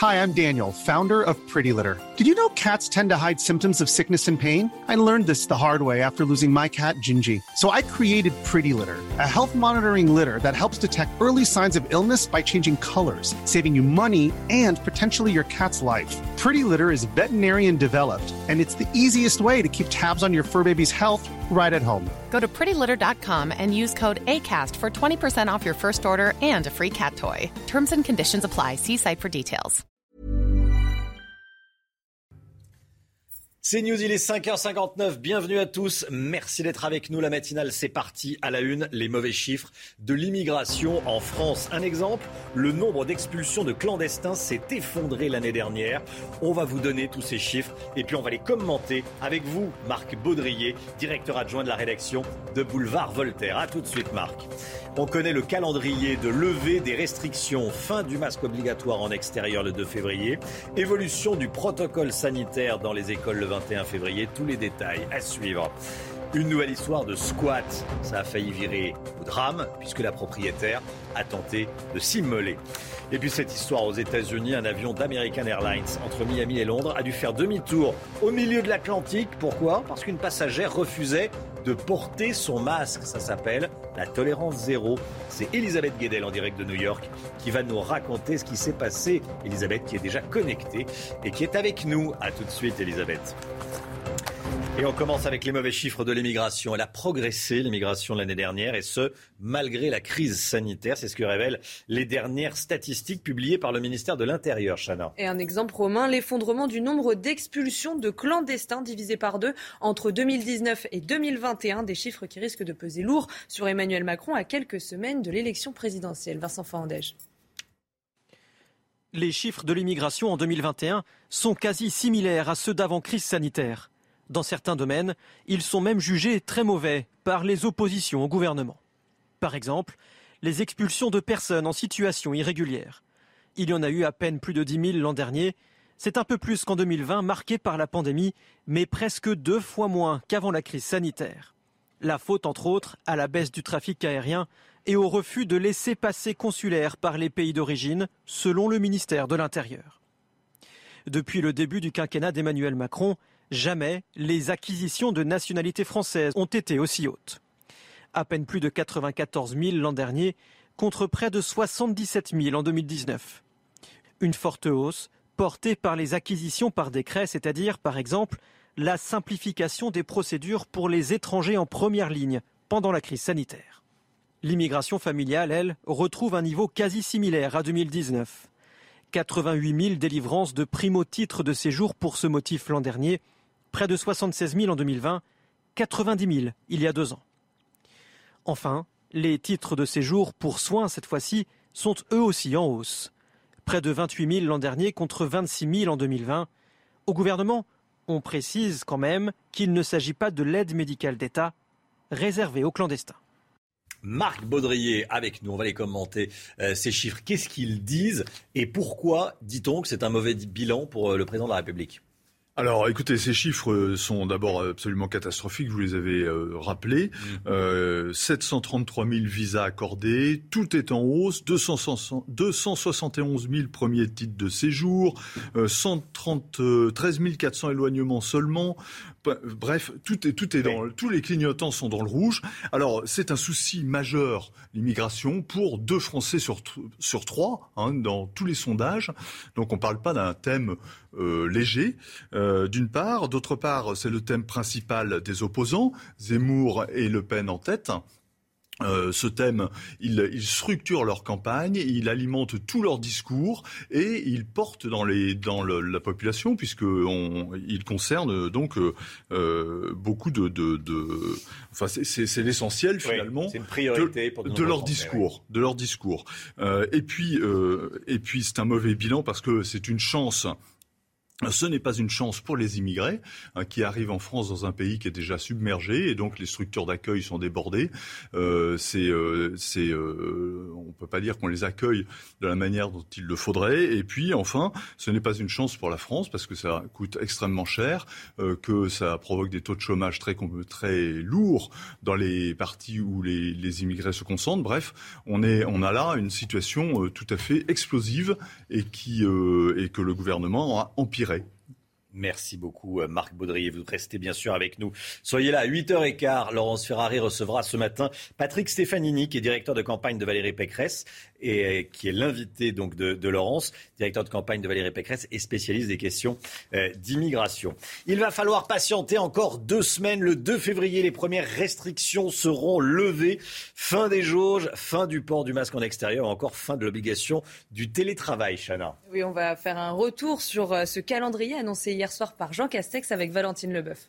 Hi, I'm Daniel, founder of Pretty Litter. Did you know cats tend to hide symptoms of sickness and pain? I learned this the hard way after losing my cat, Gingy. So I created Pretty Litter, a health monitoring litter that helps detect early signs of illness by changing colors, saving you money and potentially your cat's life. Pretty Litter is veterinarian developed, and it's the easiest way to keep tabs on your fur baby's health right at home. Go to prettylitter.com and use code ACAST for 20% off your first order and a free cat toy. Terms and conditions apply. See site for details. C'est News, il est 5h59, bienvenue à tous, merci d'être avec nous, la matinale c'est parti, à la une, les mauvais chiffres de l'immigration en France. Un exemple, le nombre d'expulsions de clandestins s'est effondré l'année dernière. On va vous donner tous ces chiffres et puis on va les commenter avec vous, Marc Baudrier, directeur adjoint de la rédaction de Boulevard Voltaire. A tout de suite Marc. On connaît le calendrier de levée des restrictions, fin du masque obligatoire en extérieur le 2 février, évolution du protocole sanitaire dans les écoles le 21 février, tous les détails à suivre. Une nouvelle histoire de squat, ça a failli virer au drame puisque la propriétaire a tenté de s'immoler. Et puis cette histoire aux États-Unis, un avion d'American Airlines entre Miami et Londres a dû faire demi-tour au milieu de l'Atlantique. Pourquoi ? Parce qu'une passagère refusait de porter son masque. Ça s'appelle la tolérance zéro. C'est Elisabeth Guedel en direct de New York qui va nous raconter ce qui s'est passé. Elisabeth qui est déjà connectée et qui est avec nous. A tout de suite Elisabeth. Et on commence avec les mauvais chiffres de l'immigration. Elle a progressé, l'immigration, l'année dernière, et ce, malgré la crise sanitaire. C'est ce que révèlent les dernières statistiques publiées par le ministère de l'Intérieur, Chana. Et un exemple, Romain, l'effondrement du nombre d'expulsions de clandestins divisé par 2 entre 2019 et 2021. Des chiffres qui risquent de peser lourd sur Emmanuel Macron à quelques semaines de l'élection présidentielle. Vincent Fandège. Les chiffres de l'immigration en 2021 sont quasi similaires à ceux d'avant crise sanitaire. Dans certains domaines, ils sont même jugés très mauvais par les oppositions au gouvernement. Par exemple, les expulsions de personnes en situation irrégulière. Il y en a eu à peine plus de 10 000 l'an dernier. C'est un peu plus qu'en 2020, marqué par la pandémie, mais presque 2 fois moins qu'avant la crise sanitaire. La faute, entre autres, à la baisse du trafic aérien et au refus de laissez-passer consulaires par les pays d'origine, selon le ministère de l'Intérieur. Depuis le début du quinquennat d'Emmanuel Macron, jamais les acquisitions de nationalité française ont été aussi hautes. À peine plus de 94 000 l'an dernier, contre près de 77 000 en 2019. Une forte hausse portée par les acquisitions par décret, c'est-à-dire, par exemple, la simplification des procédures pour les étrangers en première ligne pendant la crise sanitaire. L'immigration familiale, elle, retrouve un niveau quasi similaire à 2019. 88 000 délivrances de primo-titres de séjour pour ce motif l'an dernier, près de 76 000 en 2020, 90 000 il y a 2 ans. Enfin, les titres de séjour pour soins, cette fois-ci, sont eux aussi en hausse. Près de 28 000 l'an dernier contre 26 000 en 2020. Au gouvernement, on précise quand même qu'il ne s'agit pas de l'aide médicale d'État réservée aux clandestins. Marc Baudrier avec nous, on va les commenter ces chiffres. Qu'est-ce qu'ils disent et pourquoi dit-on que c'est un mauvais bilan pour le président de la République ? Alors, écoutez, ces chiffres sont d'abord absolument catastrophiques, vous les avez rappelés. 733 000 visas accordés, tout est en hausse, 271 000 premiers titres de séjour, 13 400 éloignements seulement. Bref, tout est dans, tous les clignotants sont dans le rouge. Alors, c'est un souci majeur, l'immigration, pour 2 Français sur 3, dans tous les sondages. Donc, on ne parle pas d'un thème léger, d'une part. D'autre part, c'est le thème principal des opposants, Zemmour et Le Pen en tête. Ce thème, il structure leur campagne, il alimente tout leur discours et il porte dans la population il concerne donc beaucoup enfin c'est l'essentiel finalement. C'est une priorité de leur discours, de leur discours. Et puis c'est un mauvais bilan parce que c'est une chance Ce n'est pas une chance pour les immigrés qui arrivent en France dans un pays qui est déjà submergé et donc les structures d'accueil sont débordées. On peut pas dire qu'on les accueille de la manière dont il le faudrait. Et puis enfin, ce n'est pas une chance pour la France parce que ça coûte extrêmement cher, que ça provoque des taux de chômage très lourds dans les parties où les immigrés se concentrent. Bref, on a là une situation tout à fait explosive et que le gouvernement a empiré. Merci beaucoup Marc Baudry. Vous restez bien sûr avec nous. Soyez là à 8h15. Laurence Ferrari recevra ce matin Patrick Stefanini, qui est directeur de campagne de Valérie Pécresse et qui est l'invité donc de Laurence, directeur de campagne de Valérie Pécresse et spécialiste des questions d'immigration. Il va falloir patienter encore 2 semaines. Le 2 février, les premières restrictions seront levées. Fin des jauges, fin du port du masque en extérieur, encore fin de l'obligation du télétravail, Chana. Oui, on va faire un retour sur ce calendrier annoncé hier soir par Jean Castex avec Valentine Leboeuf.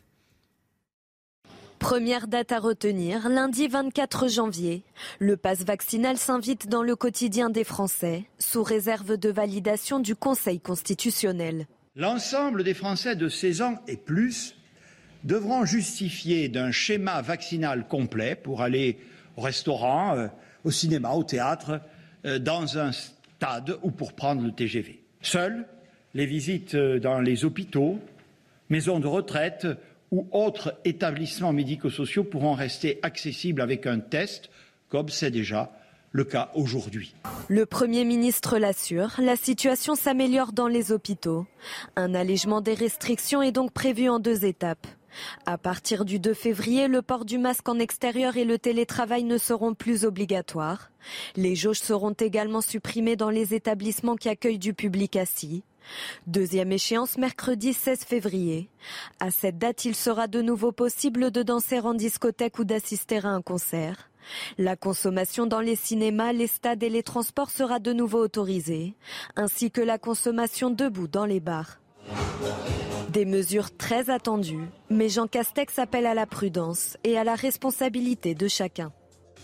Première date à retenir, lundi 24 janvier. Le pass vaccinal s'invite dans le quotidien des Français, sous réserve de validation du Conseil constitutionnel. L'ensemble des Français de 16 ans et plus devront justifier d'un schéma vaccinal complet pour aller au restaurant, au cinéma, au théâtre, dans un stade ou pour prendre le TGV. Seules les visites dans les hôpitaux, maisons de retraite ou autres établissements médico-sociaux pourront rester accessibles avec un test, comme c'est déjà le cas aujourd'hui. Le Premier ministre l'assure, la situation s'améliore dans les hôpitaux. Un allègement des restrictions est donc prévu en 2 étapes. À partir du 2 février, le port du masque en extérieur et le télétravail ne seront plus obligatoires. Les jauges seront également supprimées dans les établissements qui accueillent du public assis. Deuxième échéance, mercredi 16 février. À cette date, il sera de nouveau possible de danser en discothèque ou d'assister à un concert. La consommation dans les cinémas, les stades et les transports sera de nouveau autorisée, ainsi que la consommation debout dans les bars. Des mesures très attendues, mais Jean Castex appelle à la prudence et à la responsabilité de chacun.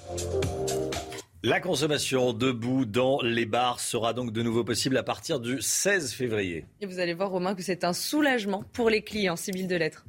La consommation debout dans les bars sera donc de nouveau possible à partir du 16 février. Et vous allez voir, Romain, que c'est un soulagement pour les clients, Sybille Delettre.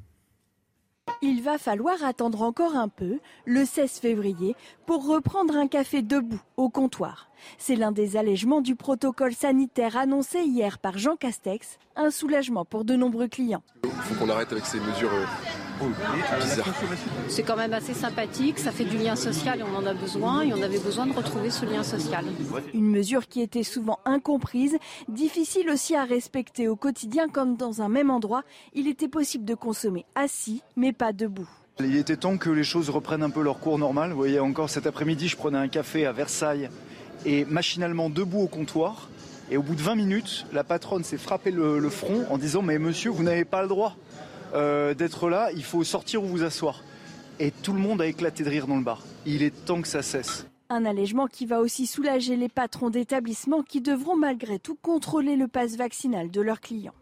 Il va falloir attendre encore un peu, le 16 février, pour reprendre un café debout au comptoir. C'est l'un des allègements du protocole sanitaire annoncé hier par Jean Castex, un soulagement pour de nombreux clients. Il faut qu'on arrête avec ces mesures bizarres. C'est quand même assez sympathique, ça fait du lien social et on en a besoin et on avait besoin de retrouver ce lien social. Une mesure qui était souvent incomprise, difficile aussi à respecter au quotidien comme dans un même endroit, il était possible de consommer assis mais pas debout. Il était temps que les choses reprennent un peu leur cours normal. Vous voyez, encore cet après-midi, je prenais un café à Versailles et machinalement debout au comptoir. Et au bout de 20 minutes, la patronne s'est frappé le front en disant « Mais monsieur, vous n'avez pas le droit d'être là, il faut sortir ou vous asseoir ». Et tout le monde a éclaté de rire dans le bar. Il est temps que ça cesse. Un allègement qui va aussi soulager les patrons d'établissements qui devront malgré tout contrôler le pass vaccinal de leurs clients.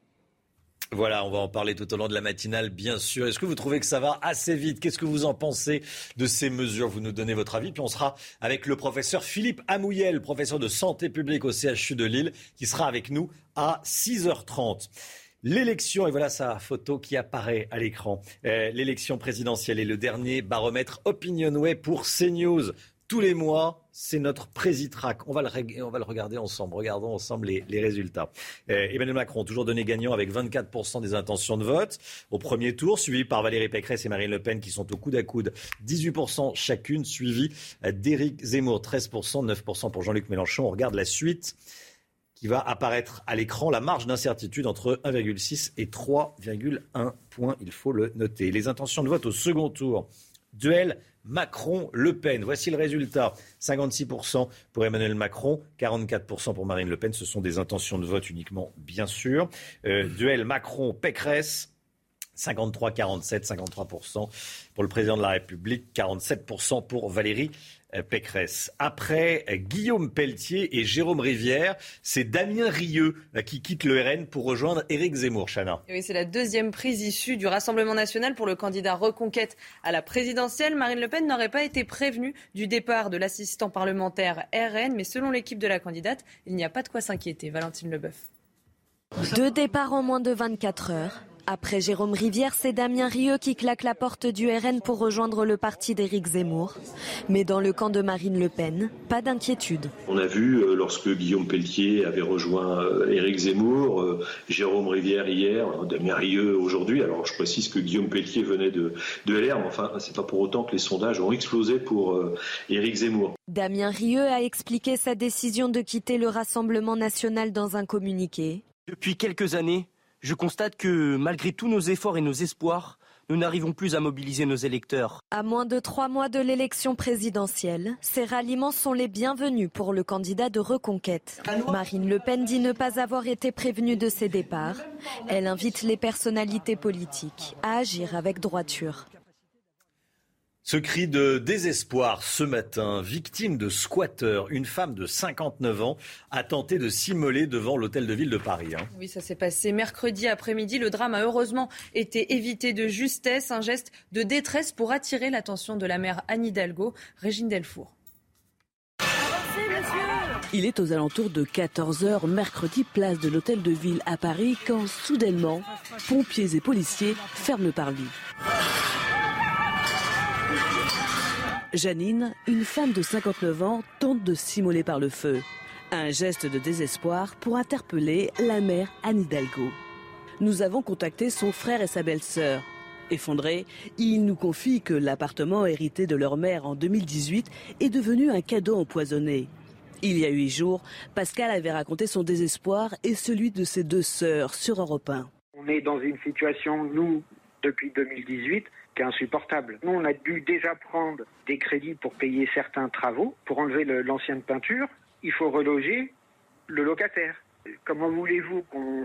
Voilà, on va en parler tout au long de la matinale, bien sûr. Est-ce que vous trouvez que ça va assez vite ? Qu'est-ce que vous en pensez de ces mesures ? Vous nous donnez votre avis. Puis on sera avec le professeur Philippe Amouyel, professeur de santé publique au CHU de Lille, qui sera avec nous à 6h30. L'élection, et voilà sa photo qui apparaît à l'écran. L'élection présidentielle est le dernier baromètre Opinionway pour CNews. Tous les mois, c'est notre Présitrac. On va le regarder ensemble. Regardons ensemble les résultats. Emmanuel Macron, toujours donné gagnant avec 24% des intentions de vote au premier tour, suivi par Valérie Pécresse et Marine Le Pen qui sont au coude à coude, 18% chacune, suivi d'Éric Zemmour, 13%, 9% pour Jean-Luc Mélenchon. On regarde la suite qui va apparaître à l'écran. La marge d'incertitude entre 1,6 et 3,1 points, il faut le noter. Les intentions de vote au second tour. Duel Macron-Le Pen. Voici le résultat. 56% pour Emmanuel Macron, 44% pour Marine Le Pen. Ce sont des intentions de vote uniquement, bien sûr. Duel Macron-Pécresse. 53-47, 53% pour le président de la République, 47% pour Valérie Pécresse. Après Guillaume Pelletier et Jérôme Rivière, c'est Damien Rieu qui quitte le RN pour rejoindre Éric Zemmour. Chana. Oui, c'est la deuxième prise issue du Rassemblement national pour le candidat Reconquête à la présidentielle. Marine Le Pen n'aurait pas été prévenue du départ de l'assistant parlementaire RN, mais selon l'équipe de la candidate, il n'y a pas de quoi s'inquiéter. Valentine Leboeuf. 2 départs en moins de 24 heures. Après Jérôme Rivière, c'est Damien Rieu qui claque la porte du RN pour rejoindre le parti d'Éric Zemmour. Mais dans le camp de Marine Le Pen, pas d'inquiétude. On a vu lorsque Guillaume Pelletier avait rejoint Éric Zemmour, Jérôme Rivière hier, Damien Rieu aujourd'hui. Alors je précise que Guillaume Pelletier venait de LR, mais enfin c'est pas pour autant que les sondages ont explosé pour Éric Zemmour. Damien Rieu a expliqué sa décision de quitter le Rassemblement national dans un communiqué. Depuis quelques années, je constate que malgré tous nos efforts et nos espoirs, nous n'arrivons plus à mobiliser nos électeurs. À moins de 3 mois de l'élection présidentielle, ces ralliements sont les bienvenus pour le candidat de Reconquête. Marine Le Pen dit ne pas avoir été prévenue de ses départs. Elle invite les personnalités politiques à agir avec droiture. Ce cri de désespoir ce matin, victime de squatteurs, une femme de 59 ans a tenté de s'immoler devant l'hôtel de ville de Paris. Oui, ça s'est passé mercredi après-midi. Le drame a heureusement été évité de justesse. Un geste de détresse pour attirer l'attention de la maire Anne Hidalgo. Régine Delfour. Il est aux alentours de 14h mercredi, place de l'hôtel de ville à Paris, quand soudainement, pompiers et policiers ferment le parvis. Janine, une femme de 59 ans, tente de s'immoler par le feu. Un geste de désespoir pour interpeller la mère Anne Hidalgo. Nous avons contacté son frère et sa belle-sœur. Effondrés, ils nous confient que l'appartement hérité de leur mère en 2018 est devenu un cadeau empoisonné. Il y a 8 jours, Pascal avait raconté son désespoir et celui de ses 2 sœurs sur Europe 1. On est dans une situation, nous, depuis 2018, qui est insupportable. Nous, on a dû déjà prendre des crédits pour payer certains travaux, pour enlever l'ancienne peinture. Il faut reloger le locataire. Comment voulez-vous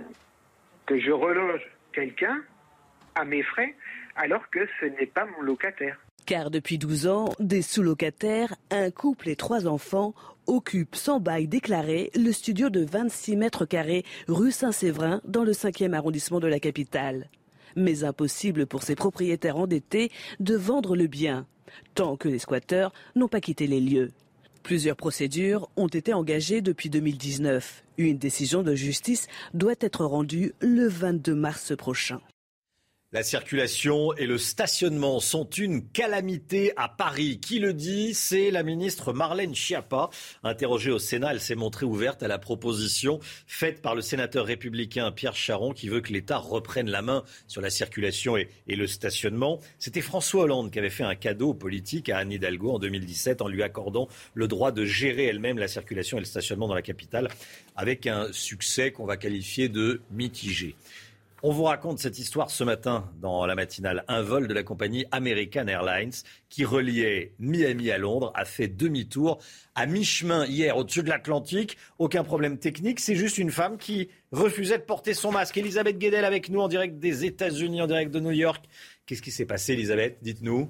que je reloge quelqu'un à mes frais alors que ce n'est pas mon locataire ? Car depuis 12 ans, des sous-locataires, un couple et 3 enfants occupent sans bail déclaré le studio de 26 mètres carrés rue Saint-Séverin dans le 5e arrondissement de la capitale. Mais impossible pour ces propriétaires endettés de vendre le bien, tant que les squatteurs n'ont pas quitté les lieux. Plusieurs procédures ont été engagées depuis 2019. Une décision de justice doit être rendue le 22 mars prochain. La circulation et le stationnement sont une calamité à Paris. Qui le dit ? C'est la ministre Marlène Schiappa. Interrogée au Sénat, elle s'est montrée ouverte à la proposition faite par le sénateur républicain Pierre Charon qui veut que l'État reprenne la main sur la circulation et le stationnement. C'était François Hollande qui avait fait un cadeau politique à Anne Hidalgo en 2017 en lui accordant le droit de gérer elle-même la circulation et le stationnement dans la capitale avec un succès qu'on va qualifier de mitigé. On vous raconte cette histoire ce matin dans la matinale. Un vol de la compagnie American Airlines qui reliait Miami à Londres a fait demi-tour à mi-chemin hier au-dessus de l'Atlantique. Aucun problème technique, c'est juste une femme qui refusait de porter son masque. Elisabeth Guedel avec nous en direct des États-Unis, en direct de New York. Qu'est-ce qui s'est passé, Elisabeth ? Dites-nous.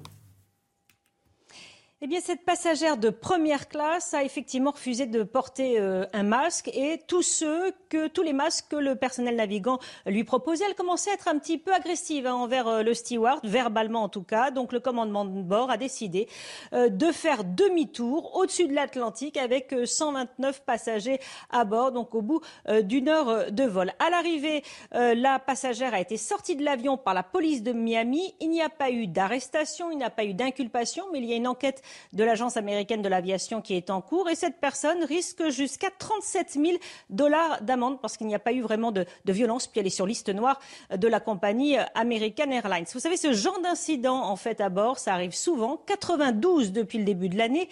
Eh bien, cette passagère de première classe a effectivement refusé de porter un masque et tous les masques que le personnel navigant lui proposait, elle commençait à être un petit peu agressive envers le steward, verbalement en tout cas. Donc le commandement de bord a décidé de faire demi-tour au-dessus de l'Atlantique avec 129 passagers à bord, donc au bout d'une heure de vol. À l'arrivée, la passagère a été sortie de l'avion par la police de Miami. Il n'y a pas eu d'arrestation, il n'y a pas eu d'inculpation, mais il y a une enquête de l'Agence américaine de l'aviation qui est en cours et cette personne risque jusqu'à $37 000 d'amende parce qu'il n'y a pas eu vraiment de violence, puis elle est sur liste noire de la compagnie American Airlines. Vous savez, ce genre d'incident en fait à bord, ça arrive souvent, 92 depuis le début de l'année,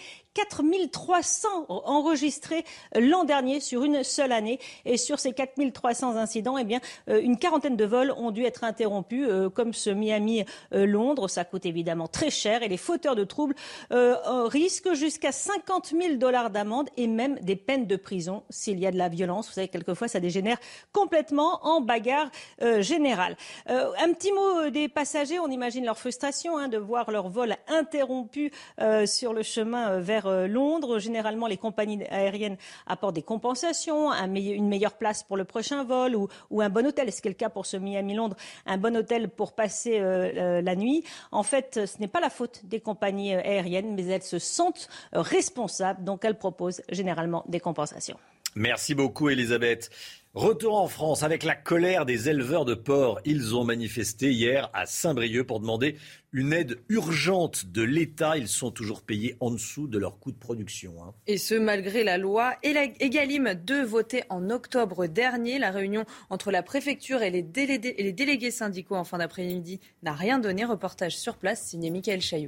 4300 enregistrés l'an dernier sur une seule année. Et sur ces 4300 incidents, eh bien, une quarantaine de vols ont dû être interrompus, comme ce Miami-Londres. Ça coûte évidemment très cher et les fauteurs de troubles risquent jusqu'à $50 000 d'amende et même des peines de prison s'il y a de la violence. Vous savez, quelquefois, ça dégénère complètement en bagarre générale. Un petit mot des passagers. On imagine leur frustration de voir leur vol interrompu sur le chemin vers Londres. Généralement, les compagnies aériennes apportent des compensations, une meilleure place pour le prochain vol ou un bon hôtel. C'est le cas pour ce Miami-Londres, un bon hôtel pour passer la nuit. En fait, ce n'est pas la faute des compagnies aériennes, mais elles se sentent responsables, donc elles proposent généralement des compensations. Merci beaucoup, Elisabeth. Retour en France avec la colère des éleveurs de porcs. Ils ont manifesté hier à Saint-Brieuc pour demander une aide urgente de l'État. Ils sont toujours payés en dessous de leur coût de production. Et ce, malgré la loi Egalim 2 votée en octobre dernier. La réunion entre la préfecture et les délégués syndicaux en fin d'après-midi n'a rien donné. Reportage sur place signé Michael Chailloux.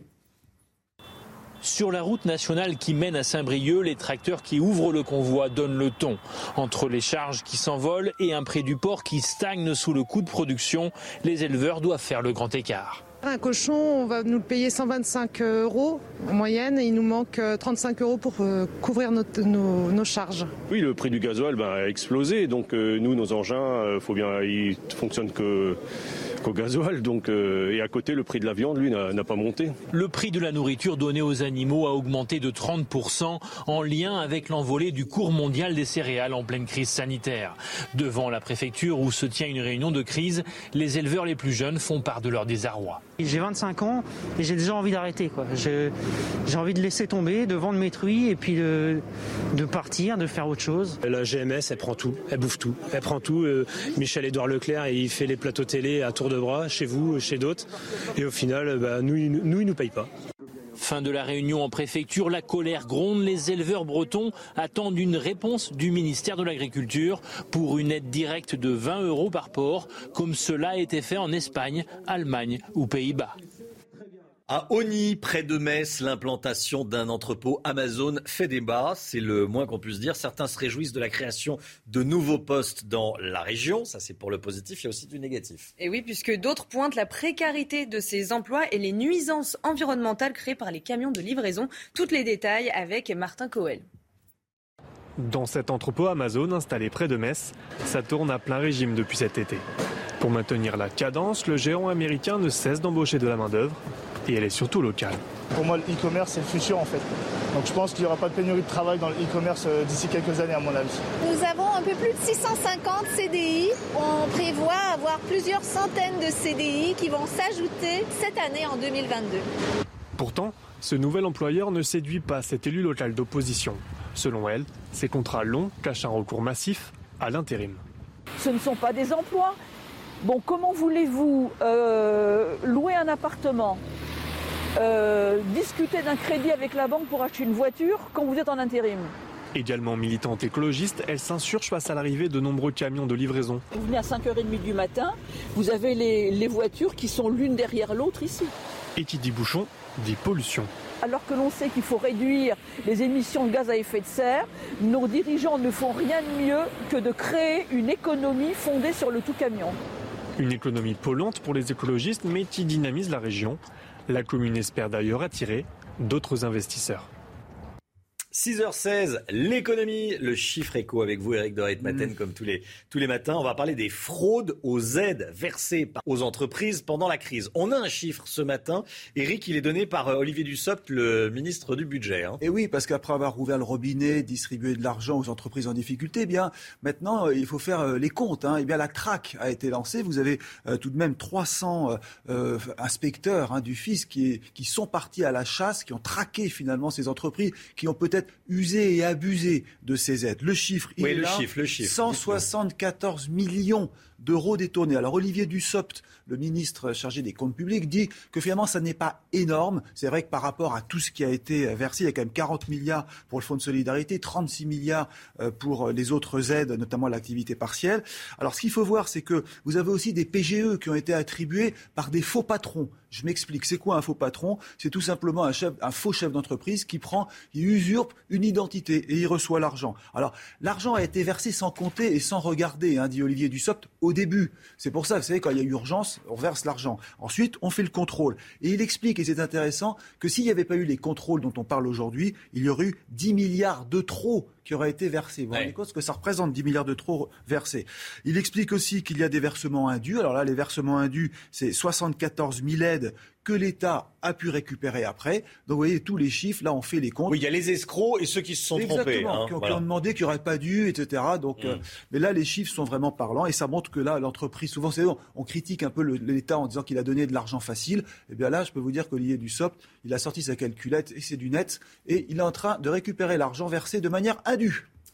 Sur la route nationale qui mène à Saint-Brieuc, les tracteurs qui ouvrent le convoi donnent le ton. Entre les charges qui s'envolent et un prix du porc qui stagne sous le coût de production, les éleveurs doivent faire le grand écart. Un cochon, on va nous le payer 125 € en moyenne et il nous manque 35 € pour couvrir nos charges. Oui, le prix du gasoil a explosé, donc nous, nos engins, ils fonctionnent qu'au gasoil, et à côté, le prix de la viande, lui, n'a pas monté. Le prix de la nourriture donnée aux animaux a augmenté de 30% en lien avec l'envolée du cours mondial des céréales en pleine crise sanitaire. Devant la préfecture où se tient une réunion de crise, les éleveurs les plus jeunes font part de leur désarroi. J'ai 25 ans et j'ai déjà envie d'arrêter. J'ai envie de laisser tomber, de vendre mes truies et puis de partir, de faire autre chose. La GMS, elle prend tout, elle bouffe tout. Elle prend tout. Michel-Édouard Leclerc, il fait les plateaux télé à tour de bras, chez vous, chez d'autres. Et au final, nous, il nous paye pas. Fin de la réunion en préfecture, la colère gronde. Les éleveurs bretons attendent une réponse du ministère de l'Agriculture pour une aide directe de 20 € par porc, comme cela a été fait en Espagne, Allemagne ou Pays-Bas. À Osny, près de Metz, l'implantation d'un entrepôt Amazon fait débat. C'est le moins qu'on puisse dire. Certains se réjouissent de la création de nouveaux postes dans la région. Ça, c'est pour le positif. Il y a aussi du négatif. Et oui, puisque d'autres pointent la précarité de ces emplois et les nuisances environnementales créées par les camions de livraison. Tous les détails avec Martin Coel. Dans cet entrepôt Amazon installé près de Metz, ça tourne à plein régime depuis cet été. Pour maintenir la cadence, le géant américain ne cesse d'embaucher de la main-d'œuvre. Et elle est surtout locale. Pour moi, le e-commerce, c'est le futur en fait. Donc je pense qu'il n'y aura pas de pénurie de travail dans le e-commerce d'ici quelques années à mon avis. Nous avons un peu plus de 650 CDI. On prévoit avoir plusieurs centaines de CDI qui vont s'ajouter cette année en 2022. Pourtant, ce nouvel employeur ne séduit pas cet élu local d'opposition. Selon elle, ces contrats longs cachent un recours massif à l'intérim. Ce ne sont pas des emplois. Bon, comment voulez-vous louer un appartement, discuter d'un crédit avec la banque pour acheter une voiture quand vous êtes en intérim ? Également militante écologiste, elle s'insurge face à l'arrivée de nombreux camions de livraison. Vous venez à 5h30 du matin, vous avez les voitures qui sont l'une derrière l'autre ici. Et qui dit bouchon, dit pollution. Alors que l'on sait qu'il faut réduire les émissions de gaz à effet de serre, nos dirigeants ne font rien de mieux que de créer une économie fondée sur le tout camion. Une économie polluante pour les écologistes, mais qui dynamise la région. La commune espère d'ailleurs attirer d'autres investisseurs. 6h16, l'économie, le chiffre éco avec vous, Éric de Ritmaten, comme tous les matins. On va parler des fraudes aux aides versées aux entreprises pendant la crise. On a un chiffre ce matin. Éric, il est donné par Olivier Dussopt, le ministre du Budget. Et oui, parce qu'après avoir ouvert le robinet, distribué de l'argent aux entreprises en difficulté, eh bien, maintenant, il faut faire les comptes. Eh bien, la traque a été lancée. Vous avez tout de même 300 inspecteurs du fisc qui sont partis à la chasse, qui ont traqué finalement ces entreprises, qui ont peut-être usé et abusé de ces aides. Le chiffre, il est là, le chiffre. 174 millions d'euros détournés. Alors Olivier Dussopt, le ministre chargé des comptes publics, dit que finalement ça n'est pas énorme. C'est vrai que par rapport à tout ce qui a été versé, il y a quand même 40 milliards pour le fonds de solidarité, 36 milliards pour les autres aides, notamment l'activité partielle. Alors ce qu'il faut voir, c'est que vous avez aussi des PGE qui ont été attribués par des faux patrons. Je m'explique, c'est quoi un faux patron ? C'est tout simplement un faux chef d'entreprise qui usurpe une identité et il reçoit l'argent. Alors l'argent a été versé sans compter et sans regarder, dit Olivier Dussopt, au début. C'est pour ça, vous savez, quand il y a urgence, on verse l'argent. Ensuite, on fait le contrôle. Et il explique, et c'est intéressant, que s'il n'y avait pas eu les contrôles dont on parle aujourd'hui, il y aurait eu 10 milliards de trop qui auraient été versés. Vous vous rendez compte ce que ça représente, 10 milliards de trop versés. Il explique aussi qu'il y a des versements indus. Alors là, les versements indus, c'est 74 000 aides que l'État a pu récupérer après. Donc vous voyez, tous les chiffres, là on fait les comptes. Oui, il y a les escrocs et ceux qui se sont trompés. Qui ont demandé, qui n'auraient pas dû, etc. Donc, mais là, les chiffres sont vraiment parlants et ça montre que là, l'entreprise, souvent, on critique un peu l'État en disant qu'il a donné de l'argent facile. Et bien là, je peux vous dire qu'Olivier Dussopt, il a sorti sa calculette et c'est du net et il est en train de récupérer l'argent versé de manière indue.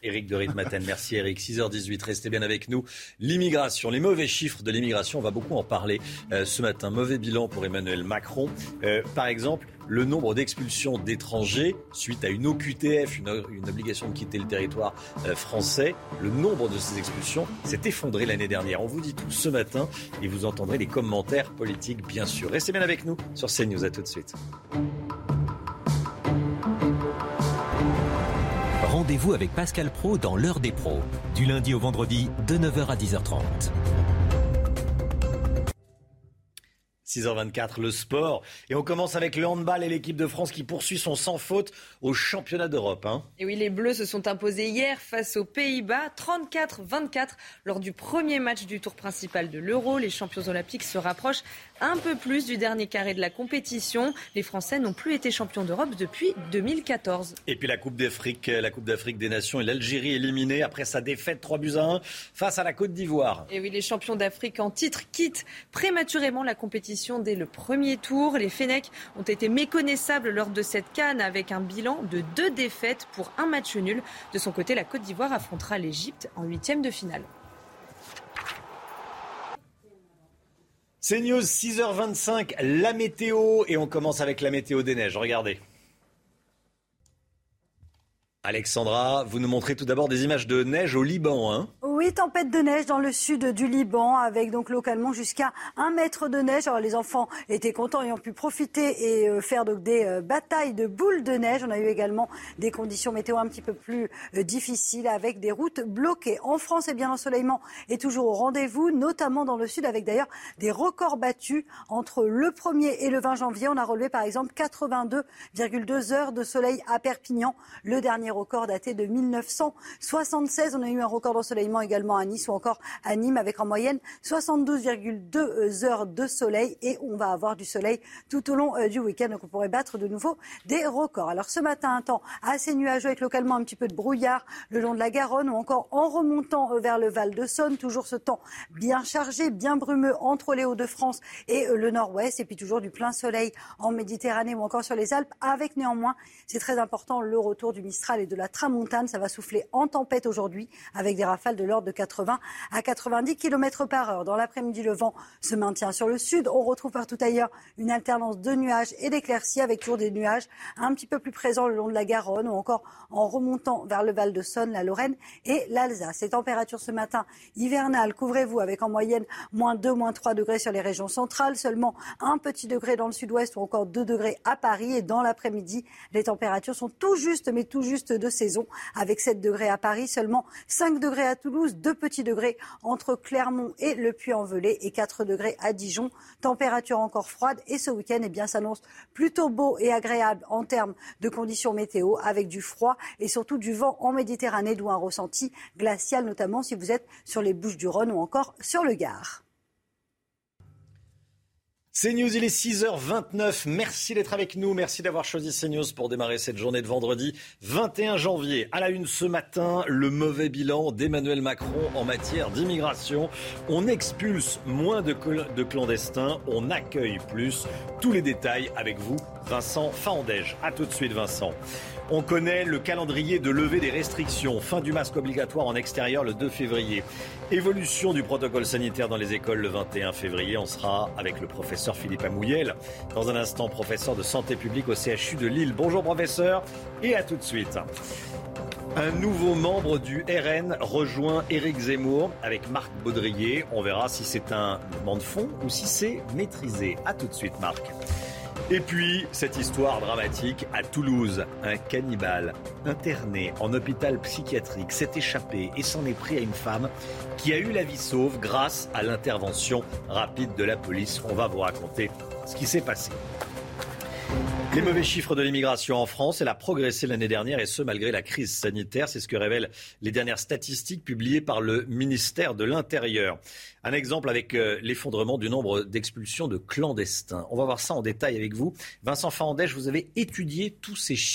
Éric de Ritmaten. Merci Éric. 6h18, restez bien avec nous. L'immigration, les mauvais chiffres de l'immigration, on va beaucoup en parler ce matin. Mauvais bilan pour Emmanuel Macron. Par exemple, le nombre d'expulsions d'étrangers suite à une OQTF, une obligation de quitter le territoire français. Le nombre de ces expulsions s'est effondré l'année dernière. On vous dit tout ce matin et vous entendrez les commentaires politiques, bien sûr. Restez bien avec nous sur CNews. À tout de suite. Rendez-vous avec Pascal Praud dans l'heure des pros, du lundi au vendredi de 9h à 10h30. 6h24, le sport. Et on commence avec le handball et l'équipe de France qui poursuit son sans faute au championnat d'Europe. Et oui, les Bleus se sont imposés hier face aux Pays-Bas, 34-24, lors du premier match du tour principal de l'Euro. Les champions olympiques se rapprochent un peu plus du dernier carré de la compétition. Les Français n'ont plus été champions d'Europe depuis 2014. Et puis la Coupe d'Afrique des Nations et l'Algérie éliminée après sa défaite 3-1 face à la Côte d'Ivoire. Et oui, les champions d'Afrique en titre quittent prématurément la compétition dès le premier tour. Les Fennecs ont été méconnaissables lors de cette CAN avec un bilan de 2 défaites pour 1 match nul. De son côté, la Côte d'Ivoire affrontera l'Égypte en 8e de finale. CNews, 6h25, la météo. Et on commence avec la météo des neiges. Regardez. Alexandra, vous nous montrez tout d'abord des images de neige au Liban. Oui, tempête de neige dans le sud du Liban avec donc localement jusqu'à 1 mètre de neige. Alors les enfants étaient contents et ont pu profiter et faire donc des batailles de boules de neige. On a eu également des conditions météo un petit peu plus difficiles avec des routes bloquées. En France, l'ensoleillement est toujours au rendez-vous, notamment dans le sud avec d'ailleurs des records battus entre le 1er et le 20 janvier. On a relevé par exemple 82,2 heures de soleil à Perpignan. Le dernier record daté de 1976. On a eu un record d'ensoleillement également à Nice ou encore à Nîmes avec en moyenne 72,2 heures de soleil et on va avoir du soleil tout au long du week-end. Donc on pourrait battre de nouveau des records. Alors ce matin, un temps assez nuageux avec localement un petit peu de brouillard le long de la Garonne ou encore en remontant vers le Val de Saône. Toujours ce temps bien chargé, bien brumeux entre les Hauts-de-France et le Nord-Ouest. Et puis toujours du plein soleil en Méditerranée ou encore sur les Alpes avec néanmoins, c'est très important, le retour du Mistral et de la Tramontane. Ça va souffler en tempête aujourd'hui avec des rafales de l'ordre de 80 à 90 km par heure. Dans l'après-midi, le vent se maintient sur le sud. On retrouve partout ailleurs une alternance de nuages et d'éclaircies avec toujours des nuages un petit peu plus présents le long de la Garonne ou encore en remontant vers le Val de Saône, la Lorraine et l'Alsace. Les températures ce matin hivernales, couvrez-vous avec en moyenne -2, -3 degrés sur les régions centrales, seulement 1 petit degré dans le sud-ouest ou encore 2 degrés à Paris. Et dans l'après-midi, les températures sont tout juste, mais tout juste de saison avec 7 degrés à Paris, seulement 5 degrés à Toulouse, 2 petits degrés entre Clermont et le Puy-en-Velay et 4 degrés à Dijon. Température encore froide et ce week-end s'annonce plutôt beau et agréable en termes de conditions météo avec du froid et surtout du vent en Méditerranée, d'où un ressenti glacial notamment si vous êtes sur les Bouches-du-Rhône ou encore sur le Gard. CNews, il est 6h29. Merci d'être avec nous. Merci d'avoir choisi CNews pour démarrer cette journée de vendredi 21 janvier. À la une ce matin, le mauvais bilan d'Emmanuel Macron en matière d'immigration. On expulse moins de clandestins, on accueille plus. Tous les détails avec vous, Vincent Fahandège. A tout de suite, Vincent. On connaît le calendrier de levée des restrictions. Fin du masque obligatoire en extérieur le 2 février. Évolution du protocole sanitaire dans les écoles le 21 février. On sera avec le professeur Philippe Amouyel. Dans un instant, professeur de santé publique au CHU de Lille. Bonjour professeur et à tout de suite. Un nouveau membre du RN rejoint Éric Zemmour avec Marc Baudrier. On verra si c'est un mouvement de fond ou si c'est maîtrisé. A tout de suite, Marc. Et puis, cette histoire dramatique à Toulouse. Un cannibale interné en hôpital psychiatrique s'est échappé et s'en est pris à une femme qui a eu la vie sauve grâce à l'intervention rapide de la police. On va vous raconter ce qui s'est passé. Les mauvais chiffres de l'immigration en France, elle a progressé l'année dernière et ce malgré la crise sanitaire. C'est ce que révèlent les dernières statistiques publiées par le ministère de l'Intérieur. Un exemple avec l'effondrement du nombre d'expulsions de clandestins. On va voir ça en détail avec vous. Vincent Fahandège, vous avez étudié tous ces chiffres.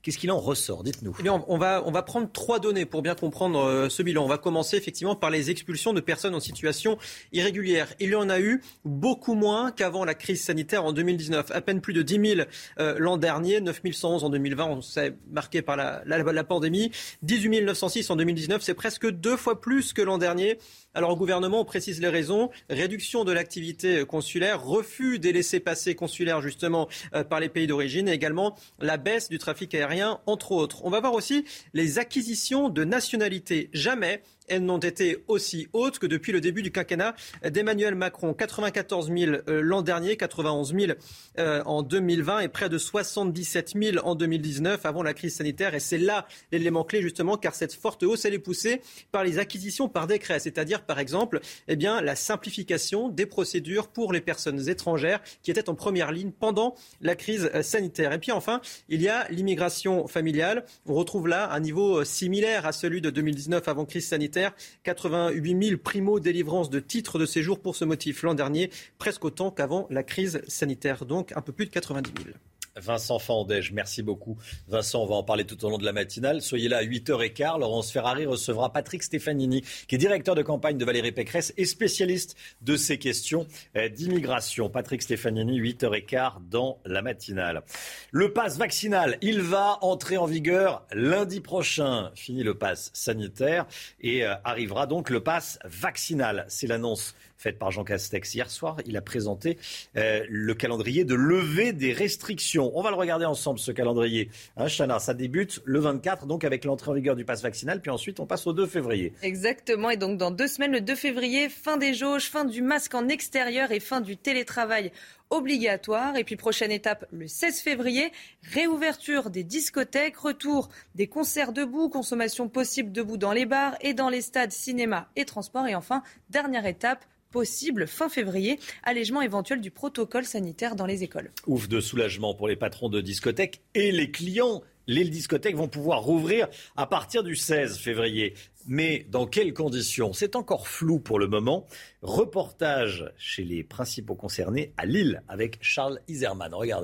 Qu'est-ce qu'il en ressort? Dites-nous. Eh bien, on va prendre 3 données pour bien comprendre ce bilan. On va commencer effectivement par les expulsions de personnes en situation irrégulière. Il y en a eu beaucoup moins qu'avant la crise sanitaire en 2019. À peine plus de 10 000 l'an dernier, 9 111 en 2020, on s'est marqué par la pandémie. 18 906 en 2019, c'est presque 2 fois plus que l'an dernier. Alors au gouvernement, on précise les raisons. Réduction de l'activité consulaire, refus des laissez-passer consulaires justement par les pays d'origine et également la baisse du trafic aérien, entre autres. On va voir aussi les acquisitions de nationalité. Jamais elles n'ont été aussi hautes que depuis le début du quinquennat d'Emmanuel Macron. 94 000 l'an dernier, 91 000 en 2020 et près de 77 000 en 2019 avant la crise sanitaire. Et c'est là l'élément clé justement, car cette forte hausse, elle est poussée par les acquisitions par décret, c'est-à-dire par exemple la simplification des procédures pour les personnes étrangères qui étaient en première ligne pendant la crise sanitaire. Et puis enfin, il y a l'immigration familiale. On retrouve là un niveau similaire à celui de 2019 avant crise sanitaire. 88 000 primo-délivrances de titres de séjour pour ce motif l'an dernier, presque autant qu'avant la crise sanitaire, donc un peu plus de 90 000. Vincent Fandège, merci beaucoup. Vincent, on va en parler tout au long de la matinale. Soyez là à 8h15. Laurence Ferrari recevra Patrick Stefanini, qui est directeur de campagne de Valérie Pécresse et spécialiste de ces questions d'immigration. Patrick Stefanini, 8h15 dans la matinale. Le pass vaccinal, il va entrer en vigueur lundi prochain. Fini le pass sanitaire et arrivera donc le pass vaccinal. C'est l'annonce faite par Jean Castex hier soir. Il a présenté le calendrier de levée des restrictions. On va le regarder ensemble, ce calendrier. Chana, ça débute le 24, donc avec l'entrée en vigueur du pass vaccinal, puis ensuite on passe au 2 février. Exactement, et donc dans 2 semaines, le 2 février, fin des jauges, fin du masque en extérieur et fin du télétravail obligatoire. Et puis prochaine étape, le 16 février, réouverture des discothèques, retour des concerts debout, consommation possible debout dans les bars et dans les stades, cinéma et transport. Et enfin, dernière étape, possible fin février, allègement éventuel du protocole sanitaire dans les écoles. Ouf de soulagement pour les patrons de discothèques et les clients. Les discothèques vont pouvoir rouvrir à partir du 16 février. Mais dans quelles conditions? C'est encore flou pour le moment. Reportage chez les principaux concernés à Lille avec Charles Iserman. Regardez.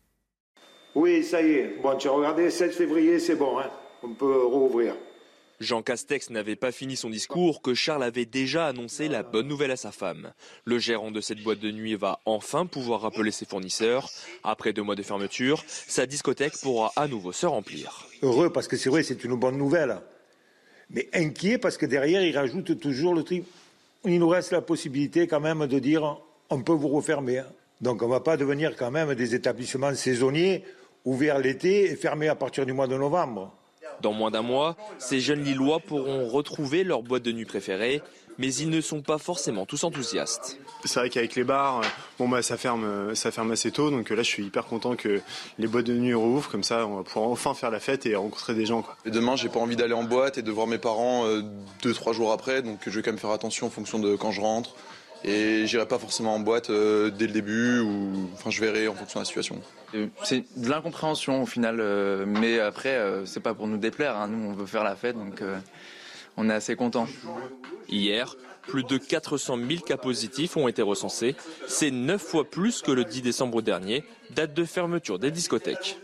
Oui, ça y est. Bon, tu as regardé, 16 février, c'est bon, hein. On peut rouvrir. Jean Castex n'avait pas fini son discours que Charles avait déjà annoncé la bonne nouvelle à sa femme. Le gérant de cette boîte de nuit va enfin pouvoir rappeler ses fournisseurs. Après 2 mois de fermeture, sa discothèque pourra à nouveau se remplir. Heureux parce que c'est vrai, c'est une bonne nouvelle. Mais inquiet parce que derrière, il rajoute toujours le truc. Il nous reste la possibilité quand même de dire on peut vous refermer. Donc on ne va pas devenir quand même des établissements saisonniers ouverts l'été et fermés à partir du mois de novembre. Dans moins d'1 mois, ces jeunes Lillois pourront retrouver leur boîte de nuit préférée, mais ils ne sont pas forcément tous enthousiastes. C'est vrai qu'avec les bars, ça ferme assez tôt, donc là je suis hyper content que les boîtes de nuit rouvrent, comme ça on va pouvoir enfin faire la fête et rencontrer des gens. Et demain, j'ai pas envie d'aller en boîte et de voir mes parents 2-3 jours après, donc je vais quand même faire attention en fonction de quand je rentre. Et j'irai pas forcément en boîte dès le début, je verrai en fonction de la situation. C'est de l'incompréhension au final, mais après c'est pas pour nous déplaire, hein. Nous on veut faire la fête, donc on est assez contents. Hier, plus de 400 000 cas positifs ont été recensés. C'est 9 fois plus que le 10 décembre dernier, date de fermeture des discothèques.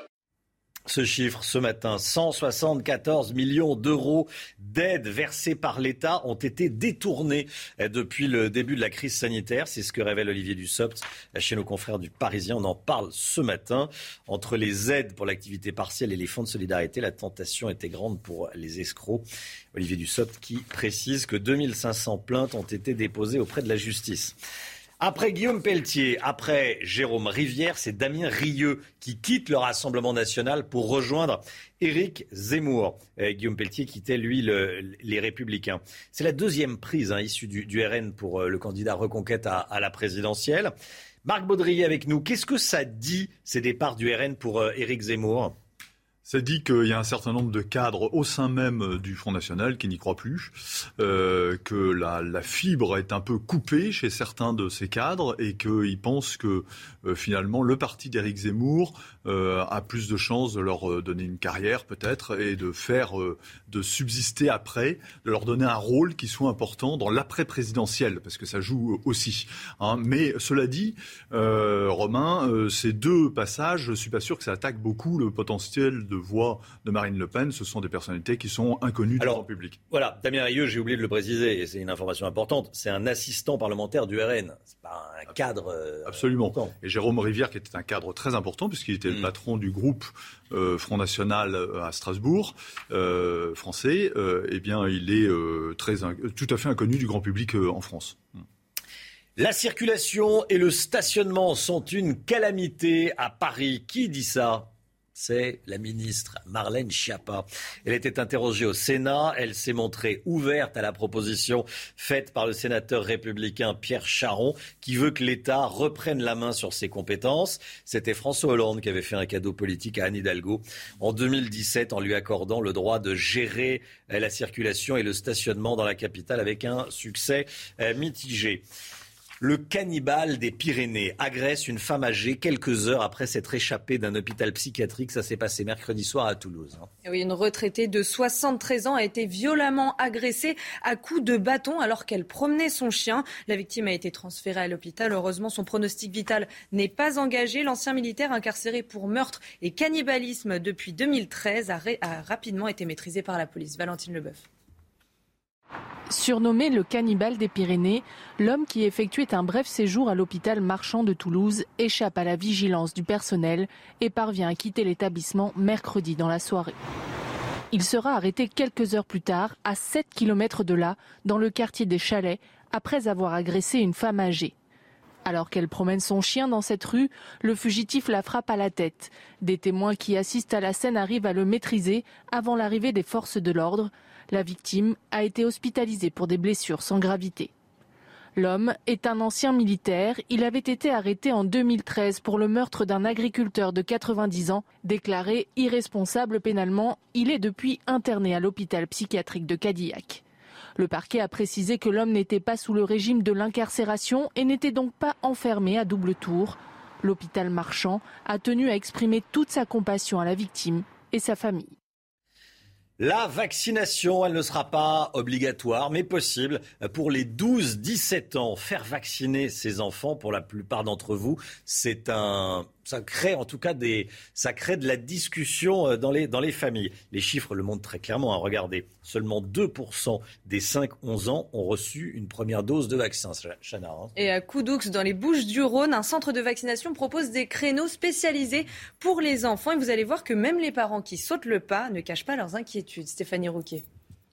Ce chiffre, ce matin, 174 millions d'euros d'aides versées par l'État ont été détournés depuis le début de la crise sanitaire. C'est ce que révèle Olivier Dussopt chez nos confrères du Parisien. On en parle ce matin. Entre les aides pour l'activité partielle et les fonds de solidarité, la tentation était grande pour les escrocs. Olivier Dussopt qui précise que 2500 plaintes ont été déposées auprès de la justice. Après Guillaume Pelletier, après Jérôme Rivière, c'est Damien Rieu qui quitte le Rassemblement national pour rejoindre Éric Zemmour. Guillaume Pelletier quittait, lui, les Républicains. C'est la deuxième prise issue du RN pour le candidat Reconquête à la présidentielle. Marc Baudrier avec nous. Qu'est-ce que ça dit, ces départs du RN pour Éric Zemmour ? Ça dit qu'il y a un certain nombre de cadres au sein même du Front National qui n'y croient plus, que la fibre est un peu coupée chez certains de ces cadres et qu'ils pensent que finalement le parti d'Éric Zemmour a plus de chances de leur donner une carrière peut-être et de subsister après, de leur donner un rôle qui soit important dans l'après-présidentiel, parce que ça joue aussi. Mais cela dit, Romain, ces 2 passages, je ne suis pas sûr que ça attaque beaucoup le potentiel de voix de Marine Le Pen, ce sont des personnalités qui sont inconnues du grand public. Voilà, Damien Rieu, j'ai oublié de le préciser, et c'est une information importante, c'est un assistant parlementaire du RN. C'est pas un cadre... Absolument. important. Et Jérôme Rivière, qui était un cadre très important, puisqu'il était le patron du groupe Front National à Strasbourg, français, eh bien, il est tout à fait inconnu du grand public en France. La circulation et le stationnement sont une calamité à Paris. Qui dit ça ? C'est la ministre Marlène Schiappa. Elle était interrogée au Sénat. Elle s'est montrée ouverte à la proposition faite par le sénateur républicain Pierre Charon, qui veut que l'État reprenne la main sur ses compétences. C'était François Hollande qui avait fait un cadeau politique à Anne Hidalgo en 2017 en lui accordant le droit de gérer la circulation et le stationnement dans la capitale avec un succès mitigé. Le cannibale des Pyrénées agresse une femme âgée quelques heures après s'être échappée d'un hôpital psychiatrique. Ça s'est passé mercredi soir à Toulouse. Oui, une retraitée de 73 ans a été violemment agressée à coups de bâton alors qu'elle promenait son chien. La victime a été transférée à l'hôpital. Heureusement, son pronostic vital n'est pas engagé. L'ancien militaire incarcéré pour meurtre et cannibalisme depuis 2013 a rapidement été maîtrisé par la police. Valentine Leboeuf. Surnommé le cannibale des Pyrénées, l'homme qui effectuait un bref séjour à l'hôpital Marchand de Toulouse échappe à la vigilance du personnel et parvient à quitter l'établissement mercredi dans la soirée. Il sera arrêté quelques heures plus tard, à 7 km de là, dans le quartier des Chalets, après avoir agressé une femme âgée. Alors qu'elle promène son chien dans cette rue, le fugitif la frappe à la tête. Des témoins qui assistent à la scène arrivent à le maîtriser avant l'arrivée des forces de l'ordre. La victime a été hospitalisée pour des blessures sans gravité. L'homme est un ancien militaire. Il avait été arrêté en 2013 pour le meurtre d'un agriculteur de 90 ans. Déclaré irresponsable pénalement, il est depuis interné à l'hôpital psychiatrique de Cadillac. Le parquet a précisé que l'homme n'était pas sous le régime de l'incarcération et n'était donc pas enfermé à double tour. L'hôpital Marchand a tenu à exprimer toute sa compassion à la victime et sa famille. La vaccination, elle ne sera pas obligatoire, mais possible pour les 12-17 ans. Faire vacciner ses enfants, pour la plupart d'entre vous, ça crée en tout cas ça crée de la discussion dans les familles. Les chiffres le montrent très clairement. Regardez, seulement 2% des 5-11 ans ont reçu une première dose de vaccin. Chana, Et à Coudoux, dans les Bouches-du-Rhône, un centre de vaccination propose des créneaux spécialisés pour les enfants. Et vous allez voir que même les parents qui sautent le pas ne cachent pas leurs inquiétudes. Stéphanie Rouquet.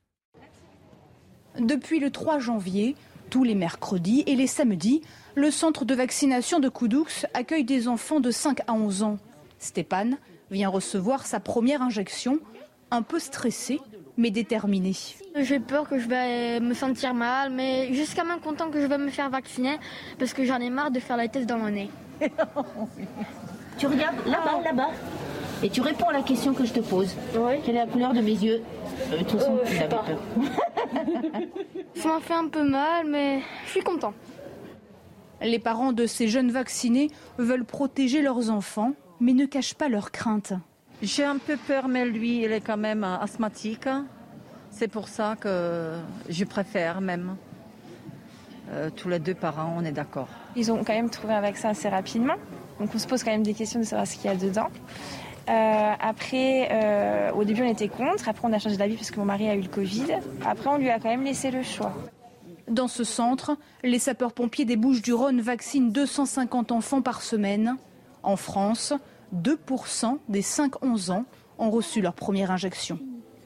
Depuis le 3 janvier, tous les mercredis et les samedis, le centre de vaccination de Coudoux accueille des enfants de 5 à 11 ans. Stéphane vient recevoir sa première injection, un peu stressé mais déterminé. J'ai peur que je vais me sentir mal, mais jusqu'à même content que je vais me faire vacciner parce que j'en ai marre de faire la tête dans mon nez. Tu regardes là-bas, et tu réponds à la question que je te pose. Oui. Quelle est la couleur de mes yeux? De toute façon, tu l'avais peur. Ça m'a fait un peu mal, mais je suis content. Les parents de ces jeunes vaccinés veulent protéger leurs enfants, mais ne cachent pas leurs craintes. J'ai un peu peur, mais lui, il est quand même asthmatique. C'est pour ça que je préfère même. Tous les deux parents, on est d'accord. Ils ont quand même trouvé un vaccin assez rapidement. Donc on se pose quand même des questions de savoir ce qu'il y a dedans. Après, au début, on était contre. Après, on a changé d'avis parce que mon mari a eu le Covid. Après, on lui a quand même laissé le choix. Dans ce centre, les sapeurs-pompiers des Bouches-du-Rhône vaccinent 250 enfants par semaine. En France, 2% des 5-11 ans ont reçu leur première injection.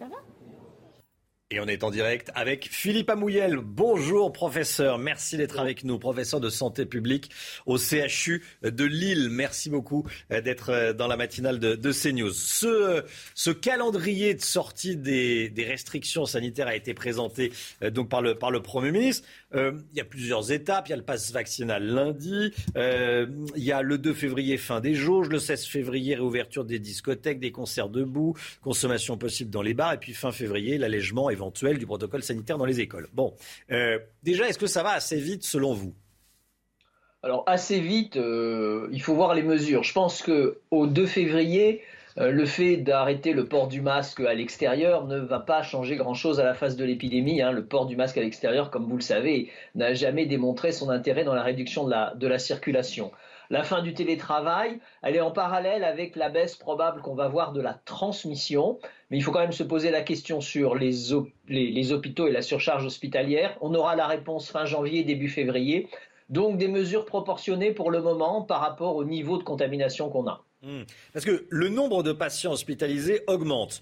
Et on est en direct avec Philippe Amouyel. Bonjour professeur, merci d'être avec nous, professeur de santé publique au CHU de Lille. Merci beaucoup d'être dans la matinale de CNews. Ce calendrier de sortie des restrictions sanitaires a été présenté donc par le Premier ministre. Il y a plusieurs étapes. Il y a le pass vaccinal lundi. Il y a le 2 février, fin des jauges. Le 16 février, réouverture des discothèques, des concerts debout, consommation possible dans les bars. Et puis fin février, l'allègement éventuel du protocole sanitaire dans les écoles. Bon, déjà, est-ce que ça va assez vite selon vous ? Alors assez vite, il faut voir les mesures. Je pense qu'au 2 février, le fait d'arrêter le port du masque à l'extérieur ne va pas changer grand-chose à la face de l'épidémie. Le port du masque à l'extérieur, comme vous le savez, n'a jamais démontré son intérêt dans la réduction de la circulation. La fin du télétravail, elle est en parallèle avec la baisse probable qu'on va voir de la transmission. Mais il faut quand même se poser la question sur les hôpitaux et la surcharge hospitalière. On aura la réponse fin janvier, début février. Donc des mesures proportionnées pour le moment par rapport au niveau de contamination qu'on a. Parce que le nombre de patients hospitalisés augmente.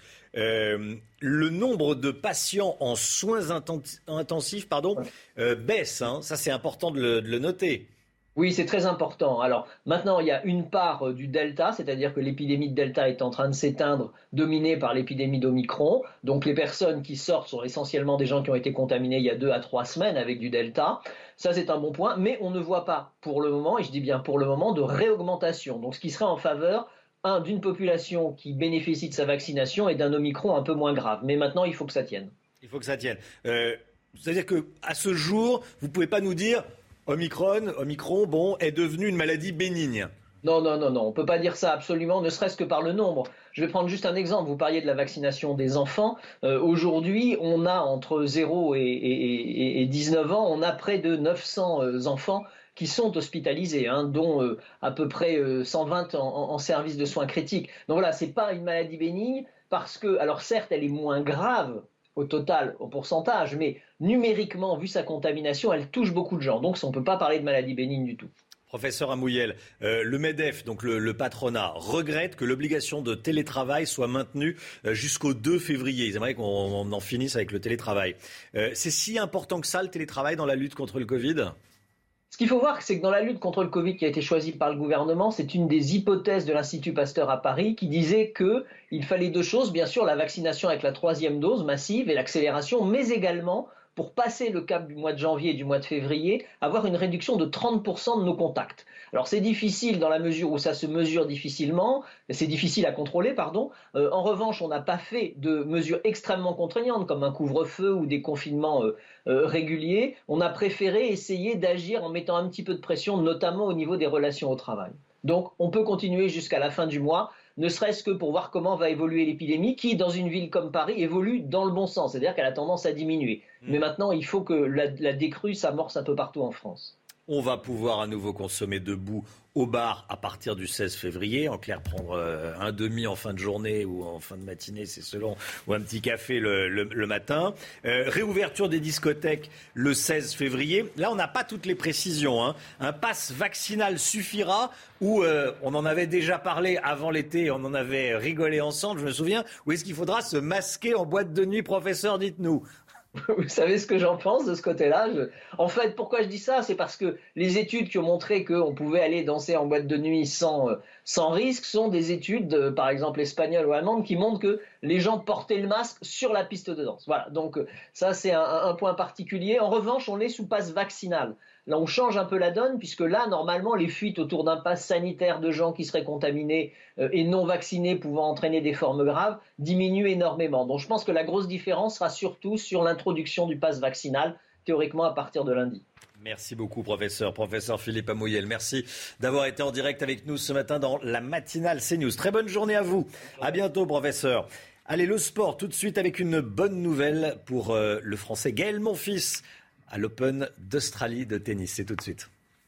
Le nombre de patients en soins intensifs baisse. Ça, c'est important de le noter. Oui, c'est très important. Alors maintenant, il y a une part du Delta, c'est-à-dire que l'épidémie de Delta est en train de s'éteindre, dominée par l'épidémie d'Omicron. Donc les personnes qui sortent sont essentiellement des gens qui ont été contaminés il y a 2 à 3 semaines avec du Delta. Ça, c'est un bon point, mais on ne voit pas pour le moment, et je dis bien pour le moment, de réaugmentation. Donc ce qui serait en faveur d'une population qui bénéficie de sa vaccination et d'un Omicron un peu moins grave. Mais maintenant, il faut que ça tienne. Il faut que ça tienne. C'est-à-dire qu'à ce jour, vous ne pouvez pas nous dire Omicron, est devenu une maladie bénigne. Non, on ne peut pas dire ça absolument, ne serait-ce que par le nombre. Je vais prendre juste un exemple. Vous parliez de la vaccination des enfants. Aujourd'hui, on a entre 0 et 19 ans, on a près de 900 enfants qui sont hospitalisés, dont à peu près 120 en service de soins critiques. Donc voilà, ce n'est pas une maladie bénigne parce que, alors certes, elle est moins grave au total, au pourcentage, mais numériquement, vu sa contamination, elle touche beaucoup de gens. Donc on ne peut pas parler de maladie bénigne du tout. Professeur Amouyel, le MEDEF, donc le patronat, regrette que l'obligation de télétravail soit maintenue jusqu'au 2 février. Ils aimeraient qu'on en finisse avec le télétravail. C'est si important que ça, le télétravail, dans la lutte contre le Covid ? Ce qu'il faut voir, c'est que dans la lutte contre le Covid qui a été choisie par le gouvernement, c'est une des hypothèses de l'Institut Pasteur à Paris qui disait qu'il fallait 2 choses, bien sûr la vaccination avec la 3e dose massive et l'accélération, mais également pour passer le cap du mois de janvier et du mois de février, avoir une réduction de 30% de nos contacts. Alors c'est difficile dans la mesure où ça se mesure difficilement, c'est difficile à contrôler, pardon. En revanche, on n'a pas fait de mesures extrêmement contraignantes comme un couvre-feu ou des confinements réguliers. On a préféré essayer d'agir en mettant un petit peu de pression, notamment au niveau des relations au travail. Donc on peut continuer jusqu'à la fin du mois, ne serait-ce que pour voir comment va évoluer l'épidémie qui, dans une ville comme Paris, évolue dans le bon sens, c'est-à-dire qu'elle a tendance à diminuer. Mais maintenant, il faut que la décrue s'amorce un peu partout en France. On va pouvoir à nouveau consommer debout au bar à partir du 16 février. En clair, prendre un demi en fin de journée ou en fin de matinée, c'est selon, ou un petit café le matin. Réouverture des discothèques le 16 février. Là, on n'a pas toutes les précisions. Un pass vaccinal suffira ou on en avait déjà parlé avant l'été, on en avait rigolé ensemble, je me souviens. Ou est-ce qu'il faudra se masquer en boîte de nuit, professeur, dites-nous? Vous savez ce que j'en pense de ce côté-là. En fait, pourquoi je dis ça ? C'est parce que les études qui ont montré qu'on pouvait aller danser en boîte de nuit sans risque sont des études, par exemple espagnoles ou allemandes, qui montrent que les gens portaient le masque sur la piste de danse. Voilà, donc ça c'est un point particulier. En revanche, on est sous passe vaccinal. Là, on change un peu la donne, puisque là, normalement, les fuites autour d'un pass sanitaire de gens qui seraient contaminés et non vaccinés pouvant entraîner des formes graves diminuent énormément. Donc je pense que la grosse différence sera surtout sur l'introduction du pass vaccinal, théoriquement à partir de lundi. Merci beaucoup, professeur Philippe Amouyel. Merci d'avoir été en direct avec nous ce matin dans la matinale CNews. Très bonne journée à vous. À bientôt, professeur. Allez, le sport, tout de suite avec une bonne nouvelle pour le Français Gaël Monfils à l'Open d'Australie de tennis. C'est tout de suite.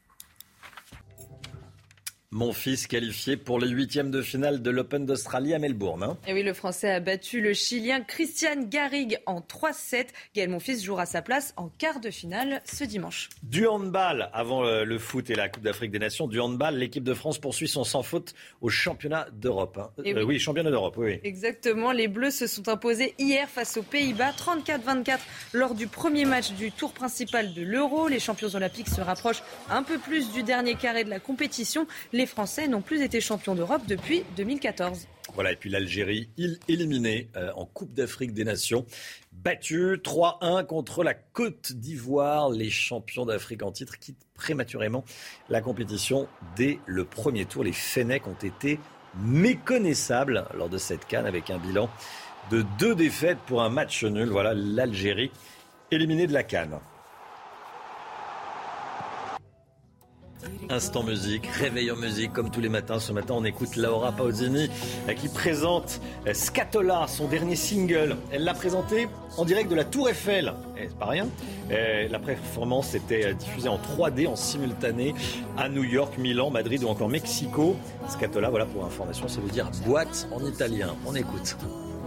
Mon fils qualifié pour les 8e de finale de l'Open d'Australie à Melbourne. Et oui, le Français a battu le Chilien Christian Garrigue en 3-7. Gaël Monfils jouera sa place en quart de finale ce dimanche. Du handball, avant le foot et la Coupe d'Afrique des Nations, du handball, l'équipe de France poursuit son sans faute au championnat d'Europe. Oui, championnat d'Europe, oui. Exactement, les Bleus se sont imposés hier face aux Pays-Bas, 34-24 lors du premier match du tour principal de l'Euro. Les champions olympiques se rapprochent un peu plus du dernier carré de la compétition. Les Français n'ont plus été champions d'Europe depuis 2014. Voilà, et puis l'Algérie, éliminée en Coupe d'Afrique des Nations, battue 3-1 contre la Côte d'Ivoire. Les champions d'Afrique en titre quittent prématurément la compétition dès le premier tour. Les Fennecs ont été méconnaissables lors de cette CAN avec un bilan de 2 défaites pour un match nul. Voilà, l'Algérie éliminée de la CAN. Instant musique, réveil en musique, comme tous les matins. Ce matin, on écoute Laura Pausini qui présente Scatola, son dernier single. Elle l'a présenté en direct de la Tour Eiffel. C'est pas rien. La performance était diffusée en 3D, en simultané, à New York, Milan, Madrid ou encore Mexico. Scatola, voilà pour information, ça veut dire boîte en italien. On écoute.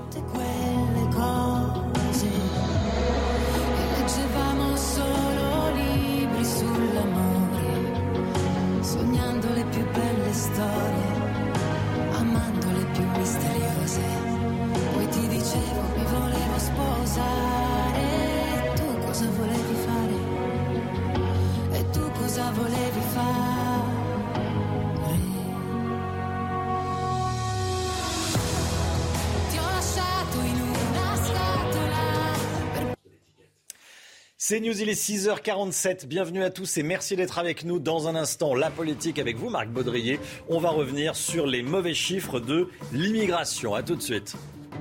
Sognando le più belle storie, amando le più misteriose. Poi ti dicevo mi volevo sposare. E tu cosa volevi fare? E tu cosa volevi fare? Ti ho lasciato in una scatola. C'est News, il est 6h47. Bienvenue à tous et merci d'être avec nous. Dans un instant, la politique avec vous, Marc Baudrier. On va revenir sur les mauvais chiffres de l'immigration. À tout de suite.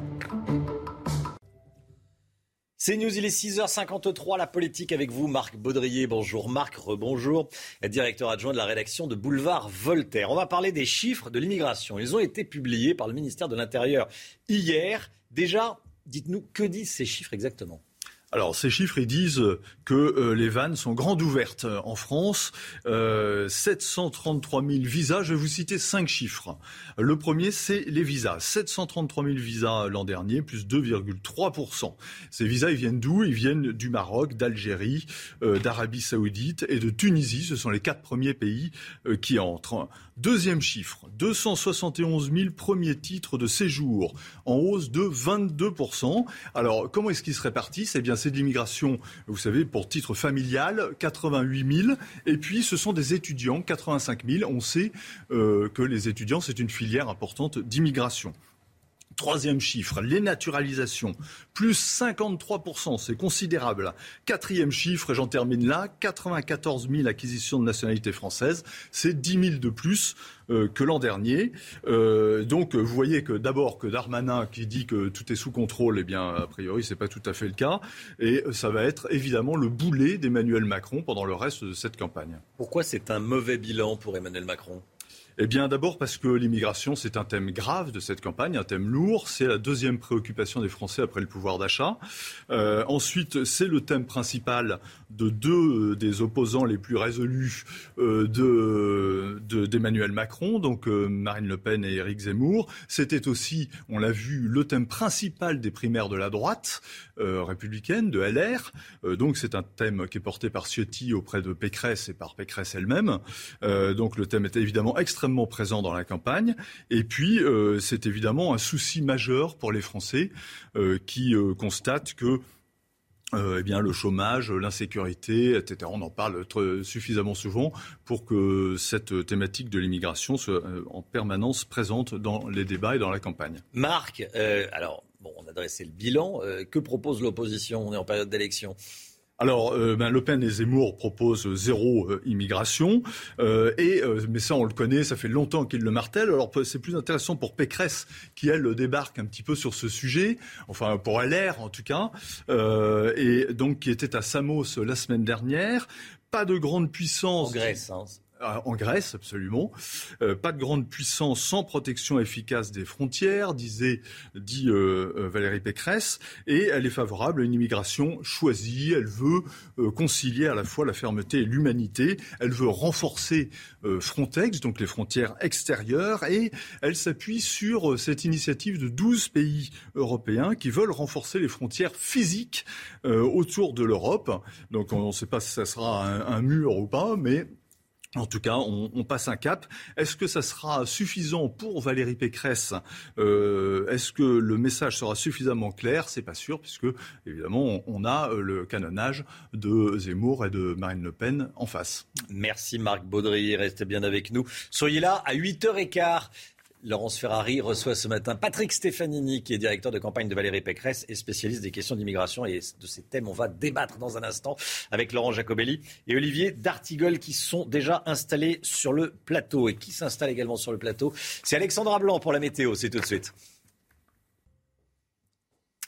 C'est News, il est 6h53, la politique avec vous, Marc Baudrier. Bonjour Marc, rebonjour, directeur adjoint de la rédaction de Boulevard Voltaire. On va parler des chiffres de l'immigration. Ils ont été publiés par le ministère de l'Intérieur hier. Déjà, dites-nous, que disent ces chiffres exactement ? Alors, ces chiffres, ils disent que les vannes sont grandes ouvertes en France. 733 000 visas. Je vais vous citer 5 chiffres. Le premier, c'est les visas. 733 000 visas l'an dernier, plus 2,3%. Ces visas, ils viennent d'où ? Ils viennent du Maroc, d'Algérie, d'Arabie Saoudite et de Tunisie. Ce sont les 4 premiers pays qui entrent. Deuxième chiffre, 271 000 premiers titres de séjour, en hausse de 22%. Alors, comment est-ce qu'ils se répartissent ? Eh bien, c'est de l'immigration, vous savez, pour titre familial, 88 000. Et puis, ce sont des étudiants, 85 000. On sait que les étudiants, c'est une filière importante d'immigration. Troisième chiffre, les naturalisations, plus 53%, c'est considérable. Quatrième chiffre, et j'en termine là, 94 000 acquisitions de nationalité française, c'est 10 000 de plus que l'an dernier. Donc vous voyez que d'abord que Darmanin qui dit que tout est sous contrôle, eh bien a priori c'est pas tout à fait le cas. Et ça va être évidemment le boulet d'Emmanuel Macron pendant le reste de cette campagne. Pourquoi c'est un mauvais bilan pour Emmanuel Macron ? Eh bien, d'abord parce que l'immigration, c'est un thème grave de cette campagne, un thème lourd. C'est la deuxième préoccupation des Français après le pouvoir d'achat. Ensuite, c'est le thème principal de deux des opposants les plus résolus d'Emmanuel Macron, donc Marine Le Pen et Éric Zemmour. C'était aussi, on l'a vu, le thème principal des primaires de la droite républicaine, de LR. Donc, c'est un thème qui est porté par Ciotti auprès de Pécresse et par Pécresse elle-même. Donc, le thème était évidemment extrêmement présent dans la campagne. Et puis, c'est évidemment un souci majeur pour les Français qui constatent que eh bien, le chômage, l'insécurité, etc. On en parle suffisamment souvent pour que cette thématique de l'immigration soit en permanence présente dans les débats et dans la campagne. Marc, alors, bon, on a dressé le bilan. Que propose l'opposition ? On est en période d'élection. Alors, Le Pen et Zemmour proposent zéro immigration, mais ça on le connaît, ça fait longtemps qu'ils le martèlent. Alors c'est plus intéressant pour Pécresse qui elle débarque un petit peu sur ce sujet, enfin pour LR en tout cas, et donc qui était à Samos la semaine dernière. Pas de grande puissance. En Grèce, hein. En Grèce, absolument. Pas de grande puissance sans protection efficace des frontières, dit Valérie Pécresse. Et elle est favorable à une immigration choisie. Elle veut concilier à la fois la fermeté et l'humanité. Elle veut renforcer Frontex, donc les frontières extérieures. Et elle s'appuie sur cette initiative de 12 pays européens qui veulent renforcer les frontières physiques autour de l'Europe. Donc on ne sait pas si ça sera un mur ou pas, mais en tout cas, on passe un cap. Est-ce que ça sera suffisant pour Valérie Pécresse ? Est-ce que le message sera suffisamment clair ? C'est pas sûr, puisque évidemment, on a le canonnage de Zemmour et de Marine Le Pen en face. Merci Marc Baudrier, restez bien avec nous. Soyez là à 8h15. Laurence Ferrari reçoit ce matin Patrick Stefanini, qui est directeur de campagne de Valérie Pécresse et spécialiste des questions d'immigration. Et de ces thèmes, on va débattre dans un instant avec Laurent Jacobelli et Olivier D'Artigol qui sont déjà installés sur le plateau. Et qui s'installe également sur le plateau, c'est Alexandra Blanc pour la météo. C'est tout de suite.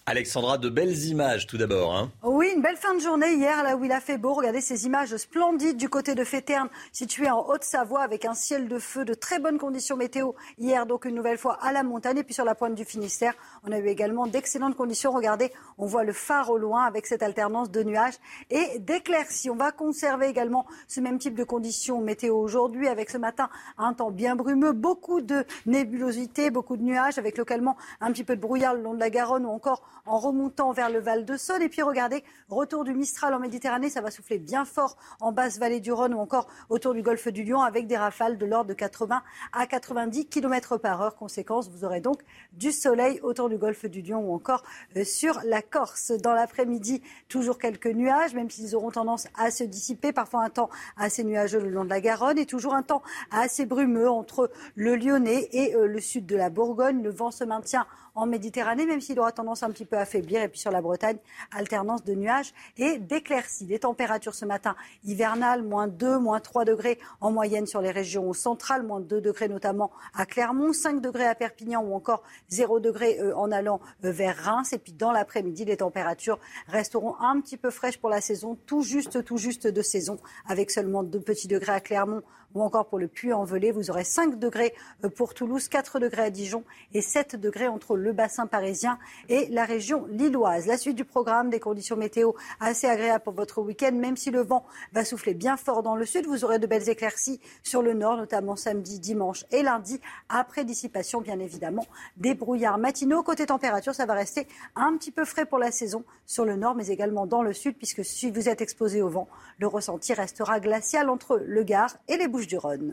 Alexandra, de belles images tout d'abord. Hein. Oui, une belle fin de journée hier, là où il a fait beau. Regardez ces images splendides du côté de Féterne, situé en Haute-Savoie, avec un ciel de feu, de très bonnes conditions météo. Hier, donc une nouvelle fois à la montagne. Et puis sur la pointe du Finistère, on a eu également d'excellentes conditions. Regardez, on voit le phare au loin avec cette alternance de nuages et d'éclaircies. On va conserver également ce même type de conditions météo aujourd'hui, avec ce matin un temps bien brumeux, beaucoup de nébulosité, beaucoup de nuages, avec localement un petit peu de brouillard le long de la Garonne ou encore en remontant vers le Val de Saône. Et puis regardez, retour du Mistral en Méditerranée, ça va souffler bien fort en basse vallée du Rhône ou encore autour du golfe du Lion, avec des rafales de l'ordre de 80 à 90 km/h. Conséquence, vous aurez donc du soleil autour du golfe du Lion ou encore sur la Corse. Dans l'après-midi, toujours quelques nuages, même s'ils auront tendance à se dissiper. Parfois un temps assez nuageux le long de la Garonne et toujours un temps assez brumeux entre le Lyonnais et le sud de la Bourgogne. Le vent se maintient en Méditerranée, même s'il aura tendance un petit peu à faiblir. Et puis sur la Bretagne, alternance de nuages et d'éclaircies. Les températures ce matin hivernales, -2, -3 degrés en moyenne sur les régions centrales, -2 degrés notamment à Clermont, 5 degrés à Perpignan ou encore 0 degrés en allant vers Reims. Et puis dans l'après-midi, les températures resteront un petit peu fraîches pour la saison, tout juste de saison, avec seulement 2 petits degrés à Clermont ou encore pour le Puy-en-Velay. Vous aurez 5 degrés pour Toulouse, 4 degrés à Dijon et 7 degrés entre le bassin parisien et la région lilloise. La suite du programme, des conditions météo assez agréables pour votre week-end, même si le vent va souffler bien fort dans le sud. Vous aurez de belles éclaircies sur le nord, notamment samedi, dimanche et lundi, après dissipation bien évidemment des brouillards matinaux. Côté température, ça va rester un petit peu frais pour la saison sur le nord, mais également dans le sud, puisque si vous êtes exposé au vent, le ressenti restera glacial entre le Gard et les Bouches-du-Rhône.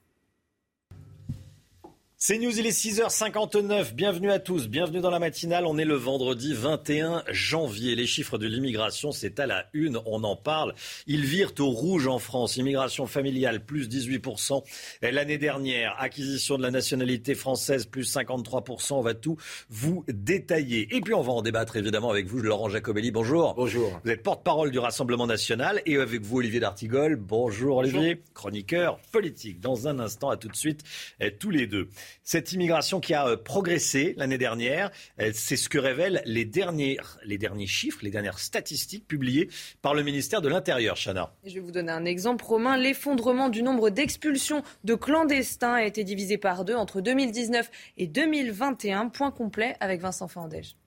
C'est News, il est 6h59, bienvenue à tous, bienvenue dans la matinale, on est le vendredi 21 janvier. Les chiffres de l'immigration, c'est à la une, on en parle. Ils virent au rouge en France, immigration familiale, plus 18% l'année dernière, acquisition de la nationalité française, plus 53%, on va tout vous détailler. Et puis on va en débattre évidemment avec vous, Laurent Jacobelli, bonjour. Bonjour. Vous êtes porte-parole du Rassemblement national et avec vous Olivier d'Artigol, bonjour Olivier, chroniqueur politique. Dans un instant, à tout de suite, tous les deux. Cette immigration qui a progressé l'année dernière, c'est ce que révèlent les derniers chiffres, les dernières statistiques publiées par le ministère de l'Intérieur, Chana. Je vais vous donner un exemple, Romain. L'effondrement du nombre d'expulsions de clandestins a été divisé par 2 entre 2019 et 2021. Point complet avec Vincent Fandège.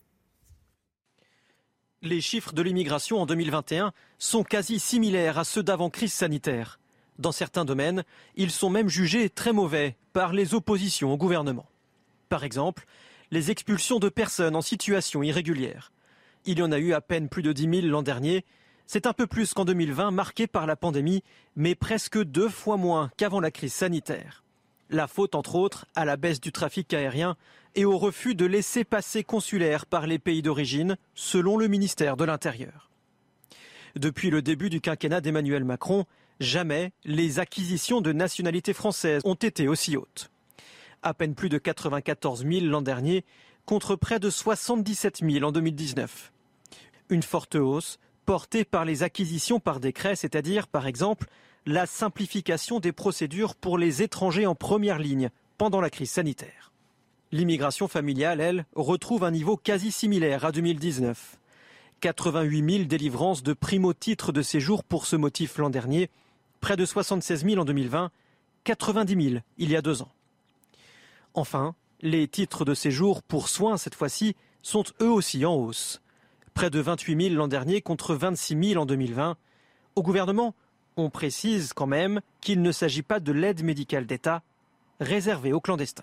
Les chiffres de l'immigration en 2021 sont quasi similaires à ceux d'avant crise sanitaire. Dans certains domaines, ils sont même jugés très mauvais par les oppositions au gouvernement. Par exemple, les expulsions de personnes en situation irrégulière. Il y en a eu à peine plus de 10 000 l'an dernier. C'est un peu plus qu'en 2020, marqué par la pandémie, mais presque 2 fois moins qu'avant la crise sanitaire. La faute, entre autres, à la baisse du trafic aérien et au refus de laissez-passer consulaires par les pays d'origine, selon le ministère de l'Intérieur. Depuis le début du quinquennat d'Emmanuel Macron, jamais les acquisitions de nationalité française ont été aussi hautes. À peine plus de 94 000 l'an dernier, contre près de 77 000 en 2019. Une forte hausse portée par les acquisitions par décret, c'est-à-dire, par exemple, la simplification des procédures pour les étrangers en première ligne pendant la crise sanitaire. L'immigration familiale, elle, retrouve un niveau quasi similaire à 2019. 88 000 délivrances de primo-titres de séjour pour ce motif l'an dernier, près de 76 000 en 2020, 90 000 il y a 2 ans. Enfin, les titres de séjour pour soins, cette fois-ci, sont eux aussi en hausse. Près de 28 000 l'an dernier contre 26 000 en 2020. Au gouvernement, on précise quand même qu'il ne s'agit pas de l'aide médicale d'État réservée aux clandestins.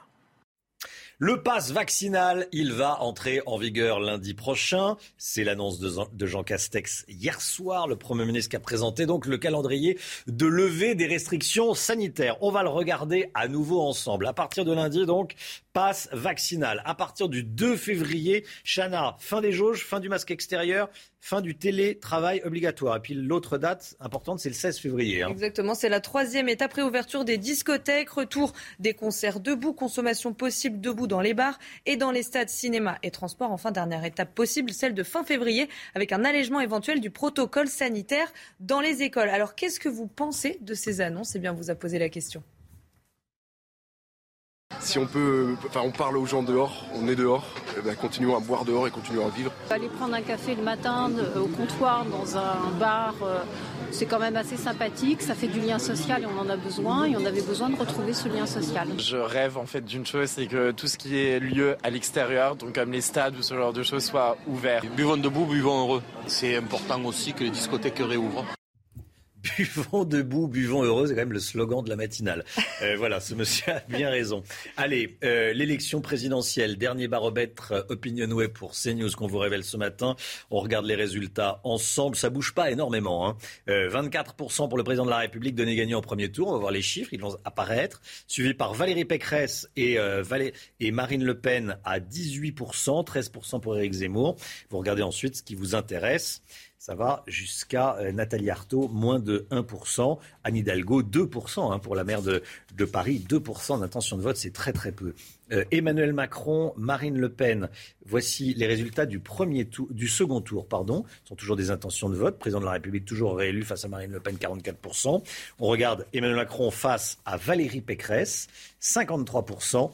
Le pass vaccinal, il va entrer en vigueur lundi prochain. C'est l'annonce de Jean Castex hier soir, le Premier ministre qui a présenté donc le calendrier de levée des restrictions sanitaires. On va le regarder à nouveau ensemble. À partir de lundi, donc, pass vaccinal. À partir du 2 février, Chana, fin des jauges, fin du masque extérieur, fin du télétravail obligatoire. Et puis l'autre date importante, c'est le 16 février. Exactement, c'est la 3e étape, réouverture des discothèques, retour des concerts debout, consommation possible debout dans les bars et dans les stades, cinéma et transport. Enfin, dernière étape possible, celle de fin février, avec un allègement éventuel du protocole sanitaire dans les écoles. Alors, qu'est-ce que vous pensez de ces annonces ? Eh bien, on vous a posé la question. Si si on peut, on parle aux gens dehors, on est dehors, continuons à boire dehors et continuons à vivre. Aller prendre un café le matin au comptoir dans un bar, c'est quand même assez sympathique, ça fait du lien social et on en a besoin et on avait besoin de retrouver ce lien social. Je rêve en fait d'une chose, c'est que tout ce qui est lieu à l'extérieur, donc comme les stades ou ce genre de choses, soit ouvert. Buvons debout, buvons heureux. C'est important aussi que les discothèques réouvrent. Buvons debout, buvons heureux, c'est quand même le slogan de la matinale. Voilà, ce monsieur a bien raison. Allez, l'élection présidentielle, dernier baromètre OpinionWay pour CNews qu'on vous révèle ce matin. On regarde les résultats ensemble, ça bouge pas énormément. Hein. 24% pour le président de la République donné gagnant au premier tour, on va voir les chiffres, ils vont apparaître. Suivi par Valérie Pécresse et Marine Le Pen à 18%, 13% pour Éric Zemmour. Vous regardez ensuite ce qui vous intéresse. Ça va jusqu'à Nathalie Arthaud, moins de 1%. Anne Hidalgo, 2% pour la maire de Paris. 2% d'intention de vote, c'est très très peu. Emmanuel Macron, Marine Le Pen. Voici les résultats du second tour. Ce sont toujours des intentions de vote. Président de la République toujours réélu face à Marine Le Pen, 44%. On regarde Emmanuel Macron face à Valérie Pécresse, 53%,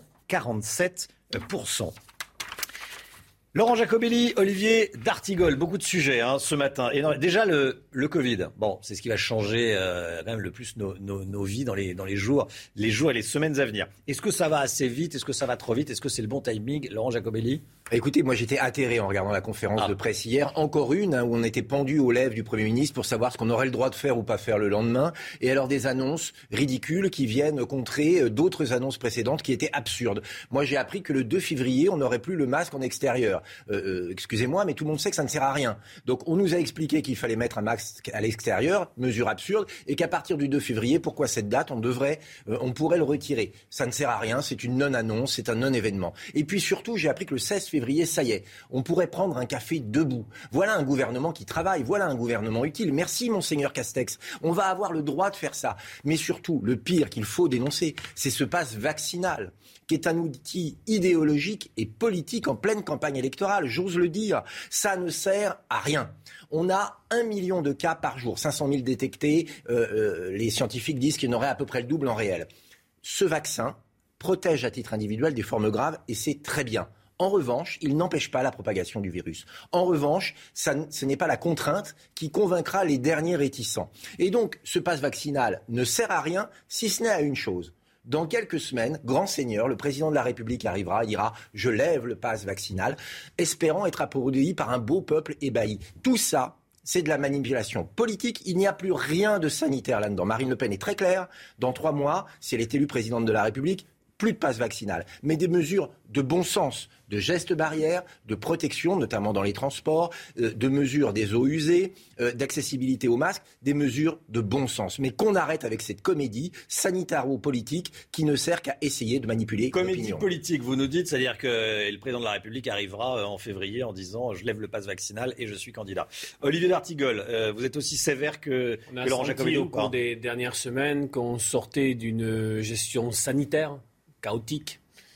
47%. Laurent Jacobelli, Olivier d'Artigol, beaucoup de sujets ce matin. Et déjà le Covid, c'est ce qui va changer quand même le plus nos vies dans les jours et les semaines à venir. Est-ce que ça va assez vite? Est-ce que ça va trop vite? Est-ce que c'est le bon timing, Laurent Jacobelli? Écoutez, moi j'étais atterré en regardant la conférence de presse hier, encore une où on était pendu aux lèvres du Premier ministre pour savoir ce qu'on aurait le droit de faire ou pas faire le lendemain, et alors des annonces ridicules qui viennent contrer d'autres annonces précédentes qui étaient absurdes. Moi j'ai appris que le 2 février, on n'aurait plus le masque en extérieur. Excusez-moi, mais tout le monde sait que ça ne sert à rien. Donc on nous a expliqué qu'il fallait mettre un masque à l'extérieur, mesure absurde, et qu'à partir du 2 février, pourquoi cette date, on pourrait le retirer. Ça ne sert à rien, c'est une non-annonce, c'est un non-événement. Et puis surtout, j'ai appris que le 16 février, ça y est, on pourrait prendre un café debout. Voilà un gouvernement qui travaille, voilà un gouvernement utile. Merci, monseigneur Castex. On va avoir le droit de faire ça. Mais surtout, le pire qu'il faut dénoncer, c'est ce pass vaccinal, qui est un outil idéologique et politique en pleine campagne électorale. J'ose le dire, ça ne sert à rien. On a 1 million de cas par jour, 500 000 détectés. Les scientifiques disent qu'il y en aurait à peu près le double en réel. Ce vaccin protège à titre individuel des formes graves et c'est très bien. En revanche, il n'empêche pas la propagation du virus. En revanche, ce n'est pas la contrainte qui convaincra les derniers réticents. Et donc, ce pass vaccinal ne sert à rien, si ce n'est à une chose. Dans quelques semaines, grand seigneur, le président de la République arrivera et dira « Je lève le pass vaccinal », espérant être applaudi par un beau peuple ébahi. Tout ça, c'est de la manipulation politique. Il n'y a plus rien de sanitaire là-dedans. Marine Le Pen est très claire. Dans 3 mois, si elle est élue présidente de la République, plus de passe vaccinal, mais des mesures de bon sens, de gestes barrières, de protection, notamment dans les transports, de mesures des eaux usées, d'accessibilité aux masques, des mesures de bon sens. Mais qu'on arrête avec cette comédie sanitaro-politique qui ne sert qu'à essayer de manipuler l'opinion. Comédie politique, vous nous dites, c'est-à-dire que le président de la République arrivera en février en disant « je lève le pass vaccinal et je suis candidat ». Olivier d'Artigol, vous êtes aussi sévère que Laurent Jacobelli ou pas? Au cours des dernières semaines qu'on sortait d'une gestion sanitaire chaotique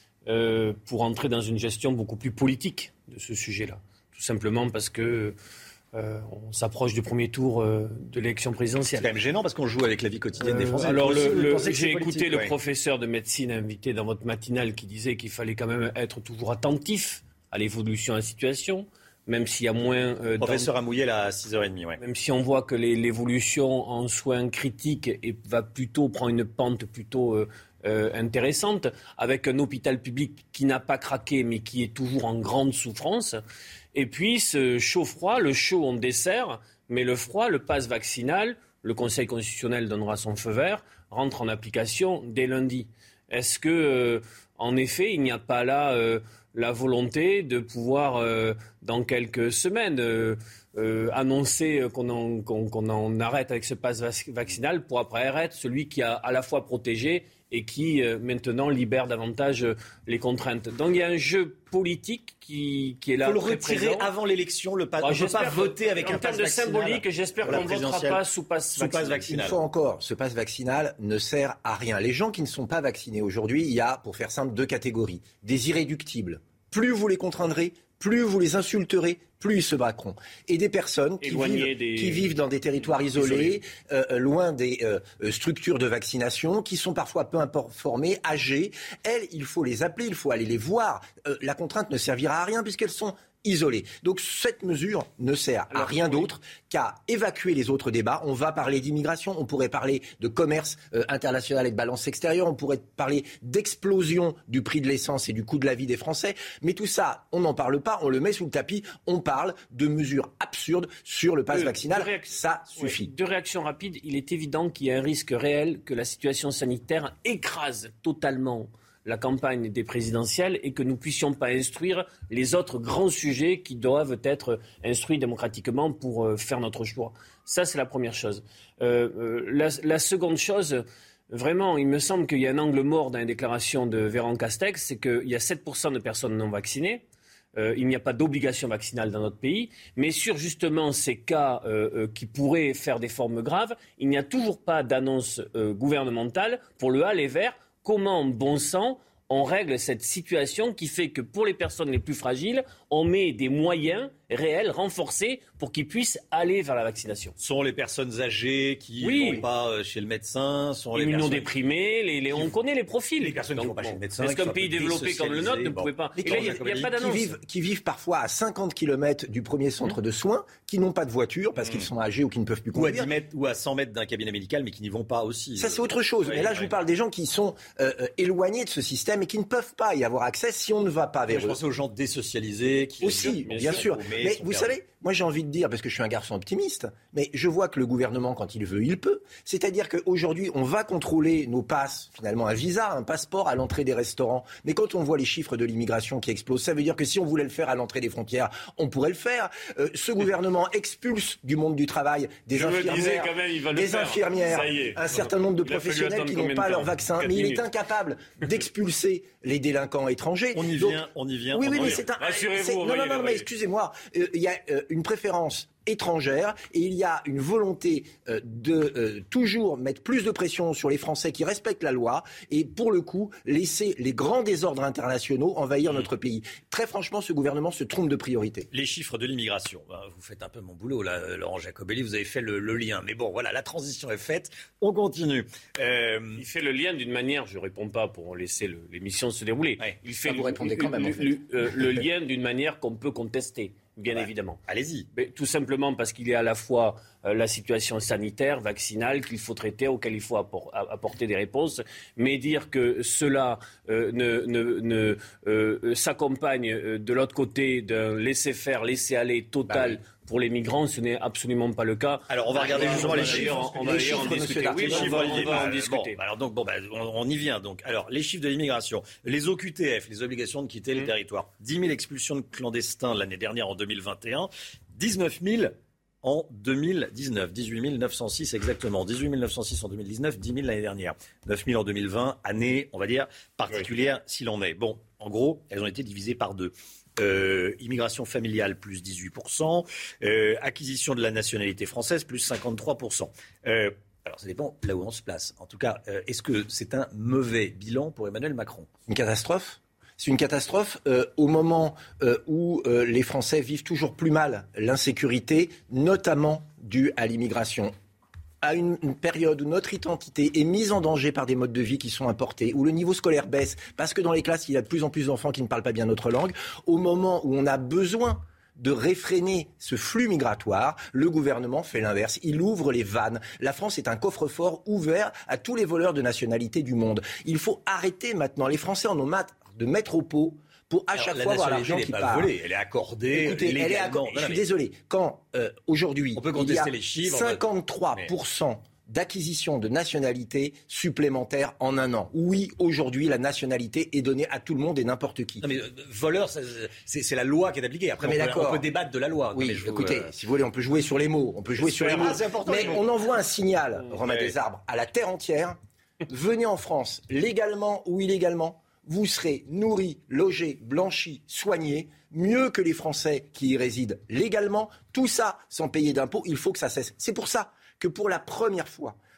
pour entrer dans une gestion beaucoup plus politique de ce sujet-là. Tout simplement parce que on s'approche du premier tour de l'élection présidentielle. C'est quand même gênant parce qu'on joue avec la vie quotidienne des Français. Alors j'ai écouté le professeur de médecine invité dans votre matinale qui disait qu'il fallait quand même être toujours attentif à l'évolution de la situation, même s'il y a moins... professeur Amouyel à 6h30, ouais. Même si on voit que l'évolution en soins critiques va plutôt prendre une pente plutôt... intéressante, avec un hôpital public qui n'a pas craqué mais qui est toujours en grande souffrance. Et puis ce chaud-froid, le chaud on dessert, mais le froid, le pass vaccinal, le Conseil constitutionnel donnera son feu vert, rentre en application dès lundi. Est-ce que, en effet, il n'y a pas là la volonté de pouvoir, dans quelques semaines, annoncer qu'on en arrête avec ce pass vaccinal pour après être celui qui a à la fois protégé et qui maintenant libère davantage les contraintes. Donc il y a un jeu politique qui est là. Il faut le retirer avant l'élection, le pass. On ne peut pas voter avec un pass vaccinal. En termes de symbolique, j'espère qu'on ne votera pas sous pass vaccinal. Une fois encore, ce pass vaccinal ne sert à rien. Les gens qui ne sont pas vaccinés aujourd'hui, il y a, pour faire simple, 2 catégories. Des irréductibles. Plus vous les contraindrez, plus vous les insulterez, plus ils se braqueront. Et des personnes qui vivent dans des territoires isolés. Loin des structures de vaccination, qui sont parfois peu informées, âgées. Elles, il faut les appeler, il faut aller les voir. La contrainte ne servira à rien puisqu'elles sont isolés. Donc cette mesure ne sert à rien d'autre qu'à évacuer les autres débats. On va parler d'immigration, on pourrait parler de commerce international et de balance extérieure, on pourrait parler d'explosion du prix de l'essence et du coût de la vie des Français. Mais tout ça, on n'en parle pas, on le met sous le tapis, on parle de mesures absurdes sur le pass vaccinal. Ça suffit. Deux réactions rapides. Il est évident qu'il y a un risque réel que la situation sanitaire écrase totalement la campagne des présidentielles et que nous ne puissions pas instruire les autres grands sujets qui doivent être instruits démocratiquement pour faire notre choix. Ça, c'est la première chose. La seconde chose, vraiment, il me semble qu'il y a un angle mort dans les déclarations de Véran Castex, c'est qu'il y a 7% de personnes non vaccinées. Il n'y a pas d'obligation vaccinale dans notre pays, mais sur justement ces cas qui pourraient faire des formes graves, il n'y a toujours pas d'annonce gouvernementale pour le aller vers. Comment, bon sang, on règle cette situation qui fait que pour les personnes les plus fragiles, on met des moyens réels, renforcés, pour qu'ils puissent aller vers la vaccination. Sont les personnes âgées qui ne vont pas chez le médecin, sont les immunodéprimés, on connaît les profils. Les personnes qui ne vont pas chez le médecin. Est-ce qu'un pays développé comme le nôtre ne pouvait pas... Et là, il n'y a pas d'annonce. Qui vivent parfois à 50 km du premier centre de soins, qui n'ont pas de voiture parce qu'ils sont âgés ou qui ne peuvent plus conduire. Ou à 10 mètres ou à 100 mètres d'un cabinet médical, mais qui n'y vont pas aussi. Ça, c'est autre chose. Mais là, je vous parle des gens qui sont éloignés de ce système et qui ne peuvent pas y avoir accès si on ne va pas vers eux. Je pense aux gens désocialisés. Aussi, bien sûr. Mais vous savez, moi j'ai envie de dire, parce que je suis un garçon optimiste, mais je vois que le gouvernement, quand il veut, il peut. C'est-à-dire qu'aujourd'hui, on va contrôler nos passes, finalement un visa, un passeport à l'entrée des restaurants. Mais quand on voit les chiffres de l'immigration qui explosent, ça veut dire que si on voulait le faire à l'entrée des frontières, on pourrait le faire. Ce gouvernement expulse du monde du travail des infirmières, un certain nombre de professionnels qui n'ont pas leur vaccin. Mais il est incapable d'expulser les délinquants étrangers. On y vient. Oui, mais c'est un... Rassurez-vous. Non, mais excusez-moi. Il y a une préférence étrangère et il y a une volonté de toujours mettre plus de pression sur les Français qui respectent la loi et pour le coup laisser les grands désordres internationaux envahir notre pays. Très franchement, ce gouvernement se trompe de priorité. Les chiffres de l'immigration, vous faites un peu mon boulot là, Laurent Jacobelli, vous avez fait le lien. Mais bon, voilà, la transition est faite, on continue. Il fait le lien d'une manière, je ne réponds pas pour laisser l'émission se dérouler. Ouais, il fait vous répondez quand même, en fait. le lien d'une manière qu'on peut contester. Bien évidemment. Allez-y. Mais tout simplement parce qu'il y a à la fois la situation sanitaire, vaccinale, qu'il faut traiter, auquel il faut apporter des réponses. Mais dire que cela s'accompagne de l'autre côté d'un laisser-faire, laisser-aller total pour les migrants, ce n'est absolument pas le cas. Alors on va regarder justement les chiffres. On va en discuter. Oui, on va en discuter. On y vient donc. Alors les chiffres de l'immigration, les OQTF, les obligations de quitter le territoire. 10 000 expulsions de clandestins l'année dernière en 2021, 19 000 en 2019, 18 906 exactement, 18 906 en 2019, 10 000 l'année dernière, 9 000 en 2020, année, on va dire, particulière s'il en est. Bon, en gros, elles ont été divisées par deux. Immigration familiale plus 18%, acquisition de la nationalité française plus 53%. Alors ça dépend là où on se place. En tout cas, est-ce que c'est un mauvais bilan pour Emmanuel Macron ? Une catastrophe ? C'est une catastrophe au moment où les Français vivent toujours plus mal l'insécurité, notamment due à l'immigration. À une période où notre identité est mise en danger par des modes de vie qui sont importés, où le niveau scolaire baisse, parce que dans les classes, il y a de plus en plus d'enfants qui ne parlent pas bien notre langue, au moment où on a besoin de réfréner ce flux migratoire, le gouvernement fait l'inverse. Il ouvre les vannes. La France est un coffre-fort ouvert à tous les voleurs de nationalité du monde. Il faut arrêter maintenant. Les Français en ont marre de mettre au pot pour à chaque fois voir l'argent qui part. Volée, elle est accordée. Écoutez, légalement. Je suis désolé. Quand aujourd'hui, on peut contester il y a les chiffres, 53% d'acquisition de nationalité supplémentaire en un an. Oui, aujourd'hui, la nationalité est donnée à tout le monde et n'importe qui. Non mais voleur, c'est la loi qui est appliquée. Après, on peut débattre de la loi. Oui, écoutez, si vous voulez, on peut jouer sur les mots. Mais on envoie un signal, Romain Desarbres, à la terre entière. Venez en France, légalement ou illégalement. Vous serez nourris, logés, blanchis, soignés, mieux que les Français qui y résident légalement. Tout ça sans payer d'impôts, il faut que ça cesse. C'est pour ça que pour la première fois,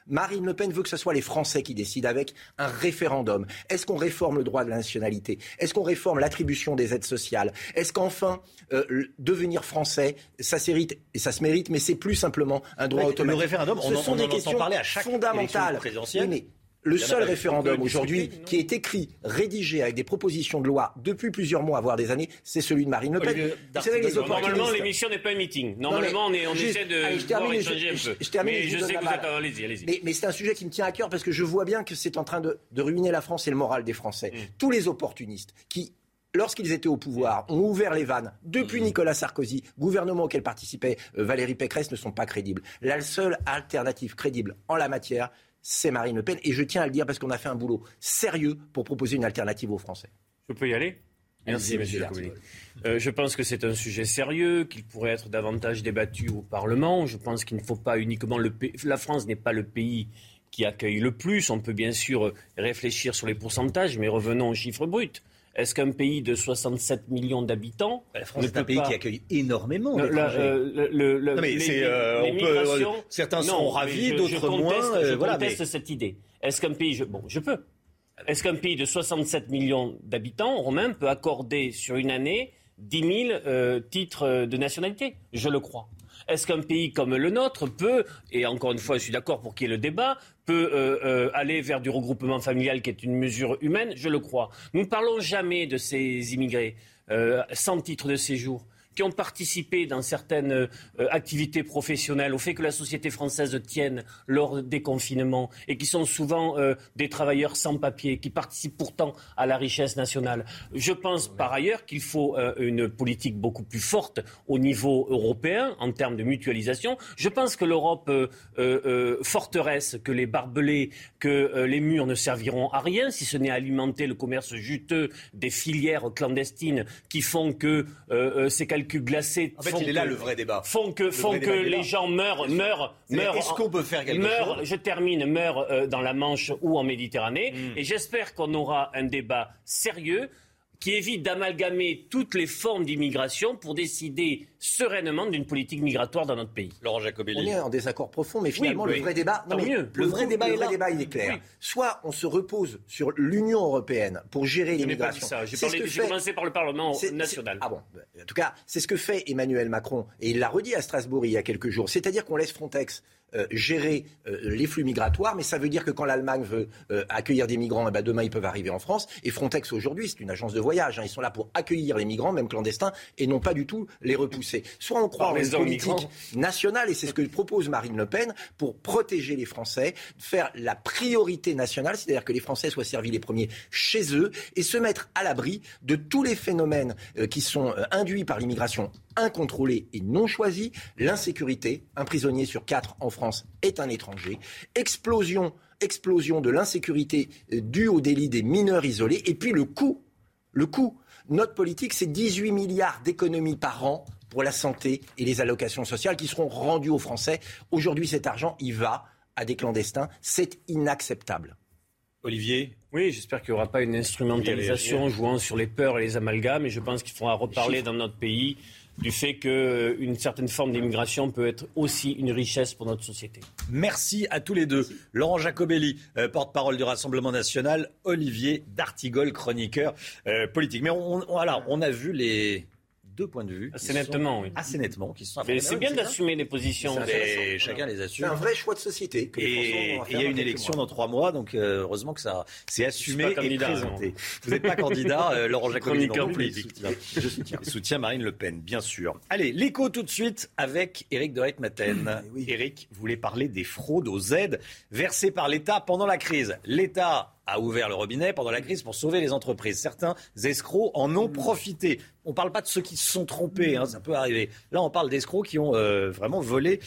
Marine Le Pen veut que ce soit les Français qui décident avec un référendum. Est-ce qu'on réforme le droit de la nationalité? Est-ce qu'on réforme l'attribution des aides sociales? Est-ce qu'enfin, devenir français, ça s'hérite et ça se mérite, mais c'est plus simplement un droit automatique. Le référendum, ce sont des questions parler à chaque fondamentales. Présidentielle. Oui, mais le seul référendum aujourd'hui qui est écrit, rédigé avec des propositions de loi depuis plusieurs mois, voire des années, c'est celui de Marine Le Pen. Normalement, l'émission n'est pas un meeting. Normalement, on essaie de pouvoir échanger un peu. Mais je sais que vous êtes... Allez-y. Mais c'est un sujet qui me tient à cœur parce que je vois bien que c'est en train de ruiner la France et le moral des Français. Tous les opportunistes qui, lorsqu'ils étaient au pouvoir, ont ouvert les vannes depuis Nicolas Sarkozy, gouvernement auquel participait Valérie Pécresse, ne sont pas crédibles. La seule alternative crédible en la matière, c'est Marine Le Pen. Et je tiens à le dire parce qu'on a fait un boulot sérieux pour proposer une alternative aux Français. Je peux y aller ? Merci, M. Jacobelli. Je pense que c'est un sujet sérieux, qu'il pourrait être davantage débattu au Parlement. Je pense qu'il ne faut pas uniquement... La France n'est pas le pays qui accueille le plus. On peut bien sûr réfléchir sur les pourcentages, mais revenons aux chiffres bruts. Est-ce qu'un pays de 67 millions d'habitants... La France est un pays qui accueille énormément certains seront ravis, d'autres moins. Je conteste cette idée. Est-ce qu'un pays... je peux. Est-ce qu'un pays de 67 millions d'habitants, Romain, peut accorder sur une année 10 000 titres de nationalité ? Je le crois. Est-ce qu'un pays comme le nôtre peut, et encore une fois je suis d'accord pour qu'il y ait le débat, peut aller vers du regroupement familial qui est une mesure humaine ? Je le crois. Nous ne parlons jamais de ces immigrés sans titre de séjour, qui ont participé dans certaines activités professionnelles au fait que la société française tienne lors des confinements et qui sont souvent des travailleurs sans papier, qui participent pourtant à la richesse nationale. Je pense par ailleurs qu'il faut une politique beaucoup plus forte au niveau européen en termes de mutualisation. Je pense que l'Europe forteresse, que les barbelés, que les murs ne serviront à rien si ce n'est à alimenter le commerce juteux des filières clandestines qui font que ces calculs glacés il est là le vrai débat. Font que les gens meurent. Est-ce qu'on peut faire quelque chose ? Je termine, meurent dans la Manche ou en Méditerranée. Et j'espère qu'on aura un débat sérieux qui évite d'amalgamer toutes les formes d'immigration pour décider sereinement d'une politique migratoire dans notre pays. Laurent Jacobelli. On est en désaccord profond, mais finalement, le vrai débat... Le vrai débat, il est clair. Oui. Soit on se repose sur l'Union européenne pour gérer l'immigration. J'ai commencé par le Parlement national. En tout cas, c'est ce que fait Emmanuel Macron. Et il l'a redit à Strasbourg il y a quelques jours. C'est-à-dire qu'on laisse Frontex gérer les flux migratoires, mais ça veut dire que quand l'Allemagne veut accueillir des migrants, demain ils peuvent arriver en France. Et Frontex aujourd'hui, c'est une agence de voyage. Ils sont là pour accueillir les migrants, même clandestins, et non pas du tout les repousser. Soit on croit en une politique nationale, et c'est ce que propose Marine Le Pen, pour protéger les Français, faire la priorité nationale, c'est-à-dire que les Français soient servis les premiers chez eux, et se mettre à l'abri de tous les phénomènes qui sont induits par l'immigration incontrôlée et non choisie, l'insécurité, un prisonnier sur 4 en France est un étranger, explosion de l'insécurité due au délit des mineurs isolés, et puis le coût. Notre politique, c'est 18 milliards d'économies par an pour la santé et les allocations sociales qui seront rendues aux Français. Aujourd'hui, cet argent, il va à des clandestins. C'est inacceptable. Olivier ? Oui, j'espère qu'il n'y aura pas une instrumentalisation jouant sur les peurs et les amalgames. Et je pense qu'il faudra reparler dans notre pays du fait qu'une certaine forme d'immigration peut être aussi une richesse pour notre société. Merci à tous les deux. Laurent Jacobelli, porte-parole du Rassemblement national, Olivier D'Artigol, chroniqueur politique. Mais on a vu les deux points de vue assez nettement, qui sont mais c'est bien d'assumer les positions. Chacun les assume. C'est un vrai choix de société. Et il y a une élection dans 3 mois, donc heureusement que ça c'est assumé et présenté. Vous n'êtes pas candidat, Laurent Jacobelli non plus. Je soutiens Marine Le Pen, bien sûr. Allez, l'écho tout de suite avec Éric de Ritmaten. Éric voulait parler des fraudes aux aides versées par l'État pendant la crise. L'État a ouvert le robinet pendant la crise pour sauver les entreprises. Certains escrocs en ont profité. On ne parle pas de ceux qui se sont trompés, ça peut arriver. Là, on parle d'escrocs qui ont vraiment volé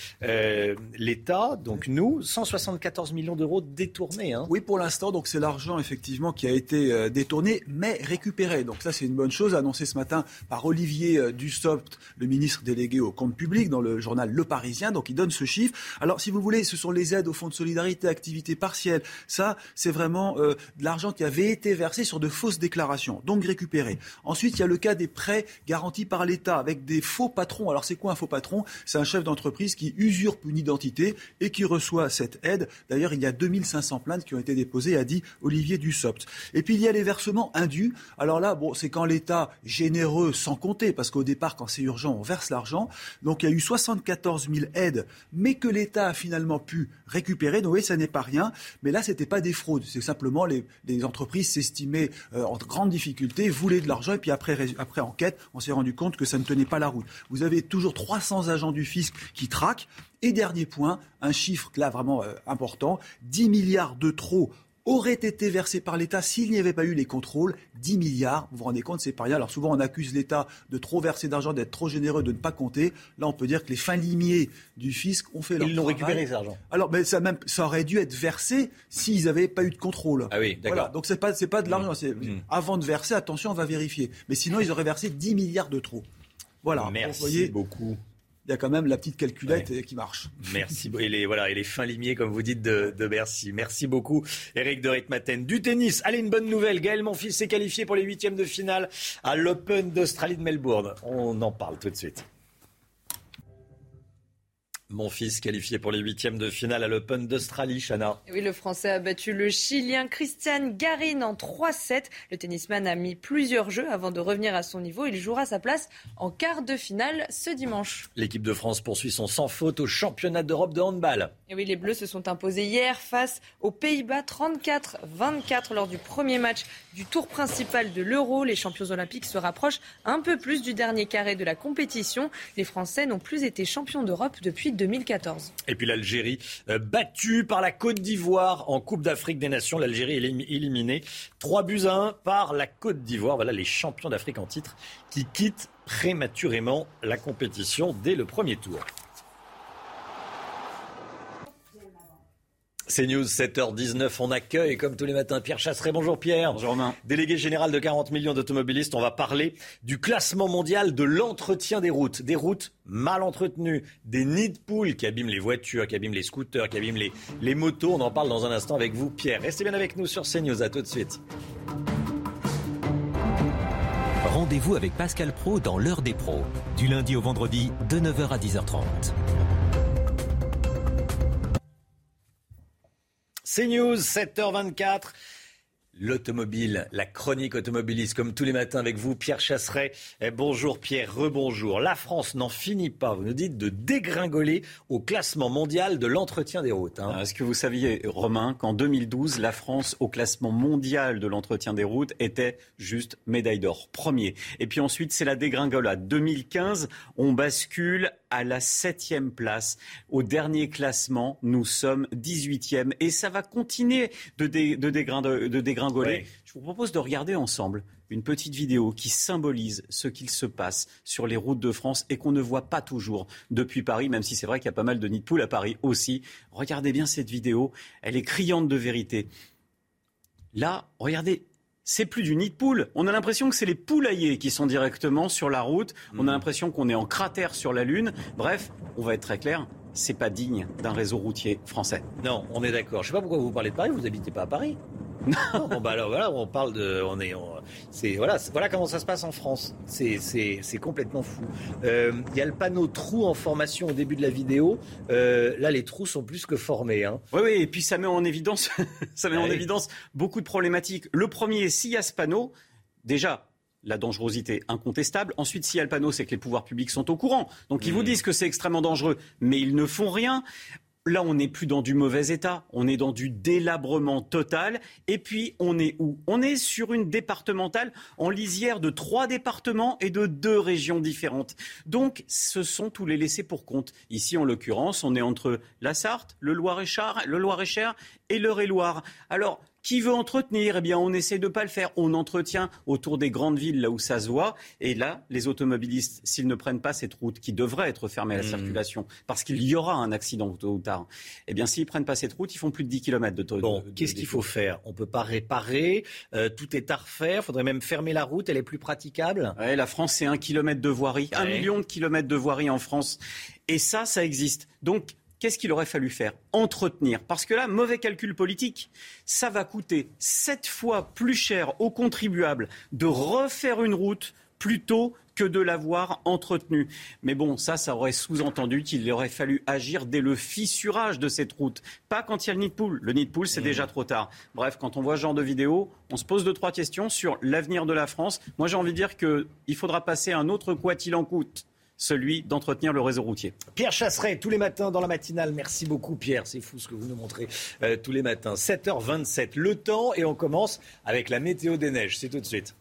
l'État. Donc nous, 174 millions d'euros détournés. Oui, pour l'instant, donc c'est l'argent effectivement qui a été détourné, mais récupéré. Donc ça, c'est une bonne chose, annoncée ce matin par Olivier Dussopt, le ministre délégué au compte public, dans le journal Le Parisien. Donc il donne ce chiffre. Alors, si vous voulez, ce sont les aides au fonds de solidarité, activité partielle. Ça, c'est vraiment de l'argent qui avait été versé sur de fausses déclarations, donc récupéré. Ensuite, il y a le cas des prêts garantis par l'État avec des faux patrons. Alors c'est quoi un faux patron ? C'est un chef d'entreprise qui usurpe une identité et qui reçoit cette aide. D'ailleurs, il y a 2500 plaintes qui ont été déposées, a dit Olivier Dussopt. Et puis il y a les versements indus. Alors là, c'est quand l'État généreux sans compter, parce qu'au départ, quand c'est urgent, on verse l'argent. Donc il y a eu 74 000 aides, mais que l'État a finalement pu récupérer. Donc oui, ça n'est pas rien. Mais là, c'était pas des fraudes. C'est simplement les entreprises s'estimaient en grande difficulté, voulaient de l'argent, et puis après enquête, on s'est rendu compte que ça ne tenait pas la route. Vous avez toujours 300 agents du fisc qui traquent. Et dernier point, un chiffre là vraiment important, 10 milliards de trop auraient été versés par l'État s'il n'y avait pas eu les contrôles. 10 milliards, vous vous rendez compte, c'est pas rien. Alors souvent on accuse l'État de trop verser d'argent, d'être trop généreux, de ne pas compter. Là on peut dire que les fins limiers du fisc ont fait leur travail. Ils l'ont récupéré cet argent. Alors ça aurait dû être versé s'ils n'avaient pas eu de contrôle. Ah oui, d'accord. Voilà, donc c'est pas de l'argent. Avant de verser, attention, on va vérifier. Mais sinon ils auraient versé 10 milliards de trop. Voilà. Merci vous voyez, beaucoup. Il y a quand même la petite calculette qui marche. Merci. Et les fins limiers, comme vous dites, de Bercy. Merci beaucoup, Éric de Ritmaten. Du tennis, allez, une bonne nouvelle. Gaël Monfils s'est qualifié pour les 8e de finale à l'Open d'Australie de Melbourne. On en parle tout de suite. Mon fils qualifié pour les 8e de finale à l'Open d'Australie, Chana. Oui, le Français a battu le Chilien Cristian Garín en 3-7. Le tennisman a mis plusieurs jeux avant de revenir à son niveau. Il jouera sa place en quart de finale ce dimanche. L'équipe de France poursuit son sans faute au championnat d'Europe de handball. Et oui, les Bleus se sont imposés hier face aux Pays-Bas 34-24 lors du premier match du tour principal de l'Euro. Les champions olympiques se rapprochent un peu plus du dernier carré de la compétition. Les Français n'ont plus été champions d'Europe depuis 2014. Et puis l'Algérie battue par la Côte d'Ivoire en Coupe d'Afrique des Nations. L'Algérie est éliminée 3-1 par la Côte d'Ivoire. Voilà les champions d'Afrique en titre qui quittent prématurément la compétition dès le premier tour. C'est News, 7h19, on accueille comme tous les matins Pierre Chasseret. Bonjour Pierre. Bonjour Romain. Délégué général de 40 millions d'automobilistes, on va parler du classement mondial de l'entretien des routes. Des routes mal entretenues, des nids de poules qui abîment les voitures, qui abîment les scooters, qui abîment les motos. On en parle dans un instant avec vous Pierre. Restez bien avec nous sur CNews, à tout de suite. Rendez-vous avec Pascal Praud dans l'heure des pros, du lundi au vendredi de 9h à 10h30. C'est News, 7h24. L'automobile, la chronique automobiliste, comme tous les matins avec vous, Pierre Chasseret. Bonjour Pierre, rebonjour. La France n'en finit pas, vous nous dites, de dégringoler au classement mondial de l'entretien des routes. Est-ce que vous saviez, Romain, qu'en 2012, la France, au classement mondial de l'entretien des routes, était juste médaille d'or, premier. Et puis ensuite, c'est la dégringolade. 2015, on bascule à la 7e place. Au dernier classement, nous sommes 18e. Et ça va continuer de dégringoler. Ouais. Je vous propose de regarder ensemble une petite vidéo qui symbolise ce qu'il se passe sur les routes de France et qu'on ne voit pas toujours depuis Paris, même si c'est vrai qu'il y a pas mal de nids de poules à Paris aussi. Regardez bien cette vidéo, elle est criante de vérité. Là, regardez, c'est plus du nid de poule. On a l'impression que c'est les poulaillers qui sont directement sur la route. On a l'impression qu'on est en cratère sur la Lune. Bref, on va être très clair. C'est pas digne d'un réseau routier français. Non, on est d'accord. Je sais pas pourquoi vous parlez de Paris. Vous n'habitez pas à Paris. Non, bon bah alors voilà, on parle de, voilà comment ça se passe en France. C'est complètement fou. Il y a le panneau trou en formation au début de la vidéo. Là, les trous sont plus que formés. Hein. Oui, et puis ça met en évidence, en évidence beaucoup de problématiques. Le premier, s'il y a ce panneau, déjà. La dangerosité incontestable. Ensuite, s'il y a le panneau, c'est que les pouvoirs publics sont au courant. Donc, ils vous disent que c'est extrêmement dangereux, mais ils ne font rien. Là, on n'est plus dans du mauvais état. On est dans du délabrement total. Et puis, on est où ? On est sur une départementale en lisière de 3 départements et de 2 régions différentes. Donc, ce sont tous les laissés pour compte. Ici, en l'occurrence, on est entre la Sarthe, le Loir-et-Cher et l'Eure-et-Loir. Alors, qui veut entretenir ? Eh bien, on essaie de ne pas le faire. On entretient autour des grandes villes, là où ça se voit. Et là, les automobilistes, s'ils ne prennent pas cette route qui devrait être fermée à la circulation, parce qu'il y aura un accident tôt ou tard, eh bien, s'ils ne prennent pas cette route, ils font plus de 10 km de taux. Bon, qu'est-ce qu'il faut faire ? On ne peut pas réparer. Tout est à refaire. Il faudrait même fermer la route. Elle est plus praticable. Ouais, la France, c'est 1 kilomètre de voirie. 1 million de kilomètres de voirie en France. Et ça existe. Donc, qu'est-ce qu'il aurait fallu faire ? Entretenir. Parce que là, mauvais calcul politique, ça va coûter 7 fois plus cher aux contribuables de refaire une route plutôt que de l'avoir entretenue. Mais bon, ça aurait sous-entendu qu'il aurait fallu agir dès le fissurage de cette route. Pas quand il y a le nid de poule. Le nid de poule, c'est déjà trop tard. Bref, quand on voit ce genre de vidéo, on se pose 2-3 questions sur l'avenir de la France. Moi, j'ai envie de dire qu'il faudra passer un autre quoi qu'il en coûte, celui d'entretenir le réseau routier. Pierre Chasseret, tous les matins dans la matinale. Merci beaucoup Pierre, c'est fou ce que vous nous montrez tous les matins. 7h27, le temps, et on commence avec la météo des neiges. C'est tout de suite.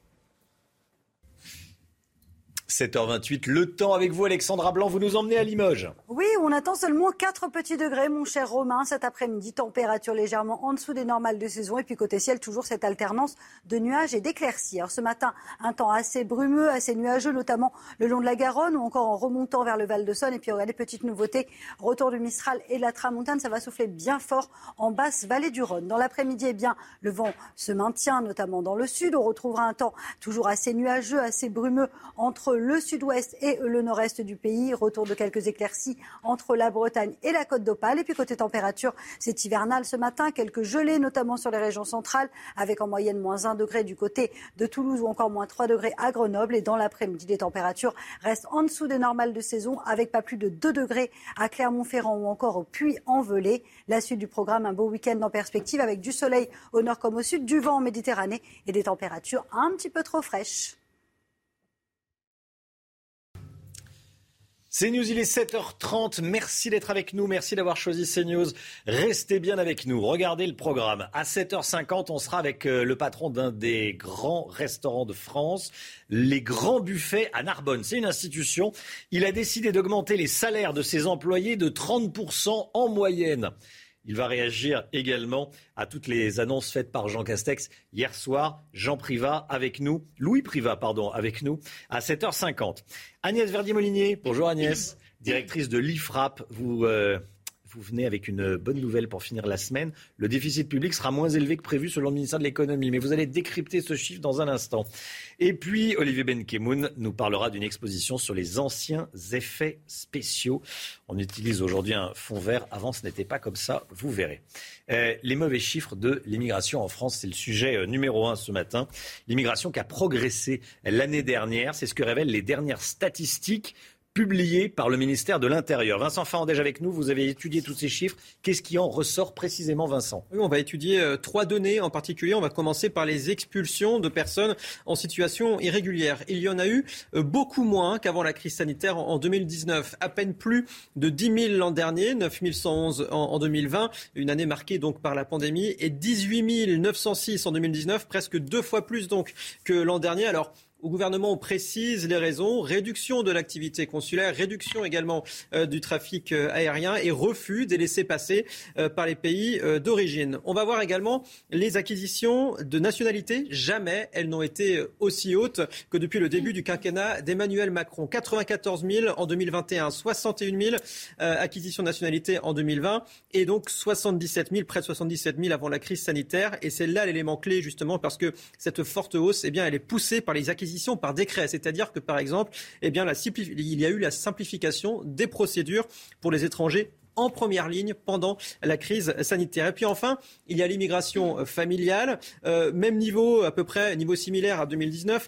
7h28, le temps avec vous Alexandra Blanc, vous nous emmenez à Limoges. Oui, on attend seulement 4 petits degrés, mon cher Romain, cet après-midi. Température légèrement en dessous des normales de saison. Et puis côté ciel, toujours cette alternance de nuages et d'éclaircies. Alors ce matin, un temps assez brumeux, assez nuageux, notamment le long de la Garonne ou encore en remontant vers le Val-de-Saône. Et puis regardez, petite nouveauté, retour du Mistral et de la Tramontane. Ça va souffler bien fort en basse vallée du Rhône. Dans l'après-midi, eh bien, le vent se maintient, notamment dans le sud. On retrouvera un temps toujours assez nuageux, assez brumeux entre le sud-ouest et le nord-est du pays. Retour de quelques éclaircies entre la Bretagne et la Côte d'Opale. Et puis côté température, c'est hivernal ce matin. Quelques gelées, notamment sur les régions centrales, avec en moyenne moins 1 degré du côté de Toulouse ou encore moins 3 degrés à Grenoble. Et dans l'après-midi, les températures restent en dessous des normales de saison, avec pas plus de 2 degrés à Clermont-Ferrand ou encore au Puy-en-Velay. La suite du programme, un beau week-end en perspective, avec du soleil au nord comme au sud, du vent en Méditerranée et des températures un petit peu trop fraîches. CNews, il est 7h30. Merci d'être avec nous. Merci d'avoir choisi CNews. Restez bien avec nous. Regardez le programme. À 7h50, on sera avec le patron d'un des grands restaurants de France, les Grands Buffets à Narbonne. C'est une institution. Il a décidé d'augmenter les salaires de ses employés de 30% en moyenne. Il va réagir également à toutes les annonces faites par Jean Castex hier soir. Louis Privat, avec nous, à 7h50. Agnès Verdier-Molinier, bonjour Agnès, directrice de l'IFRAP. Vous venez avec une bonne nouvelle pour finir la semaine. Le déficit public sera moins élevé que prévu selon le ministère de l'économie. Mais vous allez décrypter ce chiffre dans un instant. Et puis, Olivier Benkemoun nous parlera d'une exposition sur les anciens effets spéciaux. On utilise aujourd'hui un fond vert. Avant, ce n'était pas comme ça. Vous verrez. Les mauvais chiffres de l'immigration en France, c'est le sujet numéro 1 ce matin. L'immigration qui a progressé l'année dernière. C'est ce que révèlent les dernières statistiques publié par le ministère de l'Intérieur. Vincent Fahandège avec nous, vous avez étudié tous ces chiffres. Qu'est-ce qui en ressort précisément, Vincent ? Oui, on va étudier 3 données en particulier. On va commencer par les expulsions de personnes en situation irrégulière. Il y en a eu beaucoup moins qu'avant la crise sanitaire en 2019. À peine plus de 10 000 l'an dernier, 9 111 en 2020, une année marquée donc par la pandémie, et 18 906 en 2019, presque 2 fois plus donc que l'an dernier. Alors, au gouvernement, on précise les raisons. Réduction de l'activité consulaire, réduction également du trafic aérien et refus des laissez-passer par les pays d'origine. On va voir également les acquisitions de nationalité. Jamais elles n'ont été aussi hautes que depuis le début du quinquennat d'Emmanuel Macron. 94 000 en 2021, 61 000 acquisitions de nationalité en 2020 et donc 77 000, près de 77 000 avant la crise sanitaire. Et c'est là l'élément clé justement parce que cette forte hausse, elle est poussée par les acquisitions par décret, c'est-à-dire que par exemple, il y a eu la simplification des procédures pour les étrangers en première ligne pendant la crise sanitaire. Et puis enfin, il y a l'immigration familiale, même niveau, à peu près, niveau similaire à 2019,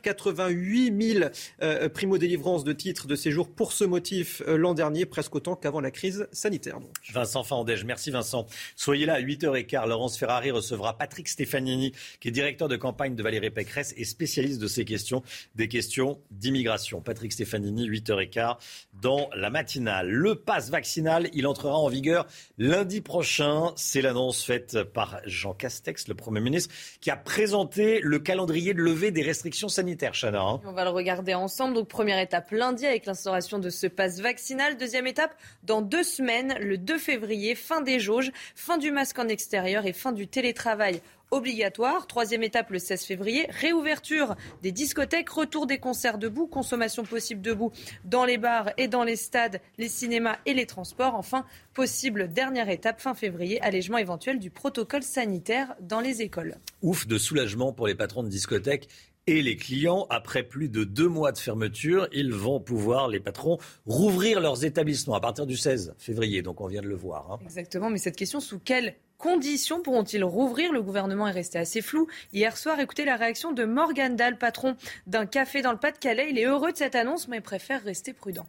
88 000 primo-délivrances de titres de séjour pour ce motif l'an dernier, presque autant qu'avant la crise sanitaire. Donc. Vincent Fahandège, merci Vincent. Soyez là à 8h15, Laurence Ferrari recevra Patrick Stefanini, qui est directeur de campagne de Valérie Pécresse et spécialiste de ces questions, des questions d'immigration. Patrick Stefanini, 8h15, dans la matinale. Le pass vaccinal, il entrera en vigueur lundi prochain. C'est l'annonce faite par Jean Castex, le Premier ministre, qui a présenté le calendrier de levée des restrictions sanitaires. Chana. On va le regarder ensemble. Donc, première étape lundi avec l'instauration de ce pass vaccinal. Deuxième étape dans 2 semaines, le 2 février, fin des jauges, fin du masque en extérieur et fin du télétravail obligatoire. Troisième étape le 16 février, réouverture des discothèques, retour des concerts debout, consommation possible debout dans les bars et dans les stades, les cinémas et les transports. Enfin, possible dernière étape fin février, allègement éventuel du protocole sanitaire dans les écoles. Ouf de soulagement pour les patrons de discothèques et les clients. Après plus de 2 mois de fermeture, ils vont pouvoir, les patrons, rouvrir leurs établissements à partir du 16 février. Donc on vient de le voir. Hein. Exactement, mais cette question, sous quelles conditions pourront-ils rouvrir ? Le gouvernement est resté assez flou. Hier soir, écoutez la réaction de Morgan Dahl, patron d'un café dans le Pas-de-Calais. Il est heureux de cette annonce, mais préfère rester prudent.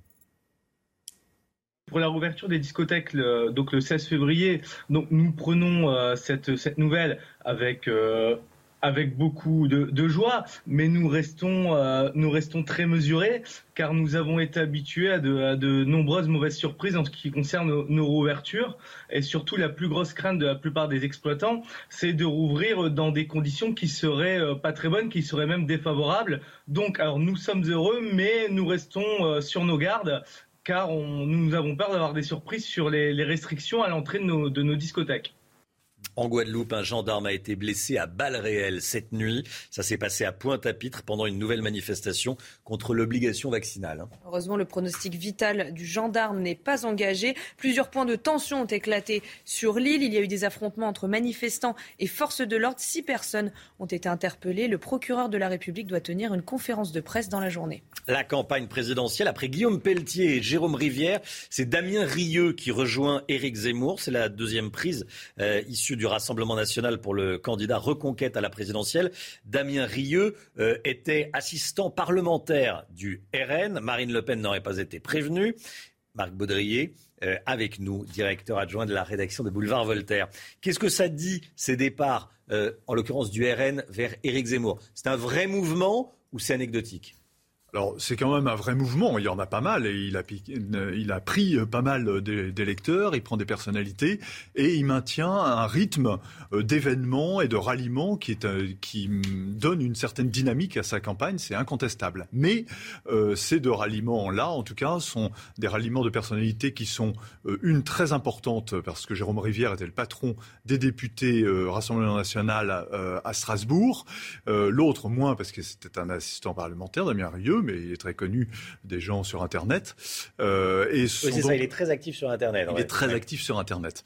Pour la rouverture des discothèques, donc le 16 février, donc nous prenons cette nouvelle avec beaucoup de joie, mais nous restons très mesurés, car nous avons été habitués à de nombreuses mauvaises surprises en ce qui concerne nos rouvertures. Et surtout, la plus grosse crainte de la plupart des exploitants, c'est de rouvrir dans des conditions qui seraient pas très bonnes, qui seraient même défavorables. Donc, alors nous sommes heureux, mais nous restons sur nos gardes, car nous avons peur d'avoir des surprises sur les restrictions à l'entrée de nos discothèques. En Guadeloupe, un gendarme a été blessé à balles réelles cette nuit. Ça s'est passé à Pointe-à-Pitre pendant une nouvelle manifestation contre l'obligation vaccinale. Heureusement, le pronostic vital du gendarme n'est pas engagé. Plusieurs points de tension ont éclaté sur l'île. Il y a eu des affrontements entre manifestants et forces de l'ordre. 6 personnes ont été interpellées. Le procureur de la République doit tenir une conférence de presse dans la journée. La campagne présidentielle, après Guillaume Pelletier et Jérôme Rivière, c'est Damien Rieu qui rejoint Éric Zemmour. C'est la deuxième prise issue du Rassemblement national pour le candidat Reconquête à la présidentielle. Damien Rieu était assistant parlementaire du RN. Marine Le Pen n'aurait pas été prévenue. Marc Baudrier, avec nous, directeur adjoint de la rédaction de Boulevard Voltaire. Qu'est-ce que ça dit, ces départs, en l'occurrence du RN, vers Éric Zemmour ? C'est un vrai mouvement ou c'est anecdotique ? Alors, c'est quand même un vrai mouvement. Il y en a pas mal. Et il a pris pas mal d'électeurs. Il prend des personnalités. Et il maintient un rythme d'événements et de ralliements qui donne une certaine dynamique à sa campagne. C'est incontestable. Mais ces 2 ralliements-là, en tout cas, sont des ralliements de personnalités qui sont une très importante, parce que Jérôme Rivière était le patron des députés Rassemblement national à Strasbourg. L'autre, moins, parce que c'était un assistant parlementaire, Damien Rieu, mais il est très connu des gens sur Internet. Oui, c'est ça, il est très actif sur Internet. Il est très actif sur Internet.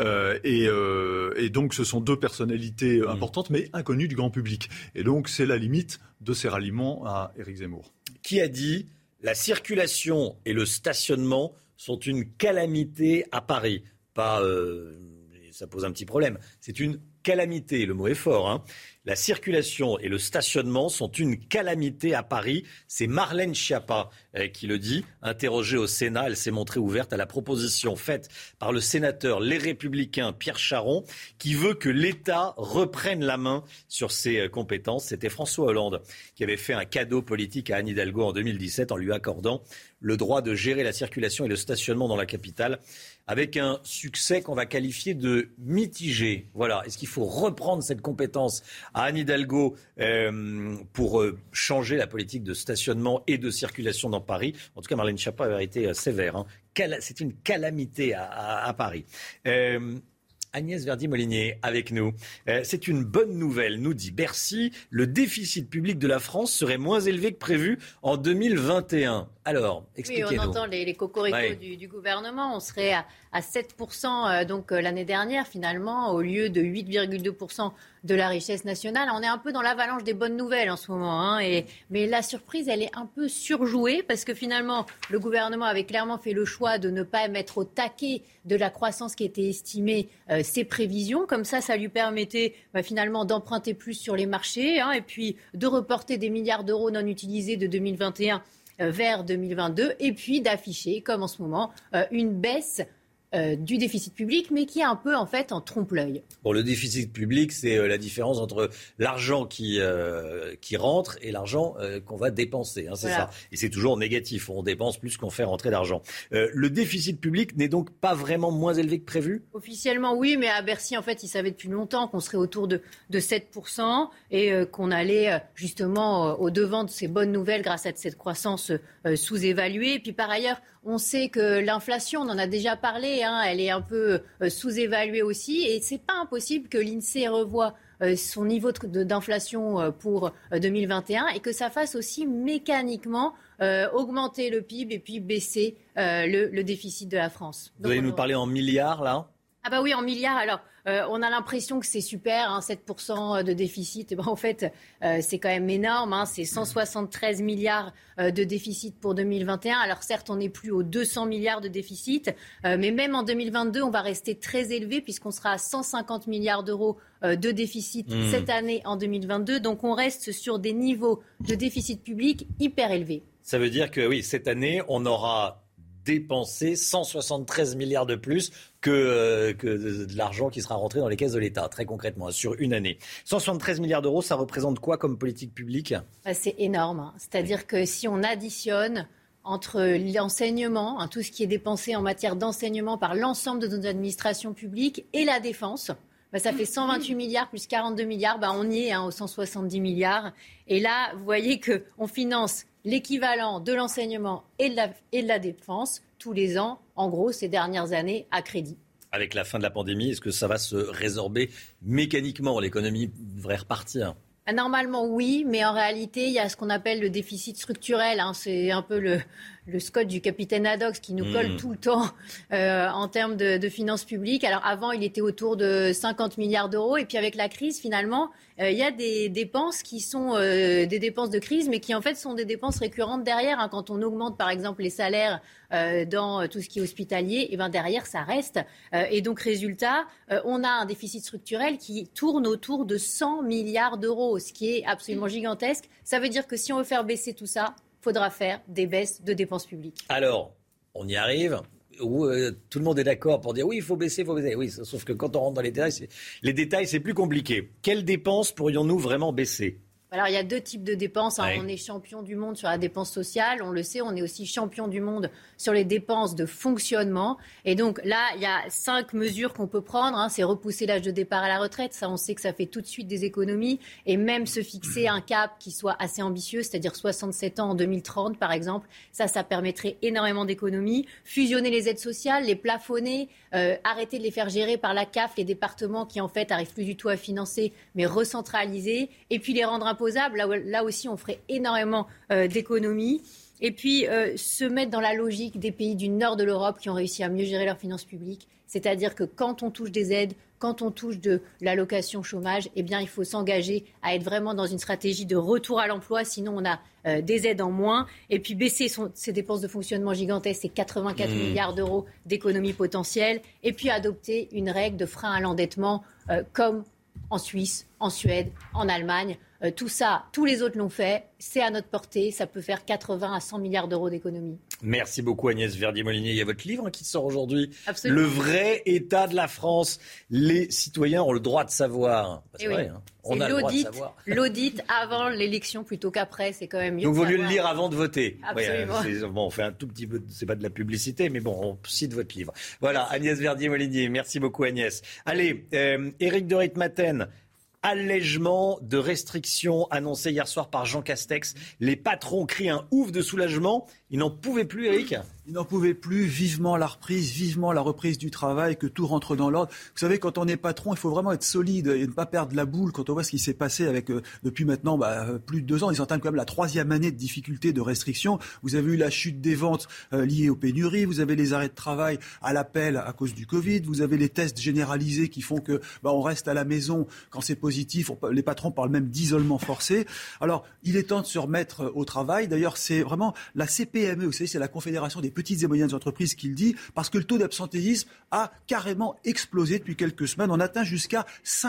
Et donc, ce sont 2 personnalités importantes, mais inconnues du grand public. Et donc, c'est la limite de ces ralliements à Éric Zemmour. Qui a dit « La circulation et le stationnement sont une calamité à Paris ». Pas, ça pose un petit problème. C'est une calamité, le mot est fort, hein. La circulation et le stationnement sont une calamité à Paris. C'est Marlène Schiappa qui le dit. Interrogée au Sénat, elle s'est montrée ouverte à la proposition faite par le sénateur Les Républicains Pierre Charon, qui veut que l'État reprenne la main sur ses compétences. C'était François Hollande qui avait fait un cadeau politique à Anne Hidalgo en 2017 en lui accordant le droit de gérer la circulation et le stationnement dans la capitale, avec un succès qu'on va qualifier de mitigé. Voilà. Est-ce qu'il faut reprendre cette compétence à Anne Hidalgo pour changer la politique de stationnement et de circulation dans Paris ? En tout cas, Marlène Schiappa avait été sévère. Hein. C'est une calamité à Paris. Agnès Verdier-Molinier avec nous. C'est une bonne nouvelle, nous dit Bercy. Le déficit public de la France serait moins élevé que prévu en 2021. Alors, expliquez-nous. Oui, on entend les cocoricots du gouvernement. On serait à 7% donc l'année dernière, finalement, au lieu de 8,2% de la richesse nationale. On est un peu dans l'avalanche des bonnes nouvelles en ce moment. Hein, mais la surprise, elle est un peu surjouée parce que finalement, le gouvernement avait clairement fait le choix de ne pas mettre au taquet de la croissance qui était estimée ses prévisions. Comme ça lui permettait finalement d'emprunter plus sur les marchés et puis de reporter des milliards d'euros non utilisés de 2021 vers 2022 et puis d'afficher, comme en ce moment, une baisse du déficit public, mais qui est un peu en fait en trompe-l'œil. Bon, le déficit public, c'est la différence entre l'argent qui rentre et l'argent qu'on va dépenser. Hein, c'est voilà. Ça. Et c'est toujours négatif. On dépense plus qu'on fait rentrer d'argent. Le déficit public n'est donc pas vraiment moins élevé que prévu ? Officiellement, oui, mais à Bercy, en fait, ils savaient depuis longtemps qu'on serait autour de 7% et qu'on allait justement au-devant de ces bonnes nouvelles grâce à cette croissance sous-évaluée. Et puis par ailleurs, on sait que l'inflation, on en a déjà parlé, elle est un peu sous-évaluée aussi. Et c'est pas impossible que l'INSEE revoie son niveau d'inflation pour 2021 et que ça fasse aussi mécaniquement augmenter le PIB et puis baisser le déficit de la France. Vous allez nous parler en milliards, là ? Ah bah oui, en milliards. Alors, On a l'impression que c'est super, 7% de déficit. En fait, c'est quand même énorme. C'est 173 milliards de déficit pour 2021. Alors certes, on n'est plus aux 200 milliards de déficit, mais même en 2022, on va rester très élevé puisqu'on sera à 150 milliards d'euros de déficit cette année en 2022. Donc on reste sur des niveaux de déficit public hyper élevés. Ça veut dire que oui, cette année, on aura dépensé 173 milliards de plus que de l'argent qui sera rentré dans les caisses de l'État, très concrètement, sur une année. 173 milliards d'euros, ça représente quoi comme politique publique ? C'est énorme. C'est-à-dire que si on additionne entre l'enseignement, tout ce qui est dépensé en matière d'enseignement par l'ensemble de nos administrations publiques et la défense, ça fait 128 milliards plus 42 milliards, on y est aux 170 milliards. Et là, vous voyez qu'on finance l'équivalent de l'enseignement et de la défense tous les ans, en gros, ces dernières années, à crédit. Avec la fin de la pandémie, est-ce que ça va se résorber mécaniquement ? L'économie devrait repartir. Normalement, oui, mais en réalité, il y a ce qu'on appelle le déficit structurel. C'est un peu le scotch du capitaine Haddock qui nous colle tout le temps en termes de finances publiques. Alors avant, il était autour de 50 milliards d'euros. Et puis avec la crise, finalement, il y a des dépenses qui sont des dépenses de crise, mais qui en fait sont des dépenses récurrentes derrière. Quand on augmente, par exemple, les salaires dans tout ce qui est hospitalier, et derrière, ça reste. Et donc, résultat, on a un déficit structurel qui tourne autour de 100 milliards d'euros, ce qui est absolument gigantesque. Ça veut dire que si on veut faire baisser tout ça, il faudra faire des baisses de dépenses publiques. Alors, on y arrive. Tout le monde est d'accord pour dire oui, il faut baisser, Oui, sauf que quand on rentre dans les détails, c'est plus compliqué. Quelles dépenses pourrions-nous vraiment baisser ? Alors, il y a deux types de dépenses. On est champion du monde sur la dépense sociale. On le sait, on est aussi champion du monde sur les dépenses de fonctionnement. Et donc là, il y a 5 mesures qu'on peut prendre. C'est repousser l'âge de départ à la retraite. Ça, on sait que ça fait tout de suite des économies. Et même se fixer un cap qui soit assez ambitieux, c'est-à-dire 67 ans en 2030, par exemple. Ça permettrait énormément d'économies. Fusionner les aides sociales, les plafonner, arrêter de les faire gérer par la CAF, les départements qui, en fait, n'arrivent plus du tout à financer, mais recentraliser. Et puis les rendre imposables. Là aussi, on ferait énormément d'économies. Et puis, se mettre dans la logique des pays du nord de l'Europe qui ont réussi à mieux gérer leurs finances publiques. C'est-à-dire que quand on touche des aides, quand on touche de l'allocation chômage, il faut s'engager à être vraiment dans une stratégie de retour à l'emploi. Sinon, on a des aides en moins. Et puis, baisser ses dépenses de fonctionnement gigantesques, c'est 84 milliards d'euros d'économies potentielles. Et puis, adopter une règle de frein à l'endettement comme en Suisse, en Suède, en Allemagne. Tout ça, tous les autres l'ont fait. C'est à notre portée. Ça peut faire 80 à 100 milliards d'euros d'économies. Merci beaucoup Agnès Verdier-Molinier. Il y a votre livre qui sort aujourd'hui. Absolument. Le vrai état de la France. Les citoyens ont le droit de savoir. C'est vrai, on a le droit de savoir. L'audit avant l'élection plutôt qu'après, c'est quand même mieux. Donc il vaut mieux le lire avant de voter. Absolument. On fait un tout petit peu, c'est pas de la publicité, mais on cite votre livre. Voilà, Agnès Verdier-Molinier. Merci beaucoup Agnès. Allez, Éric de Ritmaten. Allègement de restrictions annoncé hier soir par Jean Castex. Les patrons crient un ouf de soulagement. Ils n'en pouvaient plus, Éric ? Ils n'en pouvaient plus. Vivement la reprise, vivement la reprise du travail, que tout rentre dans l'ordre. Vous savez, quand on est patron, il faut vraiment être solide et ne pas perdre la boule. Quand on voit ce qui s'est passé avec depuis maintenant plus de 2 ans, ils entament quand même la 3e année de difficultés, de restrictions. Vous avez eu la chute des ventes liées aux pénuries. Vous avez les arrêts de travail à l'appel à cause du Covid. Vous avez les tests généralisés qui font que on reste à la maison quand c'est positif. Les patrons parlent même d'isolement forcé. Alors, il est temps de se remettre au travail. D'ailleurs, c'est vraiment la CPME, vous savez, c'est la Confédération des petites et moyennes entreprises qui le dit, parce que le taux d'absentéisme a carrément explosé depuis quelques semaines. On atteint jusqu'à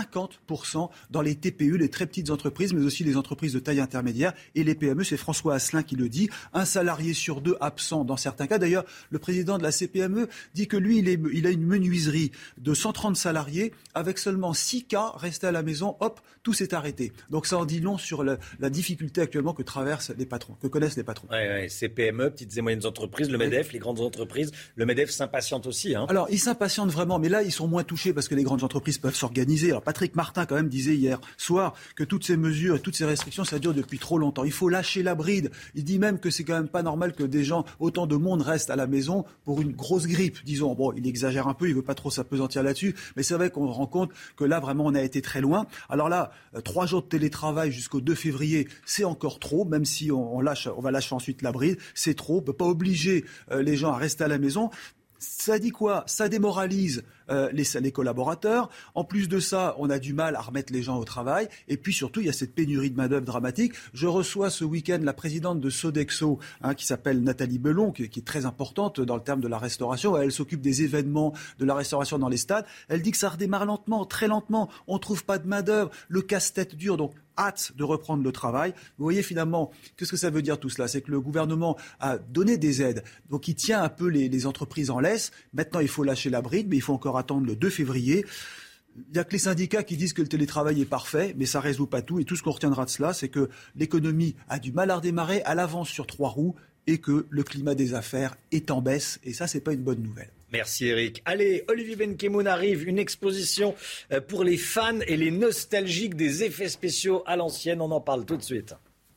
50% dans les TPE, les très petites entreprises, mais aussi les entreprises de taille intermédiaire et les PME. C'est François Asselin qui le dit. 1 salarié sur 2 absent dans certains cas. D'ailleurs, le président de la CPME dit que lui, il a une menuiserie de 130 salariés avec seulement 6 cas restés à la maison. Hop, tout s'est arrêté. Donc ça en dit long sur la difficulté actuellement que traversent les patrons, que connaissent les patrons. Ouais, CPME, petites et moyennes entreprises, le MEDEF, les grandes entreprises. Le MEDEF s'impatiente aussi. Alors, ils s'impatientent vraiment, mais là, ils sont moins touchés parce que les grandes entreprises peuvent s'organiser. Alors, Patrick Martin, quand même, disait hier soir que toutes ces mesures et toutes ces restrictions, ça dure depuis trop longtemps. Il faut lâcher la bride. Il dit même que c'est quand même pas normal que des gens, autant de monde restent à la maison pour une grosse grippe, disons. Bon, il exagère un peu, il veut pas trop s'apesantir là-dessus, mais c'est vrai qu'on se rend compte que là, vraiment, on a été très loin. Alors là, 3 jours de télétravail jusqu'au 2 février, c'est encore trop, même si on va lâcher ensuite la bride. C'est trop. On peut pas obliger les gens à rester à la maison. Ça dit quoi ? Ça démoralise les collaborateurs. En plus de ça, on a du mal à remettre les gens au travail. Et puis surtout, il y a cette pénurie de main-d'œuvre dramatique. Je reçois ce week-end la présidente de Sodexo, qui s'appelle Nathalie Belon, qui est très importante dans le terme de la restauration. Elle s'occupe des événements, de la restauration dans les stades. Elle dit que ça redémarre lentement, très lentement. On ne trouve pas de main-d'œuvre. Le casse-tête dure. Donc, hâte de reprendre le travail. Vous voyez finalement, qu'est-ce que ça veut dire tout cela ? C'est que le gouvernement a donné des aides, donc il tient un peu les entreprises en laisse. Maintenant, il faut lâcher la bride, mais il faut encore attendre le 2 février. Il n'y a que les syndicats qui disent que le télétravail est parfait, mais ça ne résout pas tout. Et tout ce qu'on retiendra de cela, c'est que l'économie a du mal à redémarrer, à l'avance sur 3 roues, et que le climat des affaires est en baisse. Et ça, ce n'est pas une bonne nouvelle. Merci Eric. Allez, Olivier Benkemoun arrive, une exposition pour les fans et les nostalgiques des effets spéciaux à l'ancienne. On en parle tout de suite.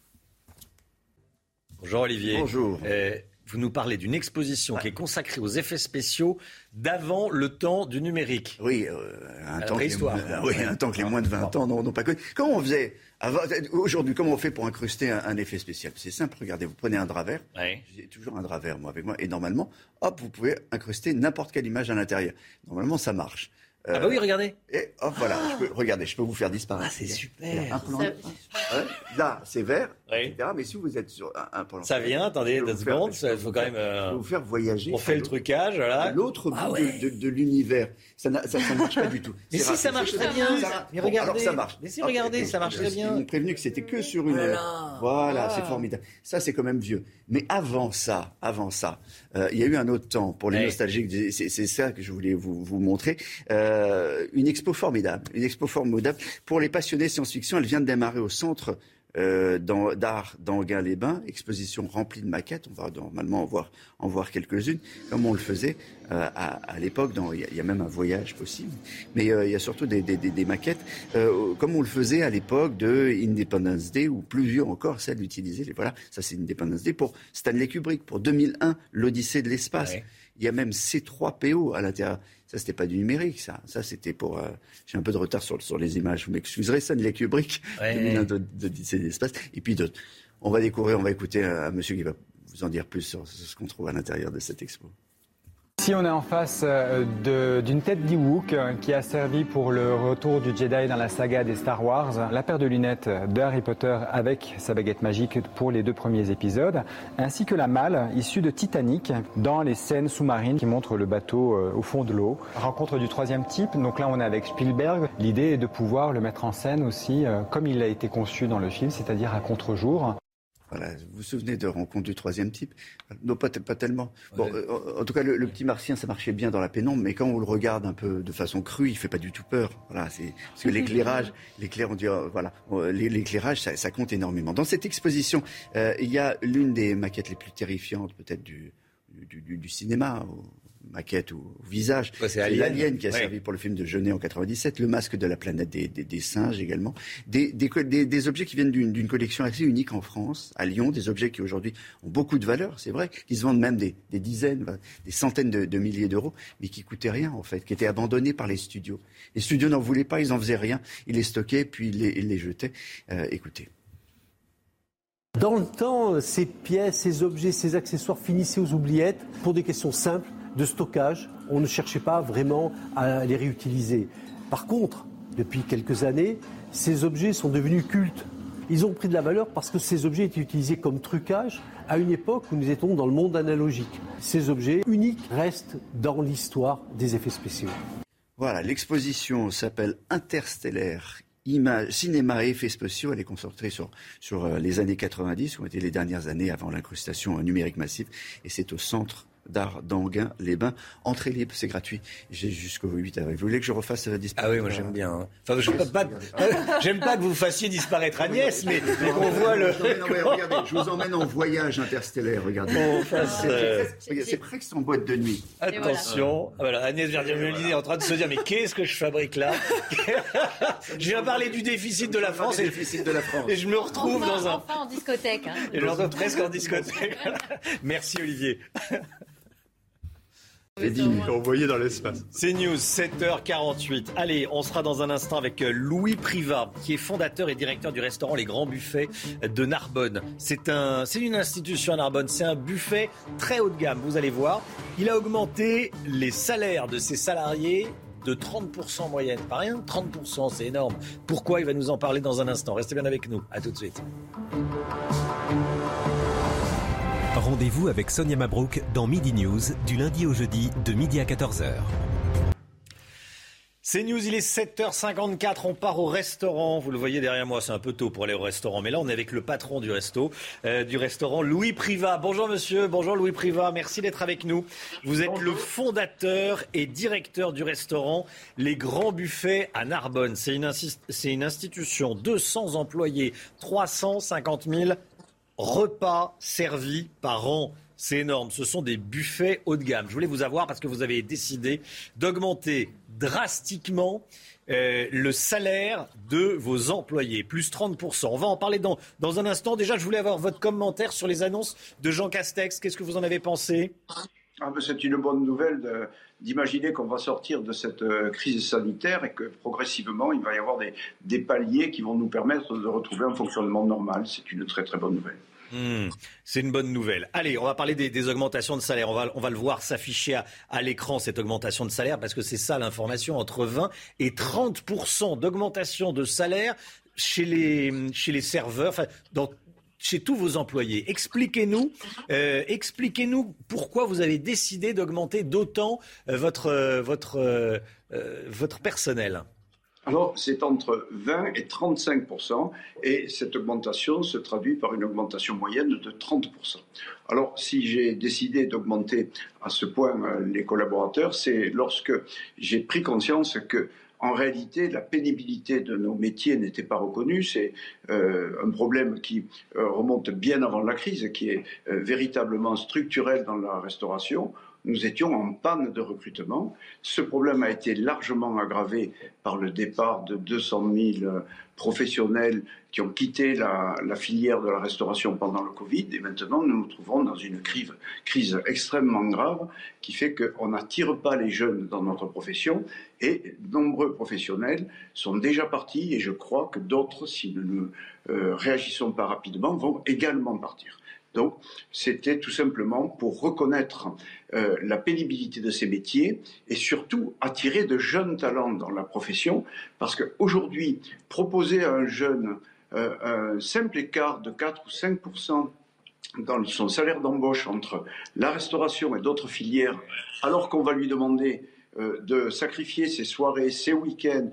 Bonjour Olivier. Bonjour. Vous nous parlez d'une exposition qui est consacrée aux effets spéciaux d'avant le temps du numérique. Oui, un temps que les moins de 20 ans n'ont pas connu. Comment on faisait aujourd'hui, comment on fait pour incruster un effet spécial ? C'est simple, regardez, vous prenez un drap vert, j'ai toujours un drap vert moi avec moi, et normalement, hop, vous pouvez incruster n'importe quelle image à l'intérieur. Normalement, ça marche. Ah bah oui, regardez. Et hop, voilà, je peux vous faire disparaître. Ah, c'est super. Un plan, là, c'est vert, etc. Mais si vous êtes sur un plan... Ça vient, attendez, 2 secondes, il faut quand même... Je vais vous faire voyager. On fait le trucage, voilà. L'autre bout de l'univers. Ça ne marche pas du tout. Mais si, ça marche très bien. Mais regardez. Alors, ça marche. Mais si, regardez, ça marche très bien. Ils m'ont prévenu que c'était que sur une... Voilà, c'est formidable. Ça, c'est quand même vieux. Mais avant ça, il y a eu un autre temps pour les nostalgiques. C'est ça que je voulais vous montrer. Une expo formidable pour les passionnés science-fiction. Elle vient de démarrer au centre d'art d'Anguin-les-Bains, exposition remplie de maquettes. On va normalement en voir quelques-unes, comme on le faisait à l'époque. Il y a même un voyage possible, mais il y a surtout des maquettes, comme on le faisait à l'époque de Independence Day, ou plus vieux encore, celle d'utiliser ça c'est Independence Day pour Stanley Kubrick, pour 2001, l'Odyssée de l'espace. Il y a même C3PO à l'intérieur. Ça, c'était pas du numérique, ça. Ça, c'était pour... j'ai un peu de retard sur les images. Vous m'excuserez, Stanley Kubrick, 2001 d'Odyssée de l'espace. Et puis d'autres. On va écouter un monsieur qui va vous en dire plus sur ce qu'on trouve à l'intérieur de cette expo. Ici, on est en face d'une tête d'Ewok qui a servi pour le retour du Jedi dans la saga des Star Wars, la paire de lunettes de Harry Potter avec sa baguette magique pour les 2 premiers épisodes, ainsi que la malle issue de Titanic dans les scènes sous-marines qui montrent le bateau au fond de l'eau. Rencontre du 3e type, donc là on est avec Spielberg. L'idée est de pouvoir le mettre en scène aussi comme il a été conçu dans le film, c'est-à-dire à contre-jour. Voilà, vous vous souvenez de Rencontre du 3e type ? Non, pas tellement. Bon, en tout cas, le petit martien, ça marchait bien dans la pénombre, mais quand on le regarde un peu de façon crue, il fait pas du tout peur. Voilà, parce que l'éclairage, l'éclairage, ça compte énormément. Dans cette exposition, il y a l'une des maquettes les plus terrifiantes, peut-être du cinéma. Maquette ou visage. C'est l'Alien qui a servi pour le film de Jeunet en 97, le masque de la planète des singes également. Des objets qui viennent d'une collection assez unique en France, à Lyon, des objets qui aujourd'hui ont beaucoup de valeur, c'est vrai, qui se vendent même des dizaines, des centaines de milliers d'euros, mais qui coûtaient rien en fait, qui étaient abandonnés par les studios. Les studios n'en voulaient pas, ils en faisaient rien, ils les stockaient puis ils les jetaient. Écoutez. Dans le temps, ces pièces, ces objets, ces accessoires finissaient aux oubliettes pour des questions simples de stockage. On ne cherchait pas vraiment à les réutiliser. Par contre, depuis quelques années, ces objets sont devenus cultes. Ils ont pris de la valeur parce que ces objets étaient utilisés comme trucage à une époque où nous étions dans le monde analogique. Ces objets uniques restent dans l'histoire des effets spéciaux. Voilà, l'exposition s'appelle Interstellaire. Cinéma et effets spéciaux, elle est concentrée sur les années 90, qui ont été les dernières années avant l'incrustation numérique massive, et c'est au centre d'art d'Anguin-les-Bains. Entrée libre, c'est gratuit. J'ai jusqu'au 8 avril. Vous voulez que je refasse disparaître ? Ah oui, moi j'aime bien. Hein. Enfin, j'aime pas que vous fassiez disparaître Agnès, mais qu'on voit le... Regardez, je vous emmène en voyage interstellaire, regardez. C'est presque en boîte de nuit. Attention. Voilà, Agnès Verdier-Melini est en train de se dire, mais qu'est-ce que je fabrique là ? Je viens parler du déficit de la France et je me retrouve dans un... Enfin en discothèque. Hein. Et je me retrouve presque en discothèque. Merci Olivier. Envoyé dans l'espace. C'est News, 7h48. Allez, on sera dans un instant avec Louis Privat, qui est fondateur et directeur du restaurant Les Grands Buffets de Narbonne. C'est une institution à Narbonne, c'est un buffet très haut de gamme, vous allez voir. Il a augmenté les salaires de ses salariés de 30% en moyenne. Pas rien, 30%, c'est énorme. Pourquoi? Il va nous en parler dans un instant. Restez bien avec nous. À tout de suite. Rendez-vous avec Sonia Mabrouk dans Midi News, du lundi au jeudi, de midi à 14h. C'est News, il est 7h54, on part au restaurant. Vous le voyez derrière moi, c'est un peu tôt pour aller au restaurant. Mais là, on est avec le patron du restaurant, Louis Privat. Bonjour monsieur, bonjour Louis Privat, merci d'être avec nous. Vous êtes le fondateur et directeur du restaurant Les Grands Buffets à Narbonne. C'est une institution, 200 employés, 350 000 repas servis par an. C'est énorme, ce sont des buffets haut de gamme. Je voulais vous avoir parce que vous avez décidé d'augmenter drastiquement le salaire de vos employés, plus 30%. On va en parler dans un instant. Déjà, je voulais avoir votre commentaire sur les annonces de Jean Castex. Qu'est-ce que vous en avez pensé ? C'est une bonne nouvelle d'imaginer qu'on va sortir de cette crise sanitaire et que progressivement, il va y avoir des paliers qui vont nous permettre de retrouver un fonctionnement normal. C'est une très très bonne nouvelle. C'est une bonne nouvelle. Allez, on va parler des augmentations de salaire. On va le voir s'afficher à l'écran, cette augmentation de salaire, parce que c'est ça l'information, entre 20 et 30% d'augmentation de salaire chez les serveurs, enfin, chez tous vos employés. Expliquez-nous pourquoi vous avez décidé d'augmenter d'autant votre personnel. Alors, c'est entre 20 et 35%, et cette augmentation se traduit par une augmentation moyenne de 30%. Alors, si j'ai décidé d'augmenter à ce point les collaborateurs, c'est lorsque j'ai pris conscience que, en réalité, la pénibilité de nos métiers n'était pas reconnue. C'est un problème qui remonte bien avant la crise, qui est véritablement structurel dans la restauration. Nous étions en panne de recrutement. Ce problème a été largement aggravé par le départ de 200 000 professionnels qui ont quitté la filière de la restauration pendant le Covid. Et maintenant, nous nous trouvons dans une crise extrêmement grave qui fait qu'on n'attire pas les jeunes dans notre profession. Et nombreux professionnels sont déjà partis et je crois que d'autres, si nous ne réagissons pas rapidement, vont également partir. Donc, c'était tout simplement pour reconnaître la pénibilité de ces métiers et surtout attirer de jeunes talents dans la profession, parce qu'aujourd'hui, proposer à un jeune un simple écart de 4 ou 5% dans son salaire d'embauche entre la restauration et d'autres filières, alors qu'on va lui demander de sacrifier ses soirées, ses week-ends,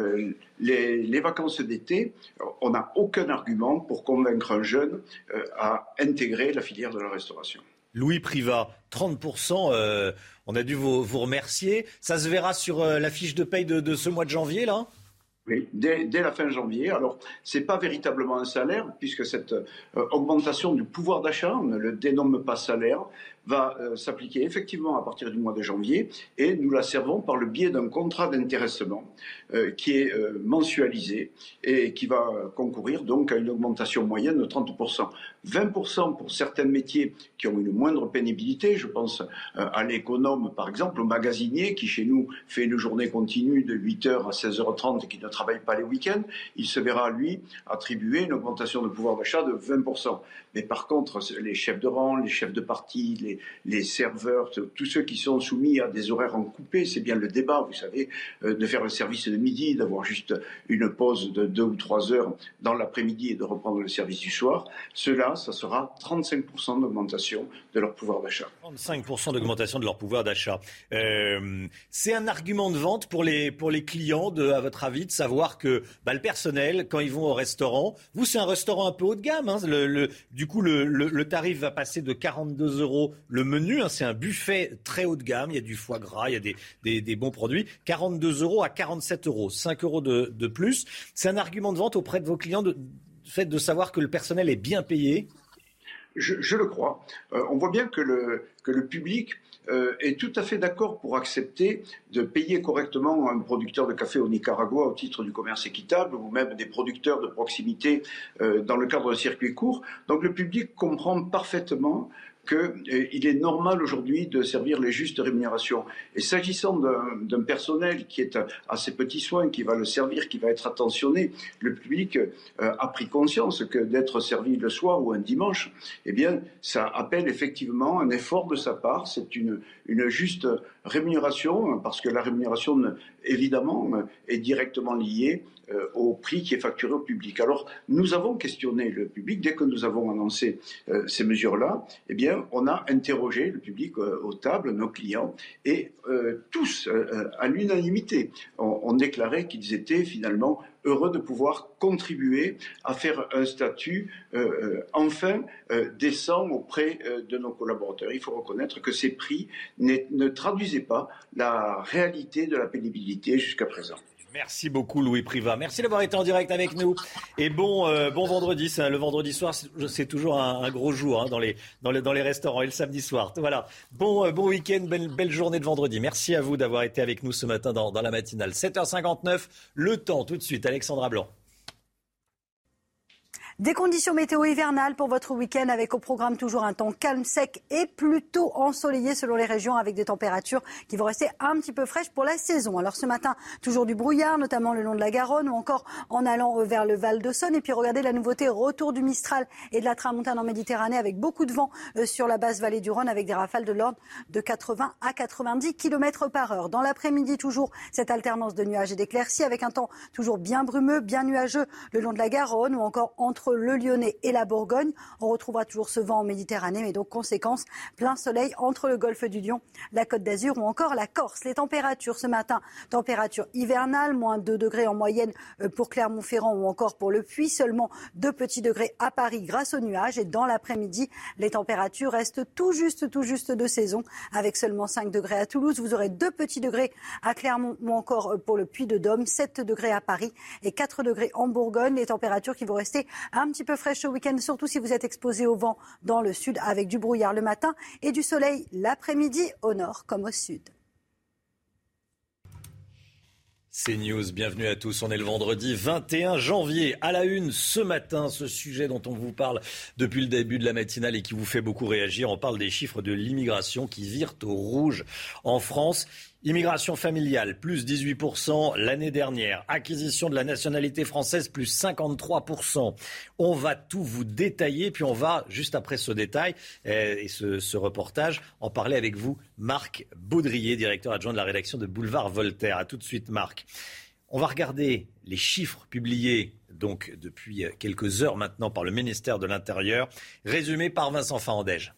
les vacances d'été, on n'a aucun argument pour convaincre un jeune à intégrer la filière de la restauration. Louis Privat, 30%, on a dû vous remercier. Ça se verra sur la fiche de paye de ce mois de janvier, là ? Oui, dès la fin janvier. Alors, ce n'est pas véritablement un salaire, puisque cette augmentation du pouvoir d'achat, on ne le dénomme pas salaire, va s'appliquer effectivement à partir du mois de janvier, et nous la servons par le biais d'un contrat d'intéressement qui est mensualisé et qui va concourir donc à une augmentation moyenne de 30%. 20% pour certains métiers qui ont une moindre pénibilité, je pense à l'économe par exemple, au magasinier qui chez nous fait une journée continue de 8h à 16h30 et qui ne travaille pas les week-ends, il se verra lui attribuer une augmentation de pouvoir d'achat de 20%. Mais par contre, les chefs de rang, les chefs de partie, les serveurs, tous ceux qui sont soumis à des horaires en coupé, c'est bien le débat, vous savez, de faire le service de midi, d'avoir juste une pause de 2 ou 3 heures dans l'après-midi et de reprendre le service du soir. Ceux-là, ça sera 35% d'augmentation de leur pouvoir d'achat. 35% d'augmentation de leur pouvoir d'achat. C'est un argument de vente pour les clients, à votre avis, de savoir que le personnel, quand ils vont au restaurant, vous, c'est un restaurant un peu haut de gamme, hein, du coup, le tarif va passer de 42 € le menu. Hein, c'est un buffet très haut de gamme. Il y a du foie gras, il y a des bons produits. 42 € à 47 €, 5 € de plus. C'est un argument de vente auprès de vos clients, le fait de savoir que le personnel est bien payé. Je le crois. On voit bien que le public est tout à fait d'accord pour accepter de payer correctement un producteur de café au Nicaragua au titre du commerce équitable, ou même des producteurs de proximité dans le cadre de circuits courts. Donc le public comprend parfaitement qu'il est normal aujourd'hui de servir les justes rémunérations. Et s'agissant d'un personnel qui est à ses petits soins, qui va le servir, qui va être attentionné, le public a pris conscience que d'être servi le soir ou un dimanche, eh bien, ça appelle effectivement un effort de sa part. C'est une juste rémunération, parce que la rémunération, évidemment, est directement liée au prix qui est facturé au public. Alors, nous avons questionné le public. Dès que nous avons annoncé ces mesures-là, eh bien, on a interrogé le public aux tables, nos clients, et tous, à l'unanimité, ont déclaré qu'ils étaient finalement heureux de pouvoir contribuer à faire un statut enfin décent auprès de nos collaborateurs. Il faut reconnaître que ces prix ne traduisaient pas la réalité de la pénibilité jusqu'à présent. Merci beaucoup Louis Privat. Merci d'avoir été en direct avec nous. Et bon vendredi. Le vendredi soir, c'est toujours un gros jour dans les restaurants et le samedi soir. Voilà. Bon week-end, belle journée de vendredi. Merci à vous d'avoir été avec nous ce matin dans la matinale. 7h59, le temps tout de suite. Alexandra Blanc. Des conditions météo hivernales pour votre week-end avec au programme toujours un temps calme, sec et plutôt ensoleillé selon les régions avec des températures qui vont rester un petit peu fraîches pour la saison. Alors ce matin, toujours du brouillard, notamment le long de la Garonne ou encore en allant vers le Val de Saône. Et puis regardez la nouveauté, retour du Mistral et de la tramontane en Méditerranée avec beaucoup de vent sur la basse vallée du Rhône avec des rafales de l'ordre de 80 à 90 km par heure. Dans l'après-midi, toujours cette alternance de nuages et d'éclaircies avec un temps toujours bien brumeux, bien nuageux le long de la Garonne ou encore entre le Lyonnais et la Bourgogne. On retrouvera toujours ce vent en Méditerranée, mais donc conséquence, plein soleil entre le golfe du Lion, la Côte d'Azur ou encore la Corse. Les températures ce matin, température hivernale, moins 2 degrés en moyenne pour Clermont-Ferrand ou encore pour le Puy, seulement 2 petits degrés à Paris grâce aux nuages. Et dans l'après-midi, les températures restent tout juste de saison, avec seulement 5 degrés à Toulouse. Vous aurez 2 petits degrés à Clermont ou encore pour le Puy-de-Dôme, 7 degrés à Paris et 4 degrés en Bourgogne. Les températures qui vont rester un petit peu fraîche ce week-end, surtout si vous êtes exposé au vent dans le sud avec du brouillard le matin et du soleil l'après-midi au nord comme au sud. C'est News, bienvenue à tous. On est le vendredi 21 janvier. À la une ce matin, ce sujet dont on vous parle depuis le début de la matinale et qui vous fait beaucoup réagir. On parle des chiffres de l'immigration qui virent au rouge en France. Immigration familiale, plus 18% l'année dernière. Acquisition de la nationalité française, plus 53%. On va tout vous détailler, puis on va, juste après ce détail et ce reportage, en parler avec vous, Marc Baudrier, directeur adjoint de la rédaction de Boulevard Voltaire. À tout de suite, Marc. On va regarder les chiffres publiés donc depuis quelques heures maintenant par le ministère de l'Intérieur, résumés par Vincent Fahandège.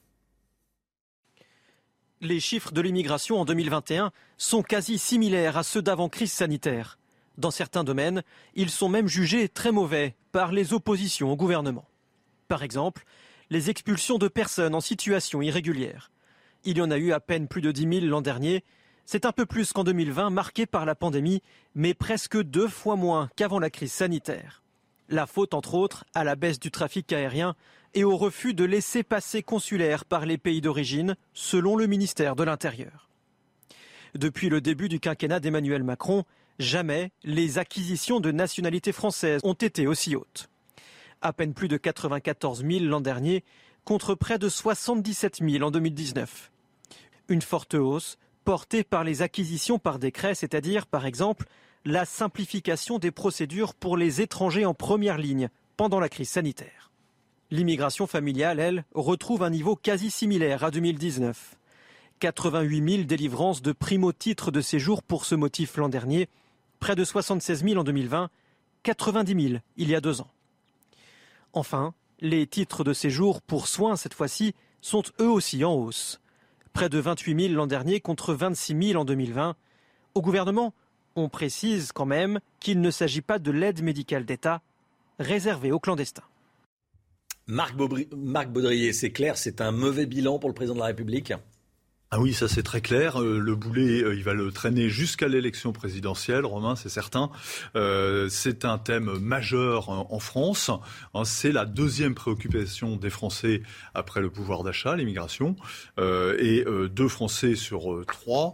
Les chiffres de l'immigration en 2021 sont quasi similaires à ceux d'avant-crise sanitaire. Dans certains domaines, ils sont même jugés très mauvais par les oppositions au gouvernement. Par exemple, les expulsions de personnes en situation irrégulière. Il y en a eu à peine plus de 10 000 l'an dernier. C'est un peu plus qu'en 2020, marqué par la pandémie, mais presque 2 fois moins qu'avant la crise sanitaire. La faute, entre autres, à la baisse du trafic aérien et au refus de laissez-passer consulaires par les pays d'origine, selon le ministère de l'Intérieur. Depuis le début du quinquennat d'Emmanuel Macron, jamais les acquisitions de nationalité française ont été aussi hautes. À peine plus de 94 000 l'an dernier, contre près de 77 000 en 2019. Une forte hausse portée par les acquisitions par décret, c'est-à-dire, par exemple, la simplification des procédures pour les étrangers en première ligne pendant la crise sanitaire. L'immigration familiale, elle, retrouve un niveau quasi similaire à 2019. 88 000 délivrances de primo-titres de séjour pour ce motif l'an dernier, près de 76 000 en 2020, 90 000 il y a 2 ans. Enfin, les titres de séjour pour soins, cette fois-ci, sont eux aussi en hausse. Près de 28 000 l'an dernier contre 26 000 en 2020. Au gouvernement, on précise quand même qu'il ne s'agit pas de l'aide médicale d'État réservée aux clandestins. Marc Baudrier, c'est clair, c'est un mauvais bilan pour le président de la République ? Ah oui, ça c'est très clair. Le boulet, il va le traîner jusqu'à l'élection présidentielle, Romain, c'est certain. C'est un thème majeur en France. C'est la deuxième préoccupation des Français après le pouvoir d'achat, l'immigration. Et 2 Français sur 3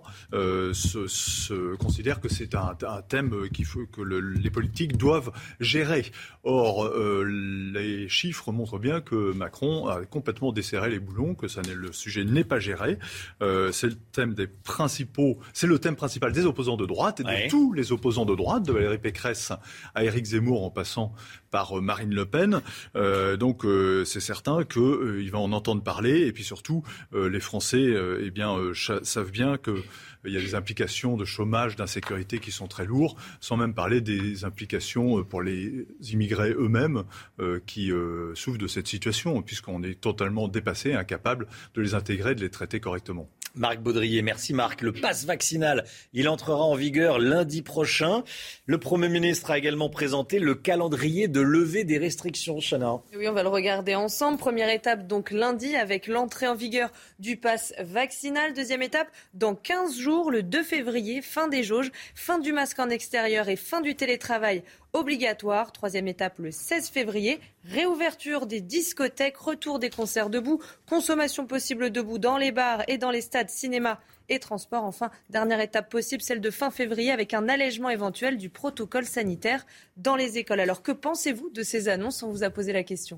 se considèrent que c'est un thème que les politiques doivent gérer. Or, les chiffres montrent bien que Macron a complètement desserré les boulons, que le sujet n'est pas géré. C'est le thème principal des opposants de droite et de tous les opposants de droite, de Valérie Pécresse à Éric Zemmour en passant par Marine Le Pen. Donc c'est certain qu'il va en entendre parler et puis surtout les Français savent bien que il y a des implications de chômage, d'insécurité qui sont très lourdes, sans même parler des implications pour les immigrés eux-mêmes qui souffrent de cette situation, puisqu'on est totalement dépassé, incapable de les intégrer, de les traiter correctement. Marc Baudrier, merci Marc. Le pass vaccinal, il entrera en vigueur lundi prochain. Le Premier ministre a également présenté le calendrier de levée des restrictions, Chana. Oui, on va le regarder ensemble. Première étape, donc lundi, avec l'entrée en vigueur du pass vaccinal. Deuxième étape, dans 15 jours, le 2 février, fin des jauges, fin du masque en extérieur et fin du télétravail obligatoire. Troisième étape, le 16 février, réouverture des discothèques, retour des concerts debout, consommation possible debout dans les bars et dans les stades, cinéma et transport. Enfin, dernière étape possible, celle de fin février avec un allègement éventuel du protocole sanitaire dans les écoles. Alors que pensez-vous de ces annonces? On vous a posé la question.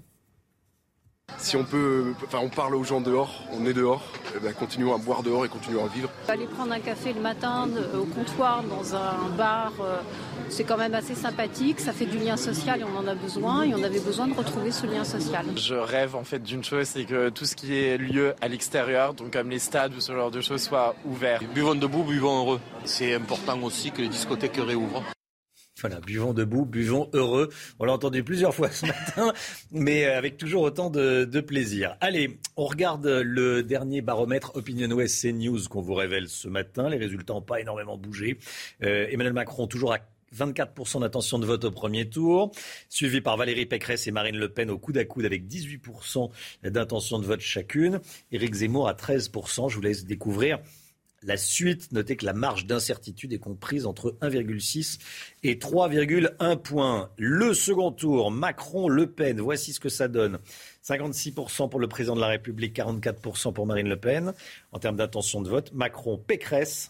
Si on peut, on parle aux gens dehors, on est dehors, continuons à boire dehors et continuons à vivre. Aller prendre un café le matin au comptoir dans un bar, c'est quand même assez sympathique, ça fait du lien social et on en a besoin et on avait besoin de retrouver ce lien social. Je rêve en fait d'une chose, c'est que tout ce qui est lieu à l'extérieur, donc comme les stades ou ce genre de choses, soit ouvert. Buvons debout, buvons heureux. C'est important aussi que les discothèques réouvrent. Voilà, buvons debout, buvons heureux. On l'a entendu plusieurs fois ce matin, mais avec toujours autant de plaisir. Allez, on regarde le dernier baromètre OpinionWay CNews qu'on vous révèle ce matin. Les résultats n'ont pas énormément bougé. Emmanuel Macron toujours à 24% d'intention de vote au premier tour, suivi par Valérie Pécresse et Marine Le Pen au coude à coude avec 18% d'intention de vote chacune. Éric Zemmour à 13%. Je vous laisse découvrir la suite. Notez que la marge d'incertitude est comprise entre 1,6 et 3,1 points. Le second tour, Macron-Le Pen, voici ce que ça donne. 56% pour le président de la République, 44% pour Marine Le Pen. En termes d'intention de vote, Macron-Pécresse,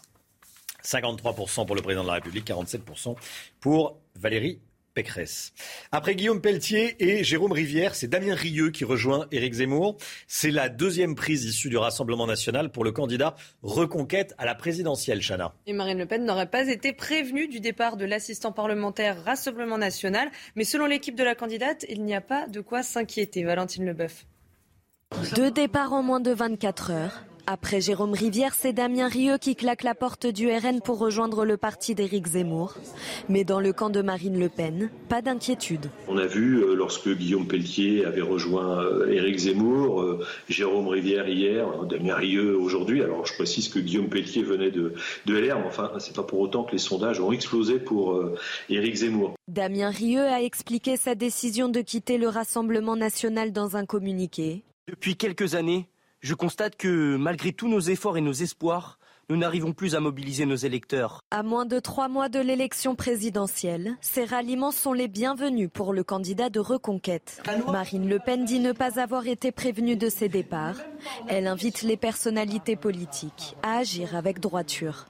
53% pour le président de la République, 47% pour Valérie Pécresse. Après Guillaume Pelletier et Jérôme Rivière, c'est Damien Rieu qui rejoint Éric Zemmour. C'est la deuxième prise issue du Rassemblement national pour le candidat Reconquête à la présidentielle, Chana. Et Marine Le Pen n'aurait pas été prévenue du départ de l'assistant parlementaire Rassemblement national. Mais selon l'équipe de la candidate, il n'y a pas de quoi s'inquiéter. Valentine Leboeuf. 2 départs en moins de 24 heures. Après Jérôme Rivière, c'est Damien Rieu qui claque la porte du RN pour rejoindre le parti d'Éric Zemmour. Mais dans le camp de Marine Le Pen, pas d'inquiétude. On a vu, lorsque Guillaume Pelletier avait rejoint Éric Zemmour, Jérôme Rivière hier, Damien Rieu aujourd'hui. Alors je précise que Guillaume Pelletier venait de LR, mais enfin, c'est pas pour autant que les sondages ont explosé pour Éric Zemmour. Damien Rieu a expliqué sa décision de quitter le Rassemblement national dans un communiqué. Depuis quelques années, je constate que malgré tous nos efforts et nos espoirs, nous n'arrivons plus à mobiliser nos électeurs. À moins de 3 mois de l'élection présidentielle, ces ralliements sont les bienvenus pour le candidat de Reconquête. Marine Le Pen dit ne pas avoir été prévenue de ses départs. Elle invite les personnalités politiques à agir avec droiture.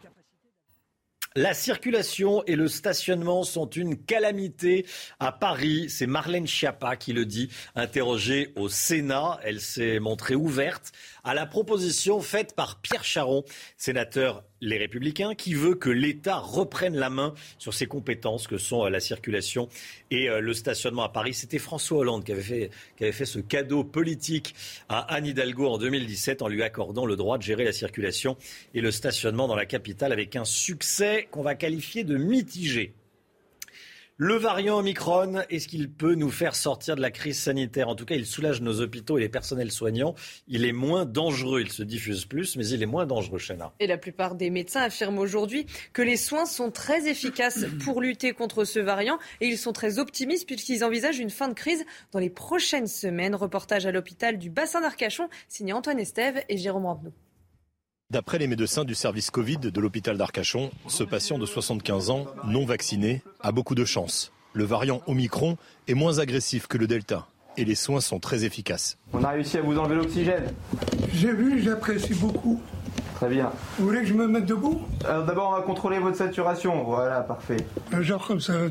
La circulation et le stationnement sont une calamité à Paris. C'est Marlène Schiappa qui le dit, interrogée au Sénat. Elle s'est montrée ouverte à la proposition faite par Pierre Charon, sénateur Les Républicains, qui veut que l'État reprenne la main sur ses compétences que sont la circulation et le stationnement à Paris. C'était François Hollande qui avait fait ce cadeau politique à Anne Hidalgo en 2017 en lui accordant le droit de gérer la circulation et le stationnement dans la capitale avec un succès qu'on va qualifier de mitigé. Le variant Omicron, est-ce qu'il peut nous faire sortir de la crise sanitaire? En tout cas, il soulage nos hôpitaux et les personnels soignants. Il est moins dangereux. Il se diffuse plus, mais il est moins dangereux, Chana. Et la plupart des médecins affirment aujourd'hui que les soins sont très efficaces pour lutter contre ce variant. Et ils sont très optimistes puisqu'ils envisagent une fin de crise dans les prochaines semaines. Reportage à l'hôpital du bassin d'Arcachon, signé Antoine Estève et Jérôme Rampenou. D'après les médecins du service Covid de l'hôpital d'Arcachon, ce patient de 75 ans, non vacciné, a beaucoup de chance. Le variant Omicron est moins agressif que le Delta et les soins sont très efficaces. On a réussi à vous enlever l'oxygène. J'ai vu, j'apprécie beaucoup. Très bien. Vous voulez que je me mette debout? Alors d'abord, on va contrôler votre saturation. Voilà, parfait. Un genre comme ça,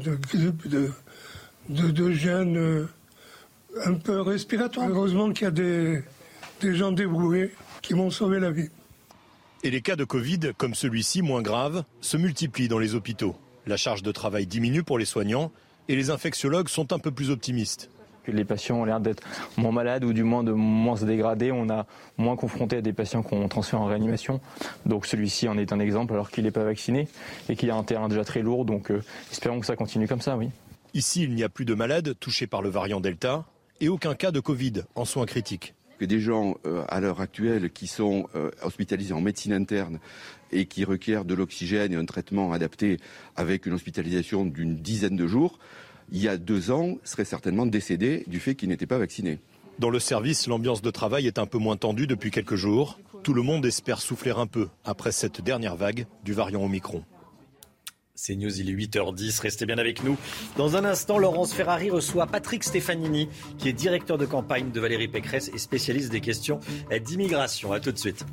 de gêne un peu respiratoire. Heureusement qu'il y a des gens dévoués qui m'ont sauvé la vie. Et les cas de Covid, comme celui-ci, moins graves, se multiplient dans les hôpitaux. La charge de travail diminue pour les soignants et les infectiologues sont un peu plus optimistes. Les patients ont l'air d'être moins malades ou du moins de moins se dégrader. On a moins confronté à des patients qu'on transfère en réanimation. Donc celui-ci en est un exemple alors qu'il n'est pas vacciné et qu'il a un terrain déjà très lourd. Donc espérons que ça continue comme ça, oui. Ici, il n'y a plus de malades touchés par le variant Delta et aucun cas de Covid en soins critiques. Que des gens à l'heure actuelle qui sont hospitalisés en médecine interne et qui requièrent de l'oxygène et un traitement adapté avec une hospitalisation d'une dizaine de jours, il y a 2 ans, seraient certainement décédés du fait qu'ils n'étaient pas vaccinés. Dans le service, l'ambiance de travail est un peu moins tendue depuis quelques jours. Tout le monde espère souffler un peu après cette dernière vague du variant Omicron. C'est News, il est 8h10, restez bien avec nous. Dans un instant, Laurence Ferrari reçoit Patrick Stefanini, qui est directeur de campagne de Valérie Pécresse et spécialiste des questions d'immigration. A tout de suite.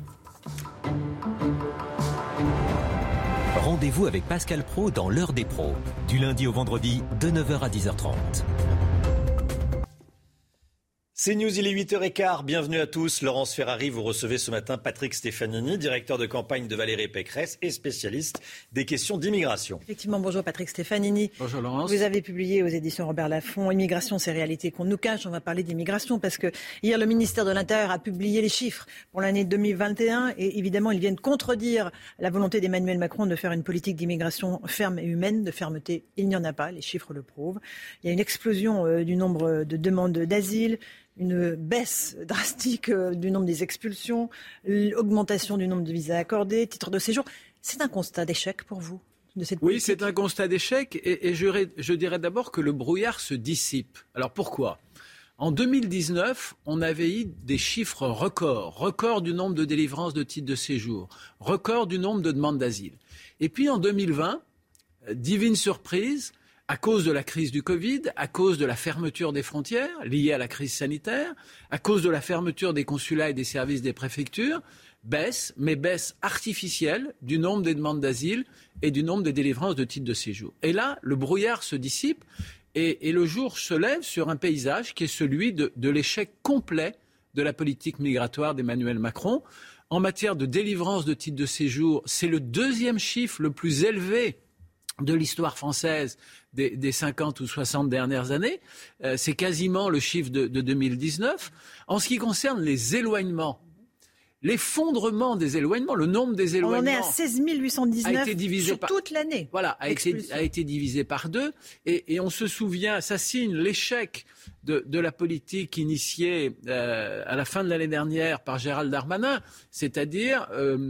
Rendez-vous avec Pascal Praud dans l'heure des pros, du lundi au vendredi de 9h à 10h30. C'est News, il est 8h15, bienvenue à tous. Laurence Ferrari, vous recevez ce matin Patrick Stefanini, directeur de campagne de Valérie Pécresse et spécialiste des questions d'immigration. Effectivement, bonjour Patrick Stefanini. Bonjour Laurence. Vous avez publié aux éditions Robert Laffont, Immigration, ces réalités qu'on nous cache. On va parler d'immigration parce que hier, le ministère de l'Intérieur a publié les chiffres pour l'année 2021 et évidemment, ils viennent contredire la volonté d'Emmanuel Macron de faire une politique d'immigration ferme et humaine. De fermeté, il n'y en a pas, les chiffres le prouvent. Il y a une explosion du nombre de demandes d'asile, une baisse drastique du nombre des expulsions, l'augmentation du nombre de visas accordés, titres de séjour. C'est un constat d'échec pour vous de cette politique ? Oui, c'est un constat d'échec et je dirais d'abord que le brouillard se dissipe. Alors pourquoi ? En 2019, on avait eu des chiffres record du nombre de délivrances de titres de séjour, record du nombre de demandes d'asile. Et puis en 2020, divine surprise, à cause de la crise du Covid, à cause de la fermeture des frontières liée à la crise sanitaire, à cause de la fermeture des consulats et des services des préfectures, baisse artificielle du nombre des demandes d'asile et du nombre des délivrances de titres de séjour. Et là, le brouillard se dissipe et le jour se lève sur un paysage qui est celui de l'échec complet de la politique migratoire d'Emmanuel Macron. En matière de délivrance de titres de séjour, c'est le 2e chiffre le plus élevé de l'histoire française des 50 ou 60 dernières années. C'est quasiment le chiffre de 2019. En ce qui concerne les éloignements, l'effondrement des éloignements, le nombre des éloignements... On en est à 16 819 sur toute l'année. Voilà, a été divisé par 2. Et on se souvient, ça signe l'échec de la politique initiée à la fin de l'année dernière par Gérald Darmanin, c'est-à-dire...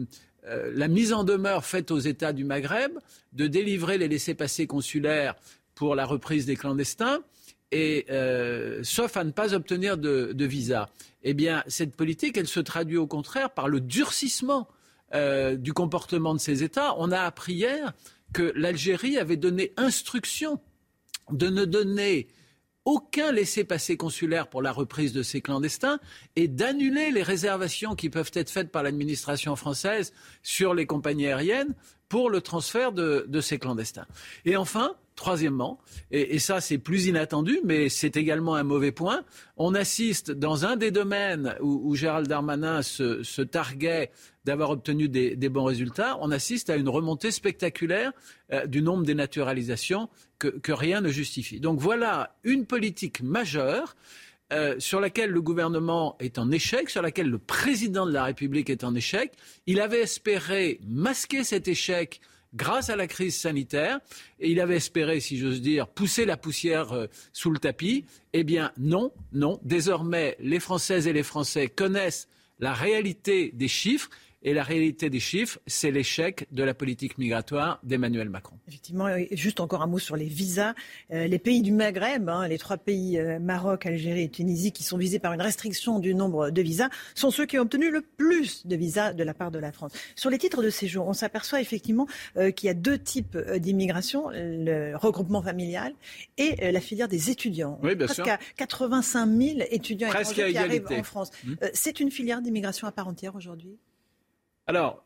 la mise en demeure faite aux États du Maghreb de délivrer les laissez-passer consulaires pour la reprise des clandestins, et sauf à ne pas obtenir de visa. Eh bien, cette politique, elle se traduit au contraire par le durcissement du comportement de ces États. On a appris hier que l'Algérie avait donné instruction de ne donner aucun laissez-passer consulaire pour la reprise de ces clandestins et d'annuler les réservations qui peuvent être faites par l'administration française sur les compagnies aériennes pour le transfert de ces clandestins. Et enfin, troisièmement, et ça c'est plus inattendu, mais c'est également un mauvais point, on assiste dans un des domaines où Gérald Darmanin se targuait d'avoir obtenu des bons résultats, on assiste à une remontée spectaculaire du nombre des naturalisations que rien ne justifie. Donc voilà une politique majeure sur laquelle le gouvernement est en échec, sur laquelle le président de la République est en échec. Il avait espéré masquer cet échec grâce à la crise sanitaire, et il avait espéré, si j'ose dire, pousser la poussière sous le tapis. Eh bien non. Désormais, les Françaises et les Français connaissent la réalité des chiffres, Et la réalité des chiffres, c'est l'échec de la politique migratoire d'Emmanuel Macron. Effectivement, et juste encore un mot sur les visas. Les pays du Maghreb, les 3 pays, Maroc, Algérie et Tunisie, qui sont visés par une restriction du nombre de visas, sont ceux qui ont obtenu le plus de visas de la part de la France. Sur les titres de séjour, on s'aperçoit effectivement qu'il y a 2 types d'immigration, le regroupement familial et la filière des étudiants. Oui, bien Presque sûr. à 85 000 étudiants étrangers qui arrivent en France. Mmh. C'est une filière d'immigration à part entière aujourd'hui ? Alors,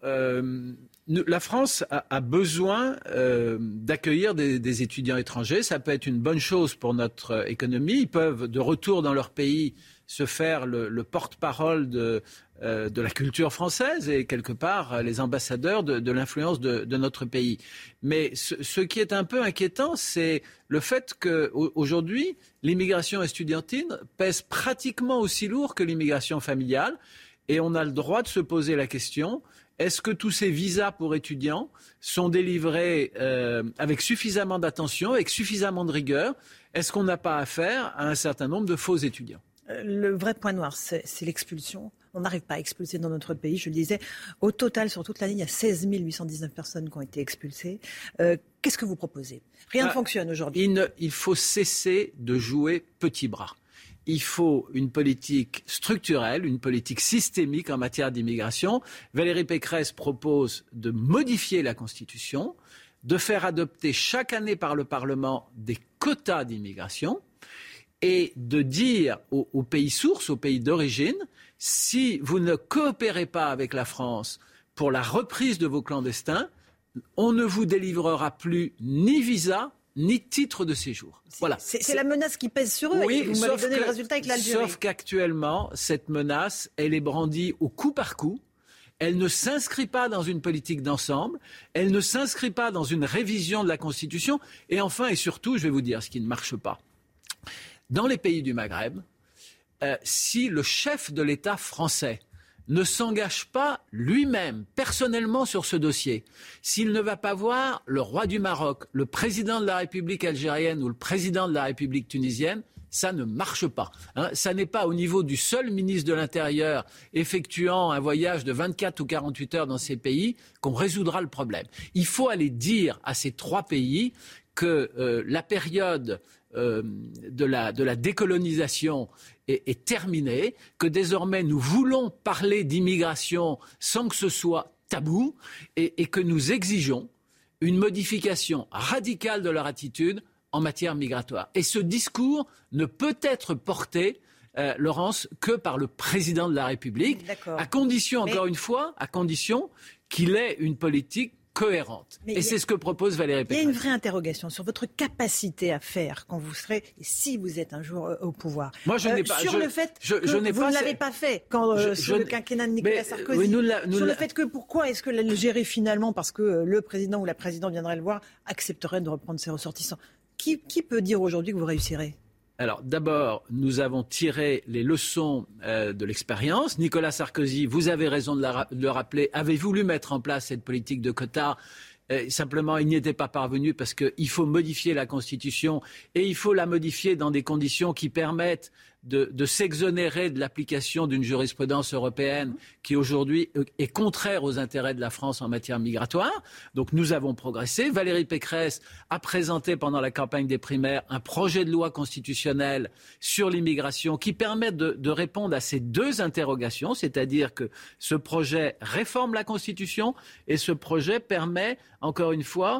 la France a besoin d'accueillir des étudiants étrangers. Ça peut être une bonne chose pour notre économie. Ils peuvent, de retour dans leur pays, se faire le porte-parole de la culture française et, quelque part, les ambassadeurs de l'influence de notre pays. Mais ce qui est un peu inquiétant, c'est le fait qu'aujourd'hui, l'immigration estudiantine pèse pratiquement aussi lourd que l'immigration familiale. Et on a le droit de se poser la question, est-ce que tous ces visas pour étudiants sont délivrés avec suffisamment d'attention, avec suffisamment de rigueur ? Est-ce qu'on n'a pas affaire à un certain nombre de faux étudiants ? Le vrai point noir, c'est l'expulsion. On n'arrive pas à expulser dans notre pays. Je le disais, au total, sur toute l'année, il y a 16 819 personnes qui ont été expulsées. Qu'est-ce que vous proposez ? Rien ne fonctionne aujourd'hui. Il faut cesser de jouer petit bras. Il faut une politique structurelle, une politique systémique en matière d'immigration. Valérie Pécresse propose de modifier la Constitution, de faire adopter chaque année par le Parlement des quotas d'immigration et de dire aux pays sources, aux pays d'origine, si vous ne coopérez pas avec la France pour la reprise de vos clandestins, on ne vous délivrera plus ni visa, ni titre de séjour. Voilà. C'est la menace qui pèse sur eux. Oui, et vous m'avez donné le résultat avec l'Algérie. Sauf qu'actuellement, cette menace, elle est brandie au coup par coup. Elle ne s'inscrit pas dans une politique d'ensemble. Elle ne s'inscrit pas dans une révision de la Constitution. Et enfin et surtout, je vais vous dire ce qui ne marche pas. Dans les pays du Maghreb, si le chef de l'État français ne s'engage pas lui-même, personnellement, sur ce dossier, s'il ne va pas voir le roi du Maroc, le président de la République algérienne ou le président de la République tunisienne, ça ne marche pas. Ça n'est pas au niveau du seul ministre de l'Intérieur effectuant un voyage de 24 ou 48 heures dans ces pays qu'on résoudra le problème. Il faut aller dire à ces 3 pays que la période de la décolonisation est terminée, que désormais nous voulons parler d'immigration sans que ce soit tabou et que nous exigeons une modification radicale de leur attitude en matière migratoire. Et ce discours ne peut être porté, Laurence, que par le président de la République, à condition, encore une fois, à condition qu'il ait une politique cohérente. Et c'est ce que propose Valérie Pécresse. Il y a une vraie interrogation sur votre capacité à faire quand vous serez, si vous êtes un jour au pouvoir. Moi, je n'ai pas. Sur le fait que vous ne l'avez pas fait quand sur le quinquennat de Nicolas Sarkozy. Sur le fait que pourquoi est-ce que l'Algérie finalement, parce que le président ou la présidente viendrait le voir, accepterait de reprendre ses ressortissants. Qui peut dire aujourd'hui que vous réussirez ? Alors d'abord, nous avons tiré les leçons de l'expérience. Nicolas Sarkozy, vous avez raison de le rappeler, avait voulu mettre en place cette politique de quotas. Simplement, il n'y était pas parvenu parce qu'il faut modifier la Constitution et il faut la modifier dans des conditions qui permettent de s'exonérer de l'application d'une jurisprudence européenne qui aujourd'hui est contraire aux intérêts de la France en matière migratoire. Donc nous avons progressé. Valérie Pécresse a présenté pendant la campagne des primaires un projet de loi constitutionnelle sur l'immigration qui permet de répondre à ces 2 interrogations, c'est-à-dire que ce projet réforme la Constitution et ce projet permet, encore une fois,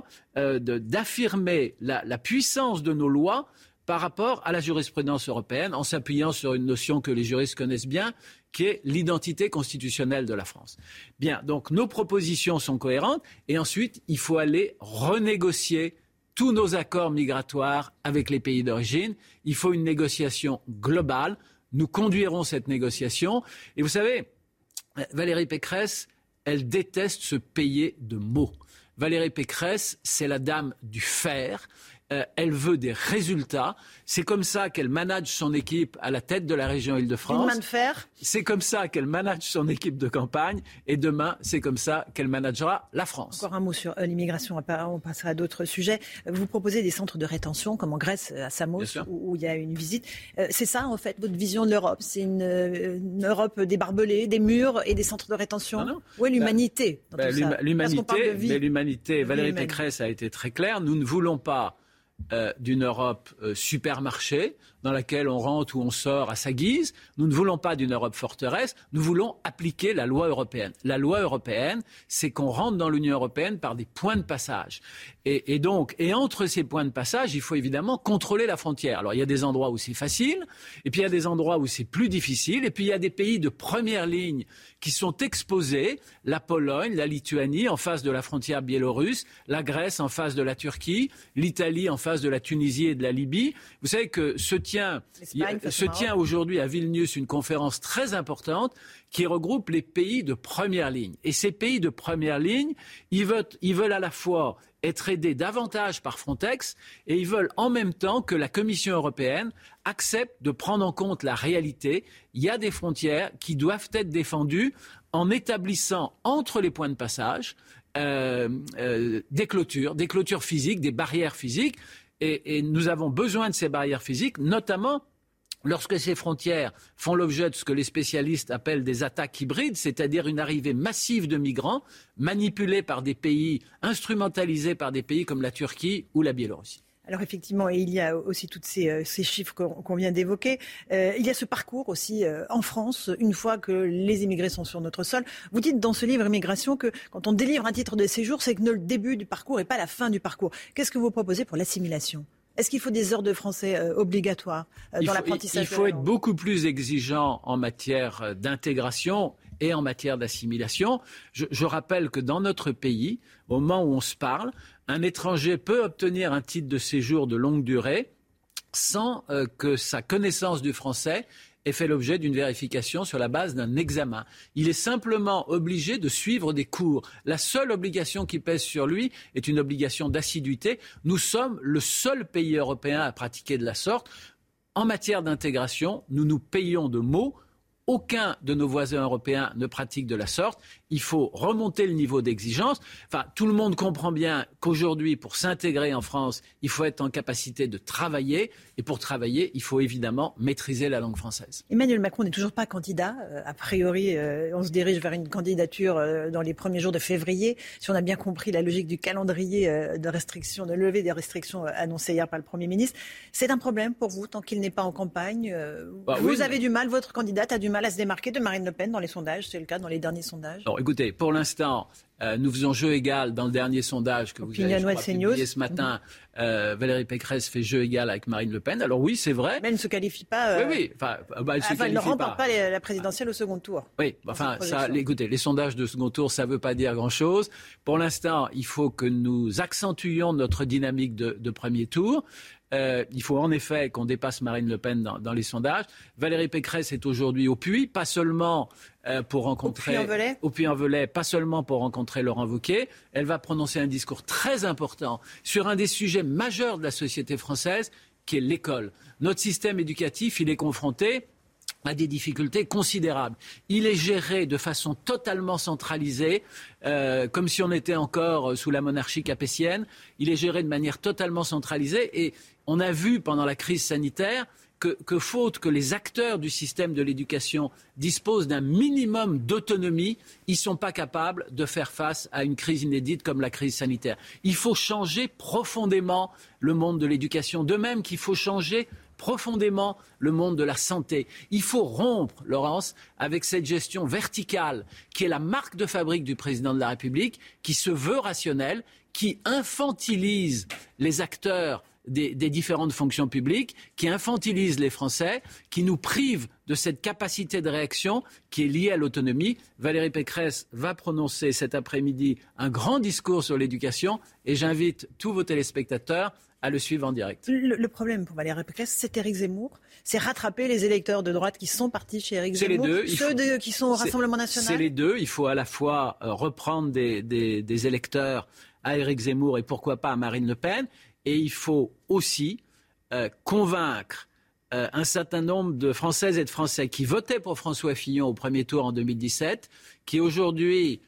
d'affirmer la puissance de nos lois par rapport à la jurisprudence européenne, en s'appuyant sur une notion que les juristes connaissent bien, qui est l'identité constitutionnelle de la France. Bien, donc nos propositions sont cohérentes, et ensuite, il faut aller renégocier tous nos accords migratoires avec les pays d'origine. Il faut une négociation globale. Nous conduirons cette négociation. Et vous savez, Valérie Pécresse, elle déteste se payer de mots. Valérie Pécresse, c'est la dame du faire. elle veut des résultats. C'est comme ça qu'elle manage son équipe à la tête de la région Île-de-France. Une main de fer. C'est comme ça qu'elle manage son équipe de campagne. Et demain, c'est comme ça qu'elle managera la France. Encore un mot sur l'immigration. On passera à d'autres sujets. Vous proposez des centres de rétention, comme en Grèce, à Samos, où il y a une visite. C'est ça, en fait, votre vision de l'Europe? C'est une Europe des barbelés, des murs et des centres de rétention? Non. Où est l'humanité dans tout ça? L'humanité, Valérie Pécresse a été très claire. Nous ne voulons pas d'une Europe supermarché dans laquelle on rentre ou on sort à sa guise. Nous ne voulons pas d'une Europe forteresse, nous voulons appliquer la loi européenne. La loi européenne, c'est qu'on rentre dans l'Union européenne par des points de passage. Et entre ces points de passage, il faut évidemment contrôler la frontière. Alors il y a des endroits où c'est facile, et puis il y a des endroits où c'est plus difficile, et puis il y a des pays de première ligne qui sont exposés, la Pologne, la Lituanie en face de la frontière biélorusse, la Grèce en face de la Turquie, l'Italie en face de la Tunisie et de la Libye. Vous savez que se tient aujourd'hui à Vilnius une conférence très importante qui regroupe les pays de première ligne. Et ces pays de première ligne, ils veulent à la fois être aidés davantage par Frontex et ils veulent en même temps que la Commission européenne accepte de prendre en compte la réalité. Il y a des frontières qui doivent être défendues en établissant entre les points de passage des clôtures physiques, des barrières physiques. Et nous avons besoin de ces barrières physiques, notamment lorsque ces frontières font l'objet de ce que les spécialistes appellent des attaques hybrides, c'est-à-dire une arrivée massive de migrants manipulés par des pays, instrumentalisés par des pays comme la Turquie ou la Biélorussie. Alors effectivement, et il y a aussi tous ces chiffres qu'on vient d'évoquer. Il y a ce parcours aussi en France, une fois que les immigrés sont sur notre sol. Vous dites dans ce livre Immigration que quand on délivre un titre de séjour, c'est que le début du parcours et pas la fin du parcours. Qu'est-ce que vous proposez pour l'assimilation ? Est-ce qu'il faut des heures de français obligatoires dans l'apprentissage ? Il faut être beaucoup plus exigeant en matière d'intégration et en matière d'assimilation. Je rappelle que dans notre pays, au moment où on se parle, un étranger peut obtenir un titre de séjour de longue durée sans que sa connaissance du français ait fait l'objet d'une vérification sur la base d'un examen. Il est simplement obligé de suivre des cours. La seule obligation qui pèse sur lui est une obligation d'assiduité. Nous sommes le seul pays européen à pratiquer de la sorte. En matière d'intégration, nous nous payons de mots. Aucun de nos voisins européens ne pratique de la sorte. Il faut remonter le niveau d'exigence. Enfin, tout le monde comprend bien qu'aujourd'hui, pour s'intégrer en France, il faut être en capacité de travailler. Et pour travailler, il faut évidemment maîtriser la langue française. Emmanuel Macron n'est toujours pas candidat. A priori, on se dirige vers une candidature dans les premiers jours de février. Si on a bien compris la logique du calendrier de levée des restrictions annoncées hier par le Premier ministre. C'est un problème pour vous, tant qu'il n'est pas en campagne. Vous avez du mal, votre candidate a du mal à se démarquer de Marine Le Pen dans les sondages. C'est le cas dans les derniers sondages. Alors, écoutez, pour l'instant, nous faisons jeu égal dans le dernier sondage que vous avez publié ce matin. Valérie Pécresse fait jeu égal avec Marine Le Pen. Alors oui, c'est vrai. Mais elle ne se qualifie pas. Oui. Elle ne remporte pas la présidentielle au second tour. Oui, écoutez, les sondages de second tour, ça ne veut pas dire grand-chose. Pour l'instant, il faut que nous accentuions notre dynamique de premier tour. Il faut en effet qu'on dépasse Marine Le Pen dans les sondages. Valérie Pécresse est aujourd'hui au Puy, pas seulement pour rencontrer au Puy-en-Velay, pas seulement pour rencontrer Laurent Wauquiez. Elle va prononcer un discours très important sur un des sujets majeurs de la société française, qui est l'école. Notre système éducatif, il est confronté à des difficultés considérables. Il est géré de façon totalement centralisée, comme si on était encore sous la monarchie capétienne. Il est géré de manière totalement centralisée et on a vu pendant la crise sanitaire que faute que les acteurs du système de l'éducation disposent d'un minimum d'autonomie, ils ne sont pas capables de faire face à une crise inédite comme la crise sanitaire. Il faut changer profondément le monde de l'éducation, de même qu'il faut changer profondément le monde de la santé. Il faut rompre, Laurence, avec cette gestion verticale qui est la marque de fabrique du président de la République, qui se veut rationnelle, qui infantilise les acteurs des différentes fonctions publiques, qui infantilise les Français, qui nous prive de cette capacité de réaction qui est liée à l'autonomie. Valérie Pécresse va prononcer cet après-midi un grand discours sur l'éducation et j'invite tous vos téléspectateurs à le suivre en direct. Le problème pour Valérie Pécresse, c'est Éric Zemmour. C'est rattraper les électeurs de droite qui sont partis chez Éric Zemmour. C'est les deux. Qui sont au Rassemblement national. C'est les deux. Il faut à la fois reprendre des électeurs à Éric Zemmour et pourquoi pas à Marine Le Pen. Et il faut aussi convaincre un certain nombre de Françaises et de Français qui votaient pour François Fillon au premier tour en 2017, qui aujourd'hui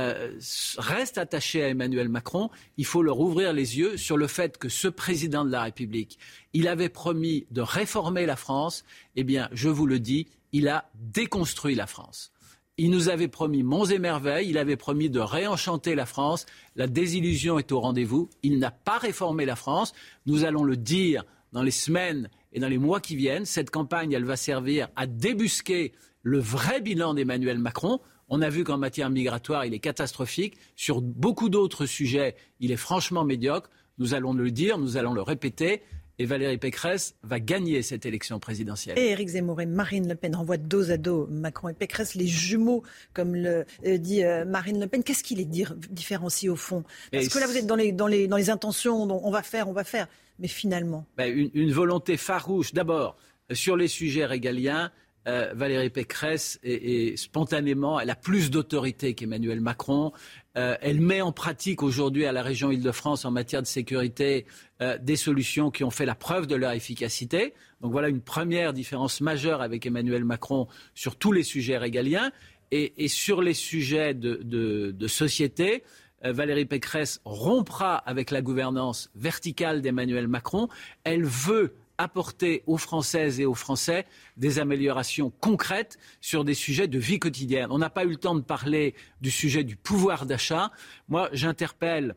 restent attachés à Emmanuel Macron. Il faut leur ouvrir les yeux sur le fait que ce président de la République, il avait promis de réformer la France. Eh bien, je vous le dis, il a déconstruit la France. Il nous avait promis monts et merveilles, il avait promis de réenchanter la France. La désillusion est au rendez-vous. Il n'a pas réformé la France. Nous allons le dire dans les semaines et dans les mois qui viennent. Cette campagne, elle va servir à débusquer le vrai bilan d'Emmanuel Macron. On a vu qu'en matière migratoire, il est catastrophique. Sur beaucoup d'autres sujets, il est franchement médiocre. Nous allons le dire, nous allons le répéter. Et Valérie Pécresse va gagner cette élection présidentielle. Et Éric Zemmour et Marine Le Pen renvoient dos à dos Macron et Pécresse, les jumeaux, comme le dit Marine Le Pen. Qu'est-ce qui les différencie au fond? Parce que là, vous êtes dans les intentions, dont on va faire. Mais finalement... Une volonté farouche. D'abord, sur les sujets régaliens, Valérie Pécresse est spontanément, elle a plus d'autorité qu'Emmanuel Macron. Elle met en pratique aujourd'hui à la région Île-de-France en matière de sécurité des solutions qui ont fait la preuve de leur efficacité. Donc voilà une première différence majeure avec Emmanuel Macron sur tous les sujets régaliens. Et sur les sujets de société, Valérie Pécresse rompra avec la gouvernance verticale d'Emmanuel Macron. Elle veut apporter aux Françaises et aux Français des améliorations concrètes sur des sujets de vie quotidienne. On n'a pas eu le temps de parler du sujet du pouvoir d'achat. Moi, j'interpelle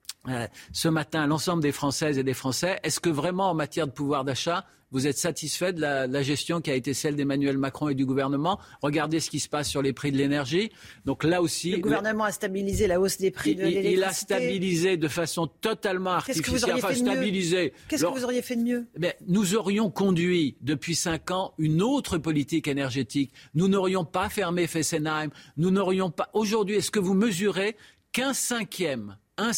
ce matin l'ensemble des Françaises et des Français. Est-ce que vraiment, en matière de pouvoir d'achat, vous êtes satisfait de la gestion qui a été celle d'Emmanuel Macron et du gouvernement? Regardez ce qui se passe sur les prix de l'énergie. Donc là aussi... Le gouvernement a stabilisé la hausse des prix de l'électricité. Il a stabilisé de façon totalement artificielle. Qu'est-ce que vous auriez fait de mieux? Nous aurions conduit depuis 5 ans une autre politique énergétique. Nous n'aurions pas fermé Fessenheim. Nous n'aurions pas... Aujourd'hui, est-ce que vous mesurez qu'un cinquième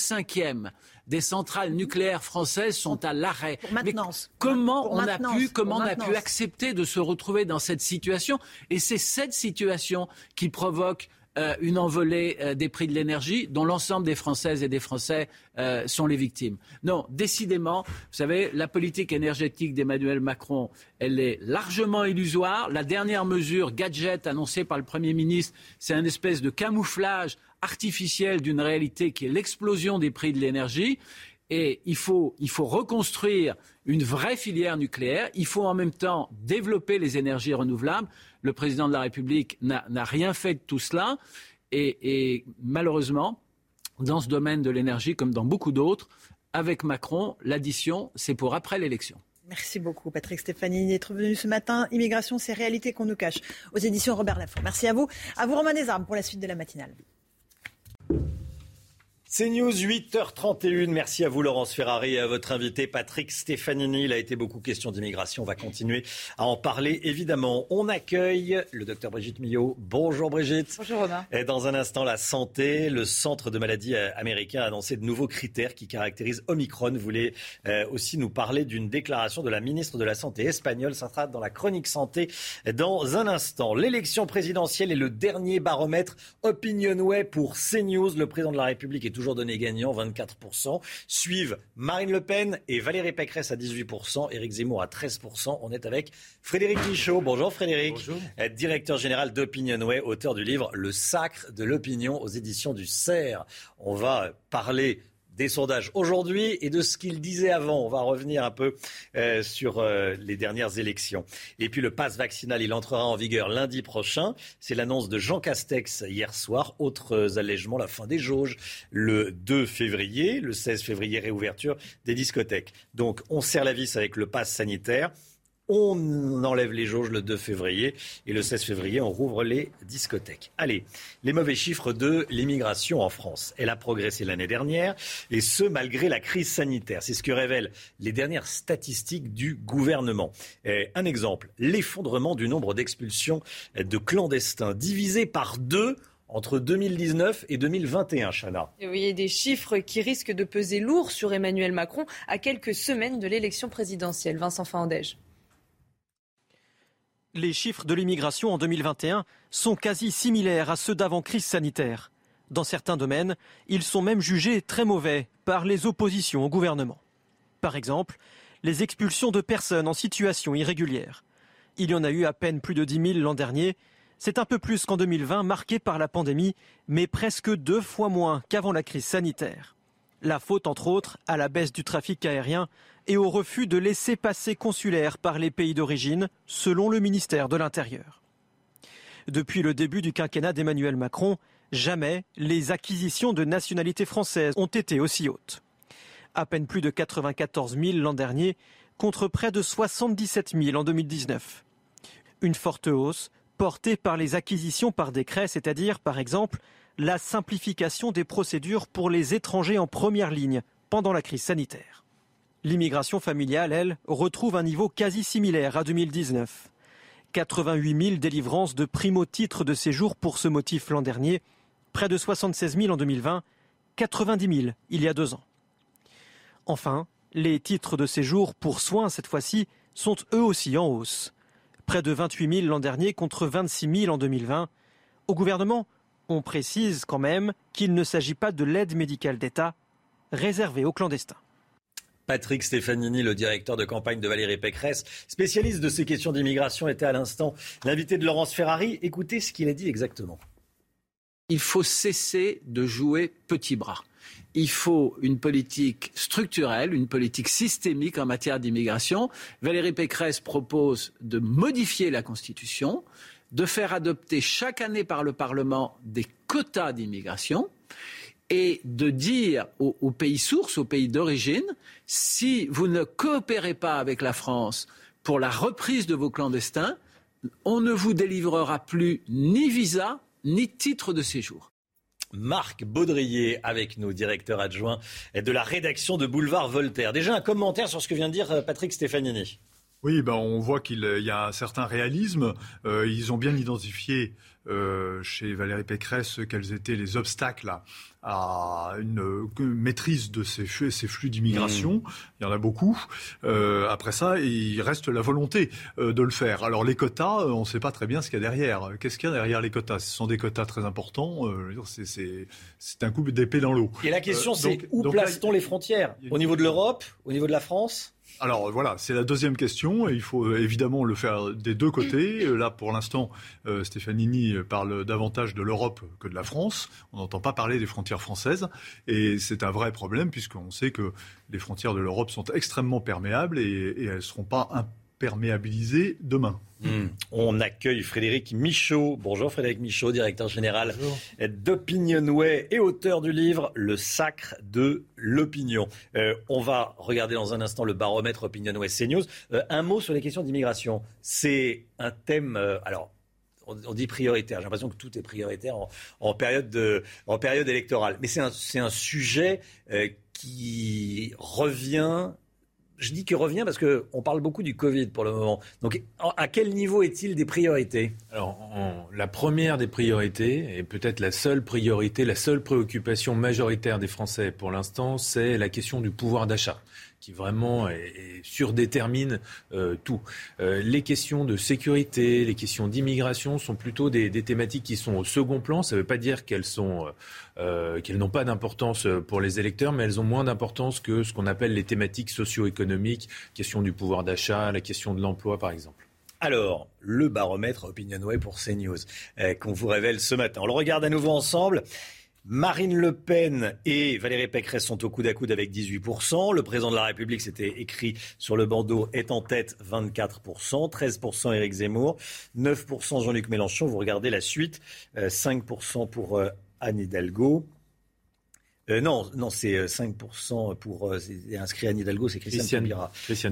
des centrales nucléaires françaises sont à l'arrêt? Pour maintenance. Mais comment on a pu accepter de se retrouver dans cette situation? Et c'est cette situation qui provoque une envolée des prix de l'énergie dont l'ensemble des Françaises et des Français sont les victimes. Non, décidément, vous savez, la politique énergétique d'Emmanuel Macron, elle est largement illusoire. La dernière mesure gadget annoncée par le Premier ministre, c'est un espèce de camouflage artificiel d'une réalité qui est l'explosion des prix de l'énergie. Et il faut reconstruire une vraie filière nucléaire. Il faut en même temps développer les énergies renouvelables. Le président de la République n'a rien fait de tout cela. Et malheureusement, dans ce domaine de l'énergie, comme dans beaucoup d'autres, avec Macron, l'addition, c'est pour après l'élection. Merci beaucoup, Patrick Stefanini, d'être venu ce matin. Immigration, c'est réalité qu'on nous cache. Aux éditions Robert Laffont. Merci à vous. À vous, Romain Desarmes, pour la suite de la matinale. C'est News, 8h31. Merci à vous, Laurence Ferrari, et à votre invité, Patrick Stefanini. Il a été beaucoup question d'immigration. On va continuer à en parler, évidemment. On accueille le docteur Brigitte Millot. Bonjour, Brigitte. Bonjour, Romain. Et dans un instant, la santé. Le Centre de maladies américain a annoncé de nouveaux critères qui caractérisent Omicron. Vous voulez aussi nous parler d'une déclaration de la ministre de la Santé espagnole. Ça sera dans la chronique santé dans un instant. L'élection présidentielle est le dernier baromètre Opinionway pour CNews. Le président de la République est toujours donné gagnant, 24%. Suivent Marine Le Pen et Valérie Pécresse à 18%, Éric Zemmour à 13%. On est avec Frédéric Michaud. Bonjour Frédéric. Bonjour. Directeur général d'Opinionway, auteur du livre Le Sacre de l'opinion aux éditions du CERF. On va parler des sondages aujourd'hui et de ce qu'il disait avant. On va revenir un peu sur les dernières élections. Et puis le pass vaccinal, il entrera en vigueur lundi prochain. C'est l'annonce de Jean Castex hier soir. Autres allègements, la fin des jauges le 2 février. Le 16 février, réouverture des discothèques. Donc on serre la vis avec le pass sanitaire. On enlève les jauges le 2 février et le 16 février, on rouvre les discothèques. Allez, les mauvais chiffres de l'immigration en France. Elle a progressé l'année dernière et ce, malgré la crise sanitaire. C'est ce que révèlent les dernières statistiques du gouvernement. Un exemple, l'effondrement du nombre d'expulsions de clandestins, divisé par 2 entre 2019 et 2021, Chana. Et oui, des chiffres qui risquent de peser lourd sur Emmanuel Macron à quelques semaines de l'élection présidentielle. Vincent Fahandège. Les chiffres de l'immigration en 2021 sont quasi similaires à ceux d'avant crise sanitaire. Dans certains domaines, ils sont même jugés très mauvais par les oppositions au gouvernement. Par exemple, les expulsions de personnes en situation irrégulière. Il y en a eu à peine plus de 10 000 l'an dernier. C'est un peu plus qu'en 2020, marqué par la pandémie, mais presque 2 fois moins qu'avant la crise sanitaire. La faute, entre autres, à la baisse du trafic aérien et au refus de laissez-passer consulaires par les pays d'origine, selon le ministère de l'Intérieur. Depuis le début du quinquennat d'Emmanuel Macron, jamais les acquisitions de nationalité française ont été aussi hautes. À peine plus de 94 000 l'an dernier, contre près de 77 000 en 2019. Une forte hausse portée par les acquisitions par décret, c'est-à-dire, par exemple, la simplification des procédures pour les étrangers en première ligne pendant la crise sanitaire. L'immigration familiale, elle, retrouve un niveau quasi similaire à 2019. 88 000 délivrances de primo-titres de séjour pour ce motif l'an dernier, près de 76 000 en 2020, 90 000 il y a 2 ans. Enfin, les titres de séjour pour soins, cette fois-ci, sont eux aussi en hausse. Près de 28 000 l'an dernier contre 26 000 en 2020. Au gouvernement, on précise quand même qu'il ne s'agit pas de l'aide médicale d'État réservée aux clandestins. Patrick Stefanini, le directeur de campagne de Valérie Pécresse, spécialiste de ces questions d'immigration, était à l'instant l'invité de Laurence Ferrari. Écoutez ce qu'il a dit exactement. Il faut cesser de jouer petit bras. Il faut une politique structurelle, une politique systémique en matière d'immigration. Valérie Pécresse propose de modifier la Constitution, de faire adopter chaque année par le Parlement des quotas d'immigration et de dire aux pays sources, aux pays d'origine, si vous ne coopérez pas avec la France pour la reprise de vos clandestins, on ne vous délivrera plus ni visa ni titre de séjour. Marc Baudrier avec nous, directeur adjoint de la rédaction de Boulevard Voltaire. Déjà un commentaire sur ce que vient de dire Patrick Stefanini. Oui, on voit qu'il y a un certain réalisme. Ils ont bien identifié chez Valérie Pécresse quels étaient les obstacles à une maîtrise de ces flux d'immigration. Il y en a beaucoup. Après ça, il reste la volonté de le faire. Alors les quotas, on ne sait pas très bien ce qu'il y a derrière. Qu'est-ce qu'il y a derrière les quotas ? Ce sont des quotas très importants. C'est un coup d'épée dans l'eau. Et la question, c'est où place-t-on les frontières ? Au niveau de l'Europe ? Au niveau de la France ? Alors voilà, c'est la deuxième question. Il faut évidemment le faire des deux côtés. Là, pour l'instant, Stefanini parle davantage de l'Europe que de la France. On n'entend pas parler des frontières françaises. Et c'est un vrai problème puisqu'on sait que les frontières de l'Europe sont extrêmement perméables et elles ne seront pas imperméabilisées demain. On accueille Frédéric Michaud. Bonjour Frédéric Michaud, directeur général d'Opinionway et auteur du livre Le sacre de l'opinion. On va regarder dans un instant le baromètre Opinionway CNews. Un mot sur les questions d'immigration. C'est un thème... on dit prioritaire. J'ai l'impression que tout est prioritaire en période électorale. Mais c'est un sujet qui revient... Je dis que revient parce qu'on parle beaucoup du Covid pour le moment. Donc, à quel niveau est-il des priorités ? Alors, la première des priorités, et peut-être la seule priorité, la seule préoccupation majoritaire des Français pour l'instant, c'est la question du pouvoir d'achat, qui vraiment surdétermine tout. Les questions de sécurité, les questions d'immigration sont plutôt des thématiques qui sont au second plan. Ça ne veut pas dire qu'elles n'ont pas d'importance pour les électeurs, mais elles ont moins d'importance que ce qu'on appelle les thématiques socio-économiques, question du pouvoir d'achat, la question de l'emploi par exemple. Alors, le baromètre Opinionway pour CNews qu'on vous révèle ce matin. On le regarde à nouveau ensemble. Marine Le Pen et Valérie Pécresse sont au coude à coude avec 18%. Le président de la République, c'était écrit sur le bandeau, est en tête 24%. 13% Éric Zemmour, 9% Jean-Luc Mélenchon. Vous regardez la suite, 5% pour Anne Hidalgo. Non, c'est 5% pour... c'est inscrit Anne Hidalgo, c'est Christiane Taubira.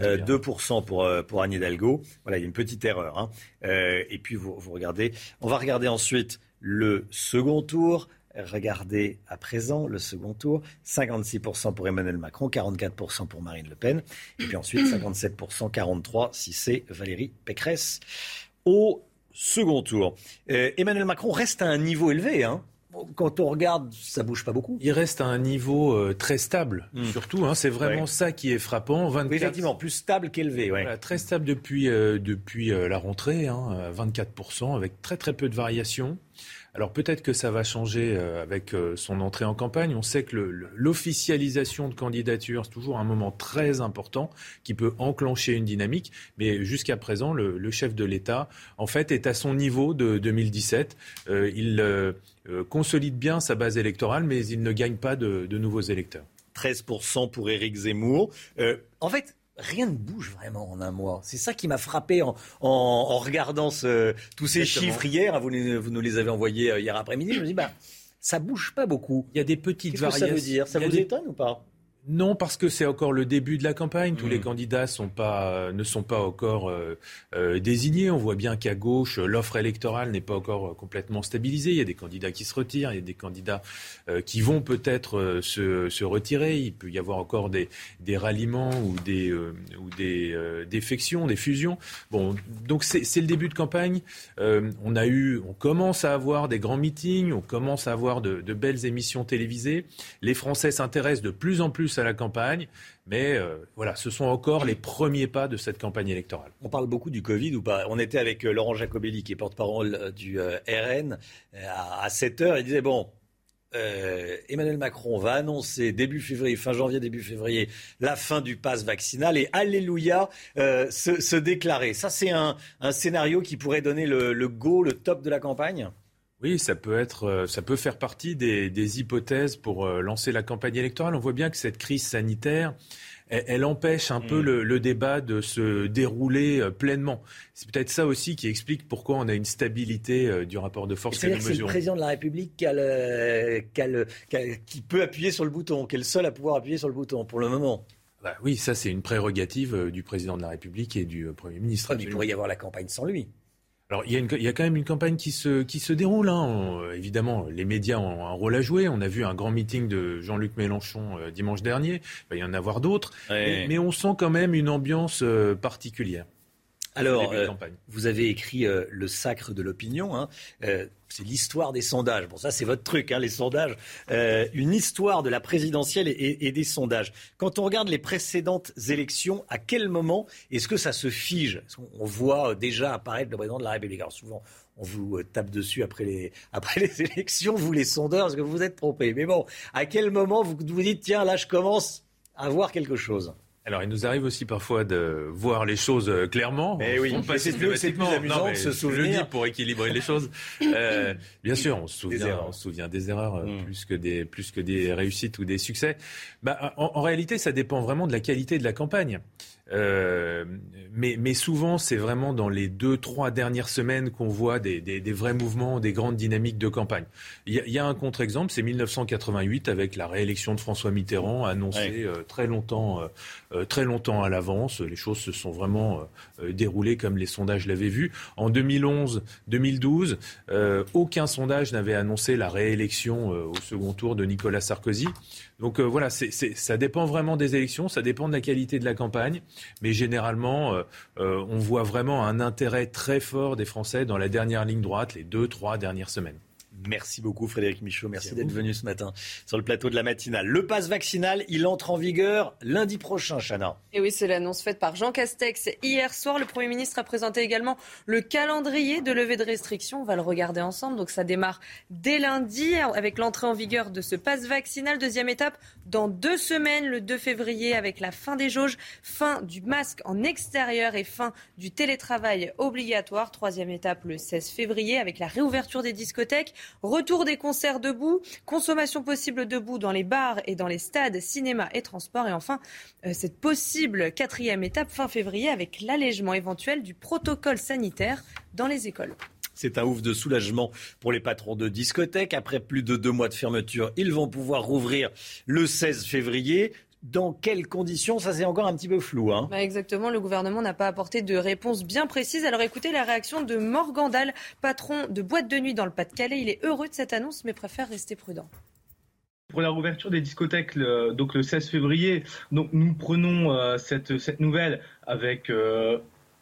2% pour Anne Hidalgo. Voilà, il y a une petite erreur. Et puis, vous regardez... On va regarder ensuite le second tour. Regardez à présent le second tour, 56% pour Emmanuel Macron, 44% pour Marine Le Pen, et puis ensuite 57%, 43% si c'est Valérie Pécresse au second tour. Emmanuel Macron reste à un niveau élevé, Quand on regarde, ça bouge pas beaucoup. Il reste à un niveau très stable, surtout. C'est vraiment ça qui est frappant. 24... Oui, effectivement, plus stable qu'élevé. Ouais. Voilà, très stable depuis la rentrée, 24%, avec très très peu de variations. Alors peut-être que ça va changer avec son entrée en campagne. On sait que l'officialisation de candidature, c'est toujours un moment très important qui peut enclencher une dynamique. Mais jusqu'à présent, le chef de l'État, en fait, est à son niveau de 2017. Il consolide bien sa base électorale, mais il ne gagne pas de nouveaux électeurs. 13% pour Éric Zemmour. En fait, rien ne bouge vraiment en un mois. C'est ça qui m'a frappé en regardant tous ces chiffres hier. Vous nous les avez envoyés hier après-midi. Je me dis, ça bouge pas beaucoup. Il y a des petites variations. Qu'est-ce que ça veut dire ? Ça vous étonne ou pas ? Non, parce que c'est encore le début de la campagne. Tous les candidats ne sont pas encore désignés. On voit bien qu'à gauche, l'offre électorale n'est pas encore complètement stabilisée. Il y a des candidats qui se retirent, il y a des candidats qui vont peut-être se retirer. Il peut y avoir encore des ralliements ou des défections, des fusions. Bon, donc c'est le début de campagne. On commence à avoir des grands meetings, on commence à avoir de belles émissions télévisées. Les Français s'intéressent de plus en plus à la campagne, mais ce sont encore les premiers pas de cette campagne électorale. On parle beaucoup du Covid ou pas ? On était avec Laurent Jacobelli, qui est porte-parole du RN, à 7h. Il disait, Emmanuel Macron va annoncer début février, fin janvier, début février, la fin du pass vaccinal et alléluia, se déclarer. Ça, c'est un scénario qui pourrait donner le go, le top de la campagne ? Oui, ça peut faire partie des hypothèses pour lancer la campagne électorale. On voit bien que cette crise sanitaire, elle empêche un peu le débat de se dérouler pleinement. C'est peut-être ça aussi qui explique pourquoi on a une stabilité du rapport de force que nous mesurons. C'est le président de la République qui peut appuyer sur le bouton, qui est le seul à pouvoir appuyer sur le bouton pour le moment. Oui, ça c'est une prérogative du président de la République et du Premier ministre. Il pourrait y avoir la campagne sans lui. Alors, il y a quand même une campagne qui se déroule. Évidemment, les médias ont un rôle à jouer. On a vu un grand meeting de Jean-Luc Mélenchon dimanche dernier. Il va y en avoir d'autres. Ouais. Mais on sent quand même une ambiance particulière. Alors, vous avez écrit Le sacre de l'opinion. C'est l'histoire des sondages. Bon, ça, c'est votre truc, les sondages. Une histoire de la présidentielle et des sondages. Quand on regarde les précédentes élections, à quel moment est-ce que ça se fige ? On voit déjà apparaître le président de la République. Alors souvent, on vous tape dessus après les élections, vous les sondeurs, parce que vous vous êtes trompés. Mais bon, à quel moment vous vous dites, tiens, là, je commence à voir quelque chose ? Alors, il nous arrive aussi parfois de voir les choses clairement. Mais oui, c'est plus amusant de se souvenir. Je le dis pour équilibrer les choses. Bien sûr, on se souvient des erreurs plus que des réussites ou des succès. En réalité, ça dépend vraiment de la qualité de la campagne. Mais souvent, c'est vraiment dans les 2-3 dernières semaines qu'on voit des vrais mouvements, des grandes dynamiques de campagne. Il y a un contre-exemple, c'est 1988 avec la réélection de François Mitterrand, annoncée très longtemps à l'avance. Les choses se sont vraiment déroulées comme les sondages l'avaient vu. En 2011-2012, aucun sondage n'avait annoncé la réélection au second tour de Nicolas Sarkozy. Donc ça dépend vraiment des élections, ça dépend de la qualité de la campagne, mais généralement, on voit vraiment un intérêt très fort des Français dans la dernière ligne droite, les 2-3 dernières semaines. Merci beaucoup Frédéric Michaud, merci d'être venu ce matin sur le plateau de la matinale. Le pass vaccinal, il entre en vigueur lundi prochain, Chana. Et oui, c'est l'annonce faite par Jean Castex hier soir. Le Premier ministre a présenté également le calendrier de levée de restrictions. On va le regarder ensemble. Donc ça démarre dès lundi avec l'entrée en vigueur de ce pass vaccinal. Deuxième étape, dans 2 semaines, le 2 février, avec la fin des jauges, fin du masque en extérieur et fin du télétravail obligatoire. Troisième étape, le 16 février, avec la réouverture des discothèques. Retour des concerts debout, consommation possible debout dans les bars et dans les stades, cinéma et transport. Et enfin, cette possible 4e étape fin février avec l'allègement éventuel du protocole sanitaire dans les écoles. C'est un ouf de soulagement pour les patrons de discothèques. Après plus de 2 mois de fermeture, ils vont pouvoir rouvrir le 16 février. Dans quelles conditions ? Ça, c'est encore un petit peu flou. Exactement, le gouvernement n'a pas apporté de réponse bien précise. Alors écoutez la réaction de Morgandal, patron de boîte de nuit dans le Pas-de-Calais. Il est heureux de cette annonce, mais préfère rester prudent. Pour la rouverture des discothèques, donc le 16 février, donc nous prenons cette nouvelle avec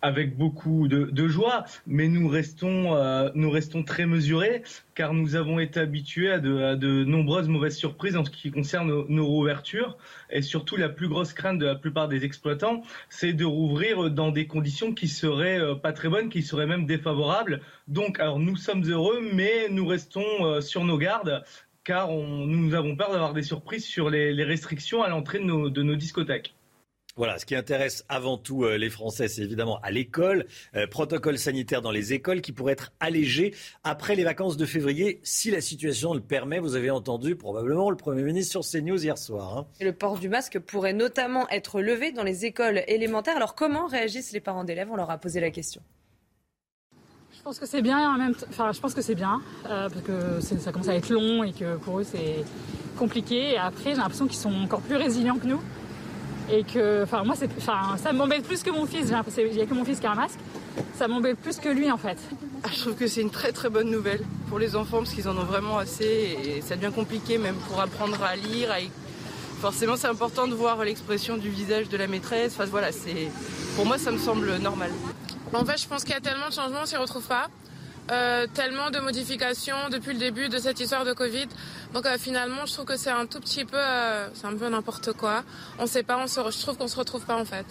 avec beaucoup de joie, mais nous restons très mesurés, car nous avons été habitués à de nombreuses mauvaises surprises en ce qui concerne nos réouvertures. Et surtout, la plus grosse crainte de la plupart des exploitants, c'est de rouvrir dans des conditions qui seraient pas très bonnes, qui seraient même défavorables. Donc, alors nous sommes heureux, mais nous restons sur nos gardes, car nous avons peur d'avoir des surprises sur les restrictions à l'entrée de nos discothèques. Voilà, ce qui intéresse avant tout les Français, c'est évidemment à l'école, protocole sanitaire dans les écoles qui pourrait être allégé après les vacances de février, si la situation le permet. Vous avez entendu probablement le Premier ministre sur CNews hier soir. Et le port du masque pourrait notamment être levé dans les écoles élémentaires. Alors comment réagissent les parents d'élèves ? On leur a posé la question. Je pense que c'est bien, je pense que c'est bien, parce que ça commence à être long et que pour eux c'est compliqué. Et après, j'ai l'impression qu'ils sont encore plus résilients que nous. Et que, moi, ça m'embête plus que mon fils. Il n'y a que mon fils qui a un masque. Ça m'embête plus que lui, en fait. Je trouve que c'est une très très bonne nouvelle pour les enfants parce qu'ils en ont vraiment assez et ça devient compliqué même pour apprendre à lire. Forcément, c'est important de voir l'expression du visage de la maîtresse. Enfin, voilà, pour moi, ça me semble normal. En fait, je pense qu'il y a tellement de changements, on s'y retrouve pas. Tellement de modifications depuis le début de cette histoire de Covid. Donc finalement, je trouve que c'est un tout petit peu, c'est un peu n'importe quoi. On sait pas, je trouve qu'on se retrouve pas en fait.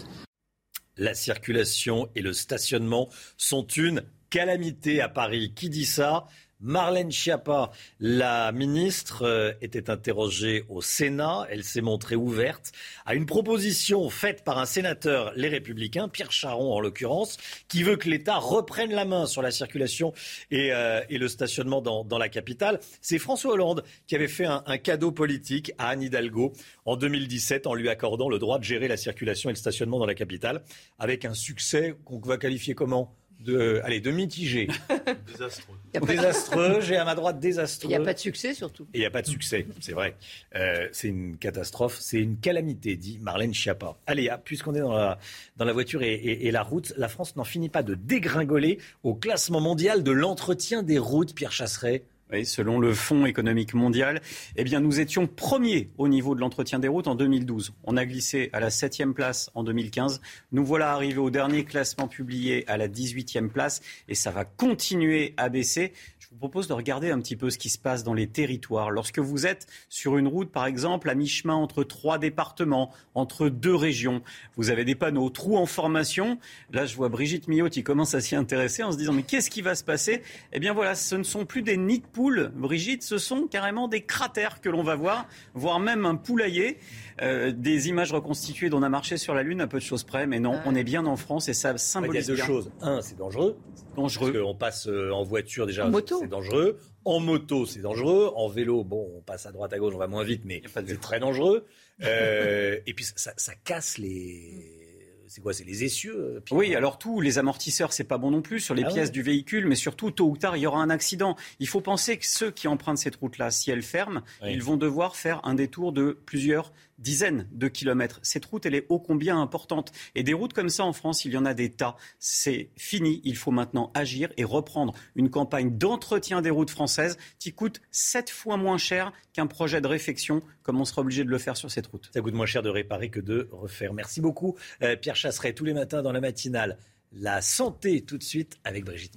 La circulation et le stationnement sont une calamité à Paris. Qui dit ça ? Marlène Schiappa, la ministre, était interrogée au Sénat. Elle s'est montrée ouverte à une proposition faite par un sénateur, les Républicains, Pierre Charon en l'occurrence, qui veut que l'État reprenne la main sur la circulation et le stationnement dans la capitale. C'est François Hollande qui avait fait un cadeau politique à Anne Hidalgo en 2017 en lui accordant le droit de gérer la circulation et le stationnement dans la capitale, avec un succès qu'on va qualifier comment ? De mitigé. Désastreux. Désastreux, j'ai à ma droite désastreux. Il n'y a pas de succès surtout. Et il n'y a pas de succès, c'est vrai. C'est une catastrophe, c'est une calamité, dit Marlène Schiappa. Allez, puisqu'on est dans la voiture et la route, la France n'en finit pas de dégringoler au classement mondial de l'entretien des routes, Pierre Chasseret. Oui, selon le Fonds économique mondial, nous étions premiers au niveau de l'entretien des routes en 2012. On a glissé à la 7e place en 2015. Nous voilà arrivés au dernier classement publié à la 18e place et ça va continuer à baisser. Je vous propose de regarder un petit peu ce qui se passe dans les territoires. Lorsque vous êtes sur une route, par exemple, à mi-chemin entre 3 départements, entre 2 régions, vous avez des panneaux, trous en formation. Là, je vois Brigitte Millot qui commence à s'y intéresser en se disant « Mais qu'est-ce qui va se passer ?» Eh bien voilà, ce ne sont plus des nids de poules, Brigitte, ce sont carrément des cratères que l'on va voir, voire même un poulailler. Des images reconstituées dont on a marché sur la Lune à peu de choses près, mais non, on est bien en France et ça symbolise bien. Il y a 2 choses. Un, c'est dangereux. Parce qu'on passe en voiture déjà, c'est dangereux. En moto, c'est dangereux. En vélo, on passe à droite, à gauche, on va moins vite, mais c'est très dangereux. Et puis ça casse les... C'est quoi, c'est les essieux Oui, alors les amortisseurs, c'est pas bon non plus sur les pièces du véhicule, mais surtout, tôt ou tard, il y aura un accident. Il faut penser que ceux qui empruntent cette route-là, si elle ferme, ils vont devoir faire un détour de plusieurs dizaines de kilomètres. Cette route, elle est ô combien importante. Et des routes comme ça en France, il y en a des tas. C'est fini. Il faut maintenant agir et reprendre une campagne d'entretien des routes françaises qui coûte 7 fois moins cher qu'un projet de réfection, comme on sera obligé de le faire sur cette route. Ça coûte moins cher de réparer que de refaire. Merci beaucoup, Pierre Chasseret. Tous les matins dans la matinale, la santé tout de suite avec Brigitte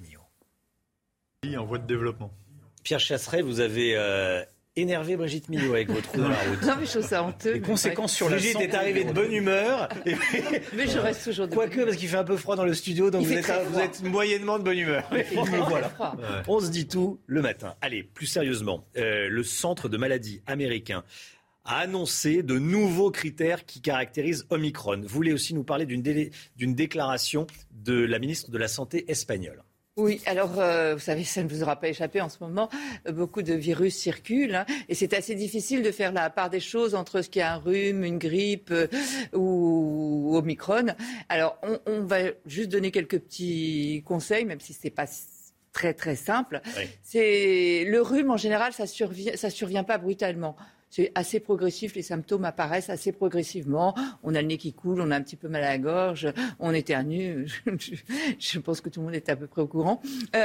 Millot. En voie de développement. Pierre Chasseret, vous avez... énervé Brigitte Millot avec votre trou dans la route. Non, mais je trouve ça honteux. Les conséquences sur la santé. Brigitte est arrivée de bonne humeur. Mais je reste toujours de bonne humeur. Quoique, parce qu'il fait un peu froid dans le studio, donc vous êtes moyennement de bonne humeur. Voilà. On se dit tout le matin. Allez, plus sérieusement, le Centre de maladies américain a annoncé de nouveaux critères qui caractérisent Omicron. Vous voulez aussi nous parler d'une déclaration de la ministre de la Santé espagnole. Oui, alors vous savez, ça ne vous aura pas échappé en ce moment. Beaucoup de virus circulent et c'est assez difficile de faire la part des choses entre ce qui est un rhume, une grippe ou Omicron. Alors on va juste donner quelques petits conseils, même si c'est pas très très simple. Oui. C'est le rhume en général, ça survient pas brutalement. C'est assez progressif, les symptômes apparaissent assez progressivement. On a le nez qui coule, on a un petit peu mal à la gorge, on éternue. Je pense que tout le monde est à peu près au courant.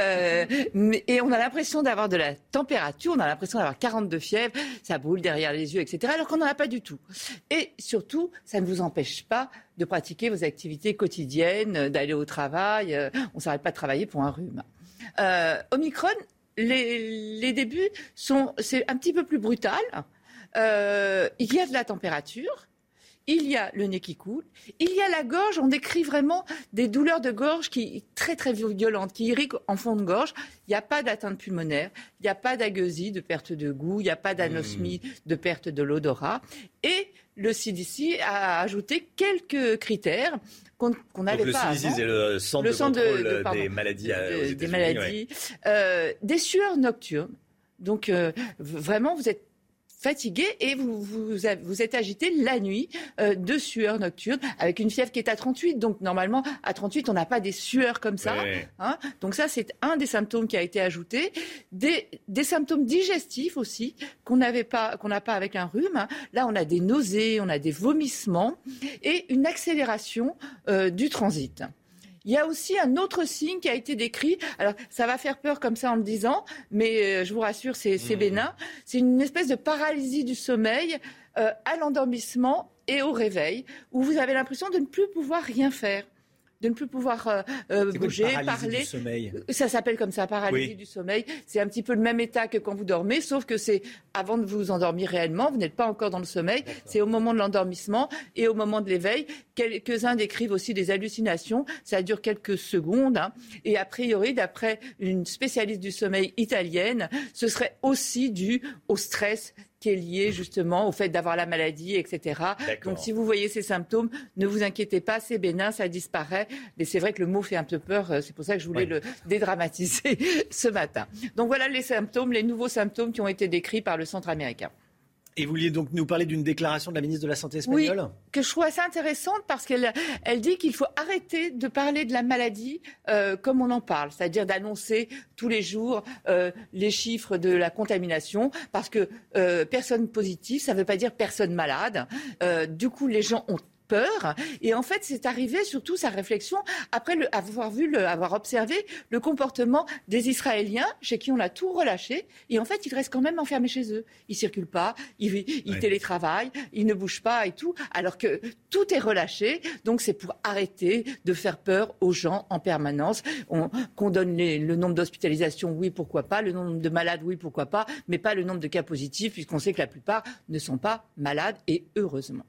Et on a l'impression d'avoir de la température, on a l'impression d'avoir 42 fièvres, ça brûle derrière les yeux, etc. Alors qu'on n'en a pas du tout. Et surtout, ça ne vous empêche pas de pratiquer vos activités quotidiennes, d'aller au travail. On ne s'arrête pas de travailler pour un rhume. Omicron, les débuts c'est un petit peu plus brutal. Il y a de la température, il y a le nez qui coule, il y a la gorge. On décrit vraiment des douleurs de gorge très très violentes, qui irriguent en fond de gorge. Il n'y a pas d'atteinte pulmonaire, il n'y a pas d'agueusie, de perte de goût, il n'y a pas d'anosmie, de perte de l'odorat. Et le CDC a ajouté quelques critères qu'on n'avait pas avant. Le CDC, c'est le centre de contrôle des maladies aux États-Unis. Des maladies, des sueurs nocturnes. Donc vraiment, vous êtes fatigué et vous êtes agité la nuit de sueur nocturne avec une fièvre qui est à 38. Donc normalement, à 38, on n'a pas des sueurs comme ça. Ouais. Hein. Donc ça, c'est un des symptômes qui a été ajouté. Des symptômes digestifs aussi qu'on n'a pas avec un rhume. Hein. Là, on a des nausées, on a des vomissements et une accélération du transit. Il y a aussi un autre signe qui a été décrit. Alors, ça va faire peur comme ça en le disant, mais je vous rassure, c'est bénin. C'est une espèce de paralysie du sommeil à l'endormissement et au réveil, où vous avez l'impression de ne plus pouvoir rien faire, de ne plus pouvoir bouger, parler. Du sommeil. Ça s'appelle comme ça, paralysie du sommeil. C'est un petit peu le même état que quand vous dormez, sauf que c'est avant de vous endormir réellement, vous n'êtes pas encore dans le sommeil, c'est au moment de l'endormissement et au moment de l'éveil. Quelques-uns décrivent aussi des hallucinations, ça dure quelques secondes, hein. Et a priori, d'après une spécialiste du sommeil italienne, ce serait aussi dû au stress qui est lié justement au fait d'avoir la maladie, etc. Donc si vous voyez ces symptômes, ne vous inquiétez pas, c'est bénin, ça disparaît. Mais c'est vrai que le mot fait un peu peur, c'est pour ça que je voulais le dédramatiser ce matin. Donc voilà les symptômes, les nouveaux symptômes qui ont été décrits par le Centre américain. Et vous vouliez donc nous parler d'une déclaration de la ministre de la Santé espagnole ? Oui, que je trouve assez intéressante parce qu'elle dit qu'il faut arrêter de parler de la maladie comme on en parle, c'est-à-dire d'annoncer tous les jours les chiffres de la contamination, parce que personne positive, ça ne veut pas dire personne malade. Du coup, les gens ont peur. Et en fait, c'est arrivé surtout sa réflexion après avoir observé le comportement des Israéliens chez qui on a tout relâché. Et en fait, ils restent quand même enfermés chez eux. Ils circulent pas, ils télétravaillent, ils ne bougent pas et tout, alors que tout est relâché. Donc, c'est pour arrêter de faire peur aux gens en permanence. Qu'on donne le nombre d'hospitalisations, oui, pourquoi pas. Le nombre de malades, oui, pourquoi pas. Mais pas le nombre de cas positifs, puisqu'on sait que la plupart ne sont pas malades, et heureusement.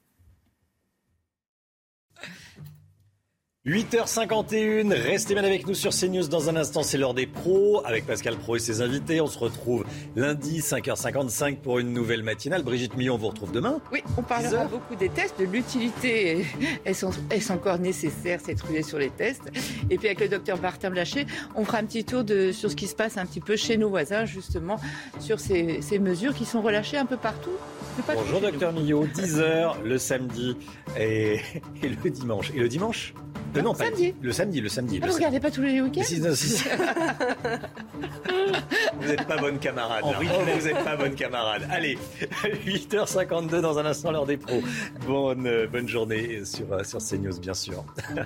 8h51, restez bien avec nous sur CNews. Dans un instant, c'est l'heure des pros avec Pascal Pro et ses invités. On se retrouve lundi 5h55 pour une nouvelle matinale. Brigitte Millon, on vous retrouve demain. Oui, on parlera beaucoup des tests, de l'utilité. Est-ce encore nécessaire, cette ruée sur les tests? Et puis avec le docteur Martin Blacher, on fera un petit tour sur ce qui se passe un petit peu chez nos voisins, justement, sur ces mesures qui sont relâchées un peu partout. Bonjour docteur Millot, 10h le samedi et le dimanche. Et le dimanche non, pas samedi. Le samedi. Ah, vous regardez pas tous les week-ends? Si. Vous n'êtes pas bonne camarade. Vous n'êtes pas bonne camarade. Allez, 8h52 dans un instant, l'heure des pros. Bonne journée sur CNews, bien sûr.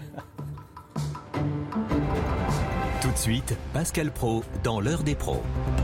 Tout de suite, Pascal Pro dans l'heure des pros.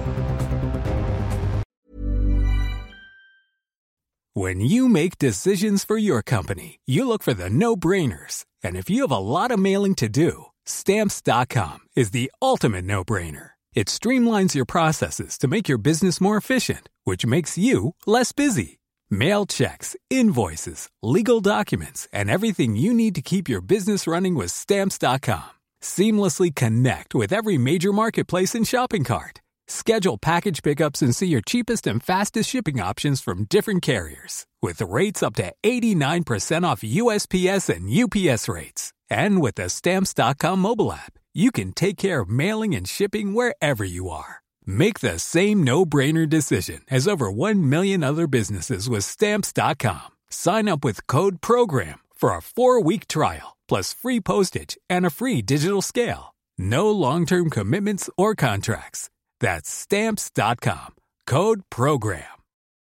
When you make decisions for your company, you look for the no-brainers. And if you have a lot of mailing to do, Stamps.com is the ultimate no-brainer. It streamlines your processes to make your business more efficient, which makes you less busy. Mail checks, invoices, legal documents, and everything you need to keep your business running with Stamps.com. Seamlessly connect with every major marketplace and shopping cart. Schedule package pickups and see your cheapest and fastest shipping options from different carriers. With rates up to 89% off USPS and UPS rates. And with the Stamps.com mobile app, you can take care of mailing and shipping wherever you are. Make the same no-brainer decision as over 1 million other businesses with Stamps.com. Sign up with code PROGRAM for a 4-week trial, plus free postage and a free digital scale. No long-term commitments or contracts. That's Stamps.com. Code PROGRAM.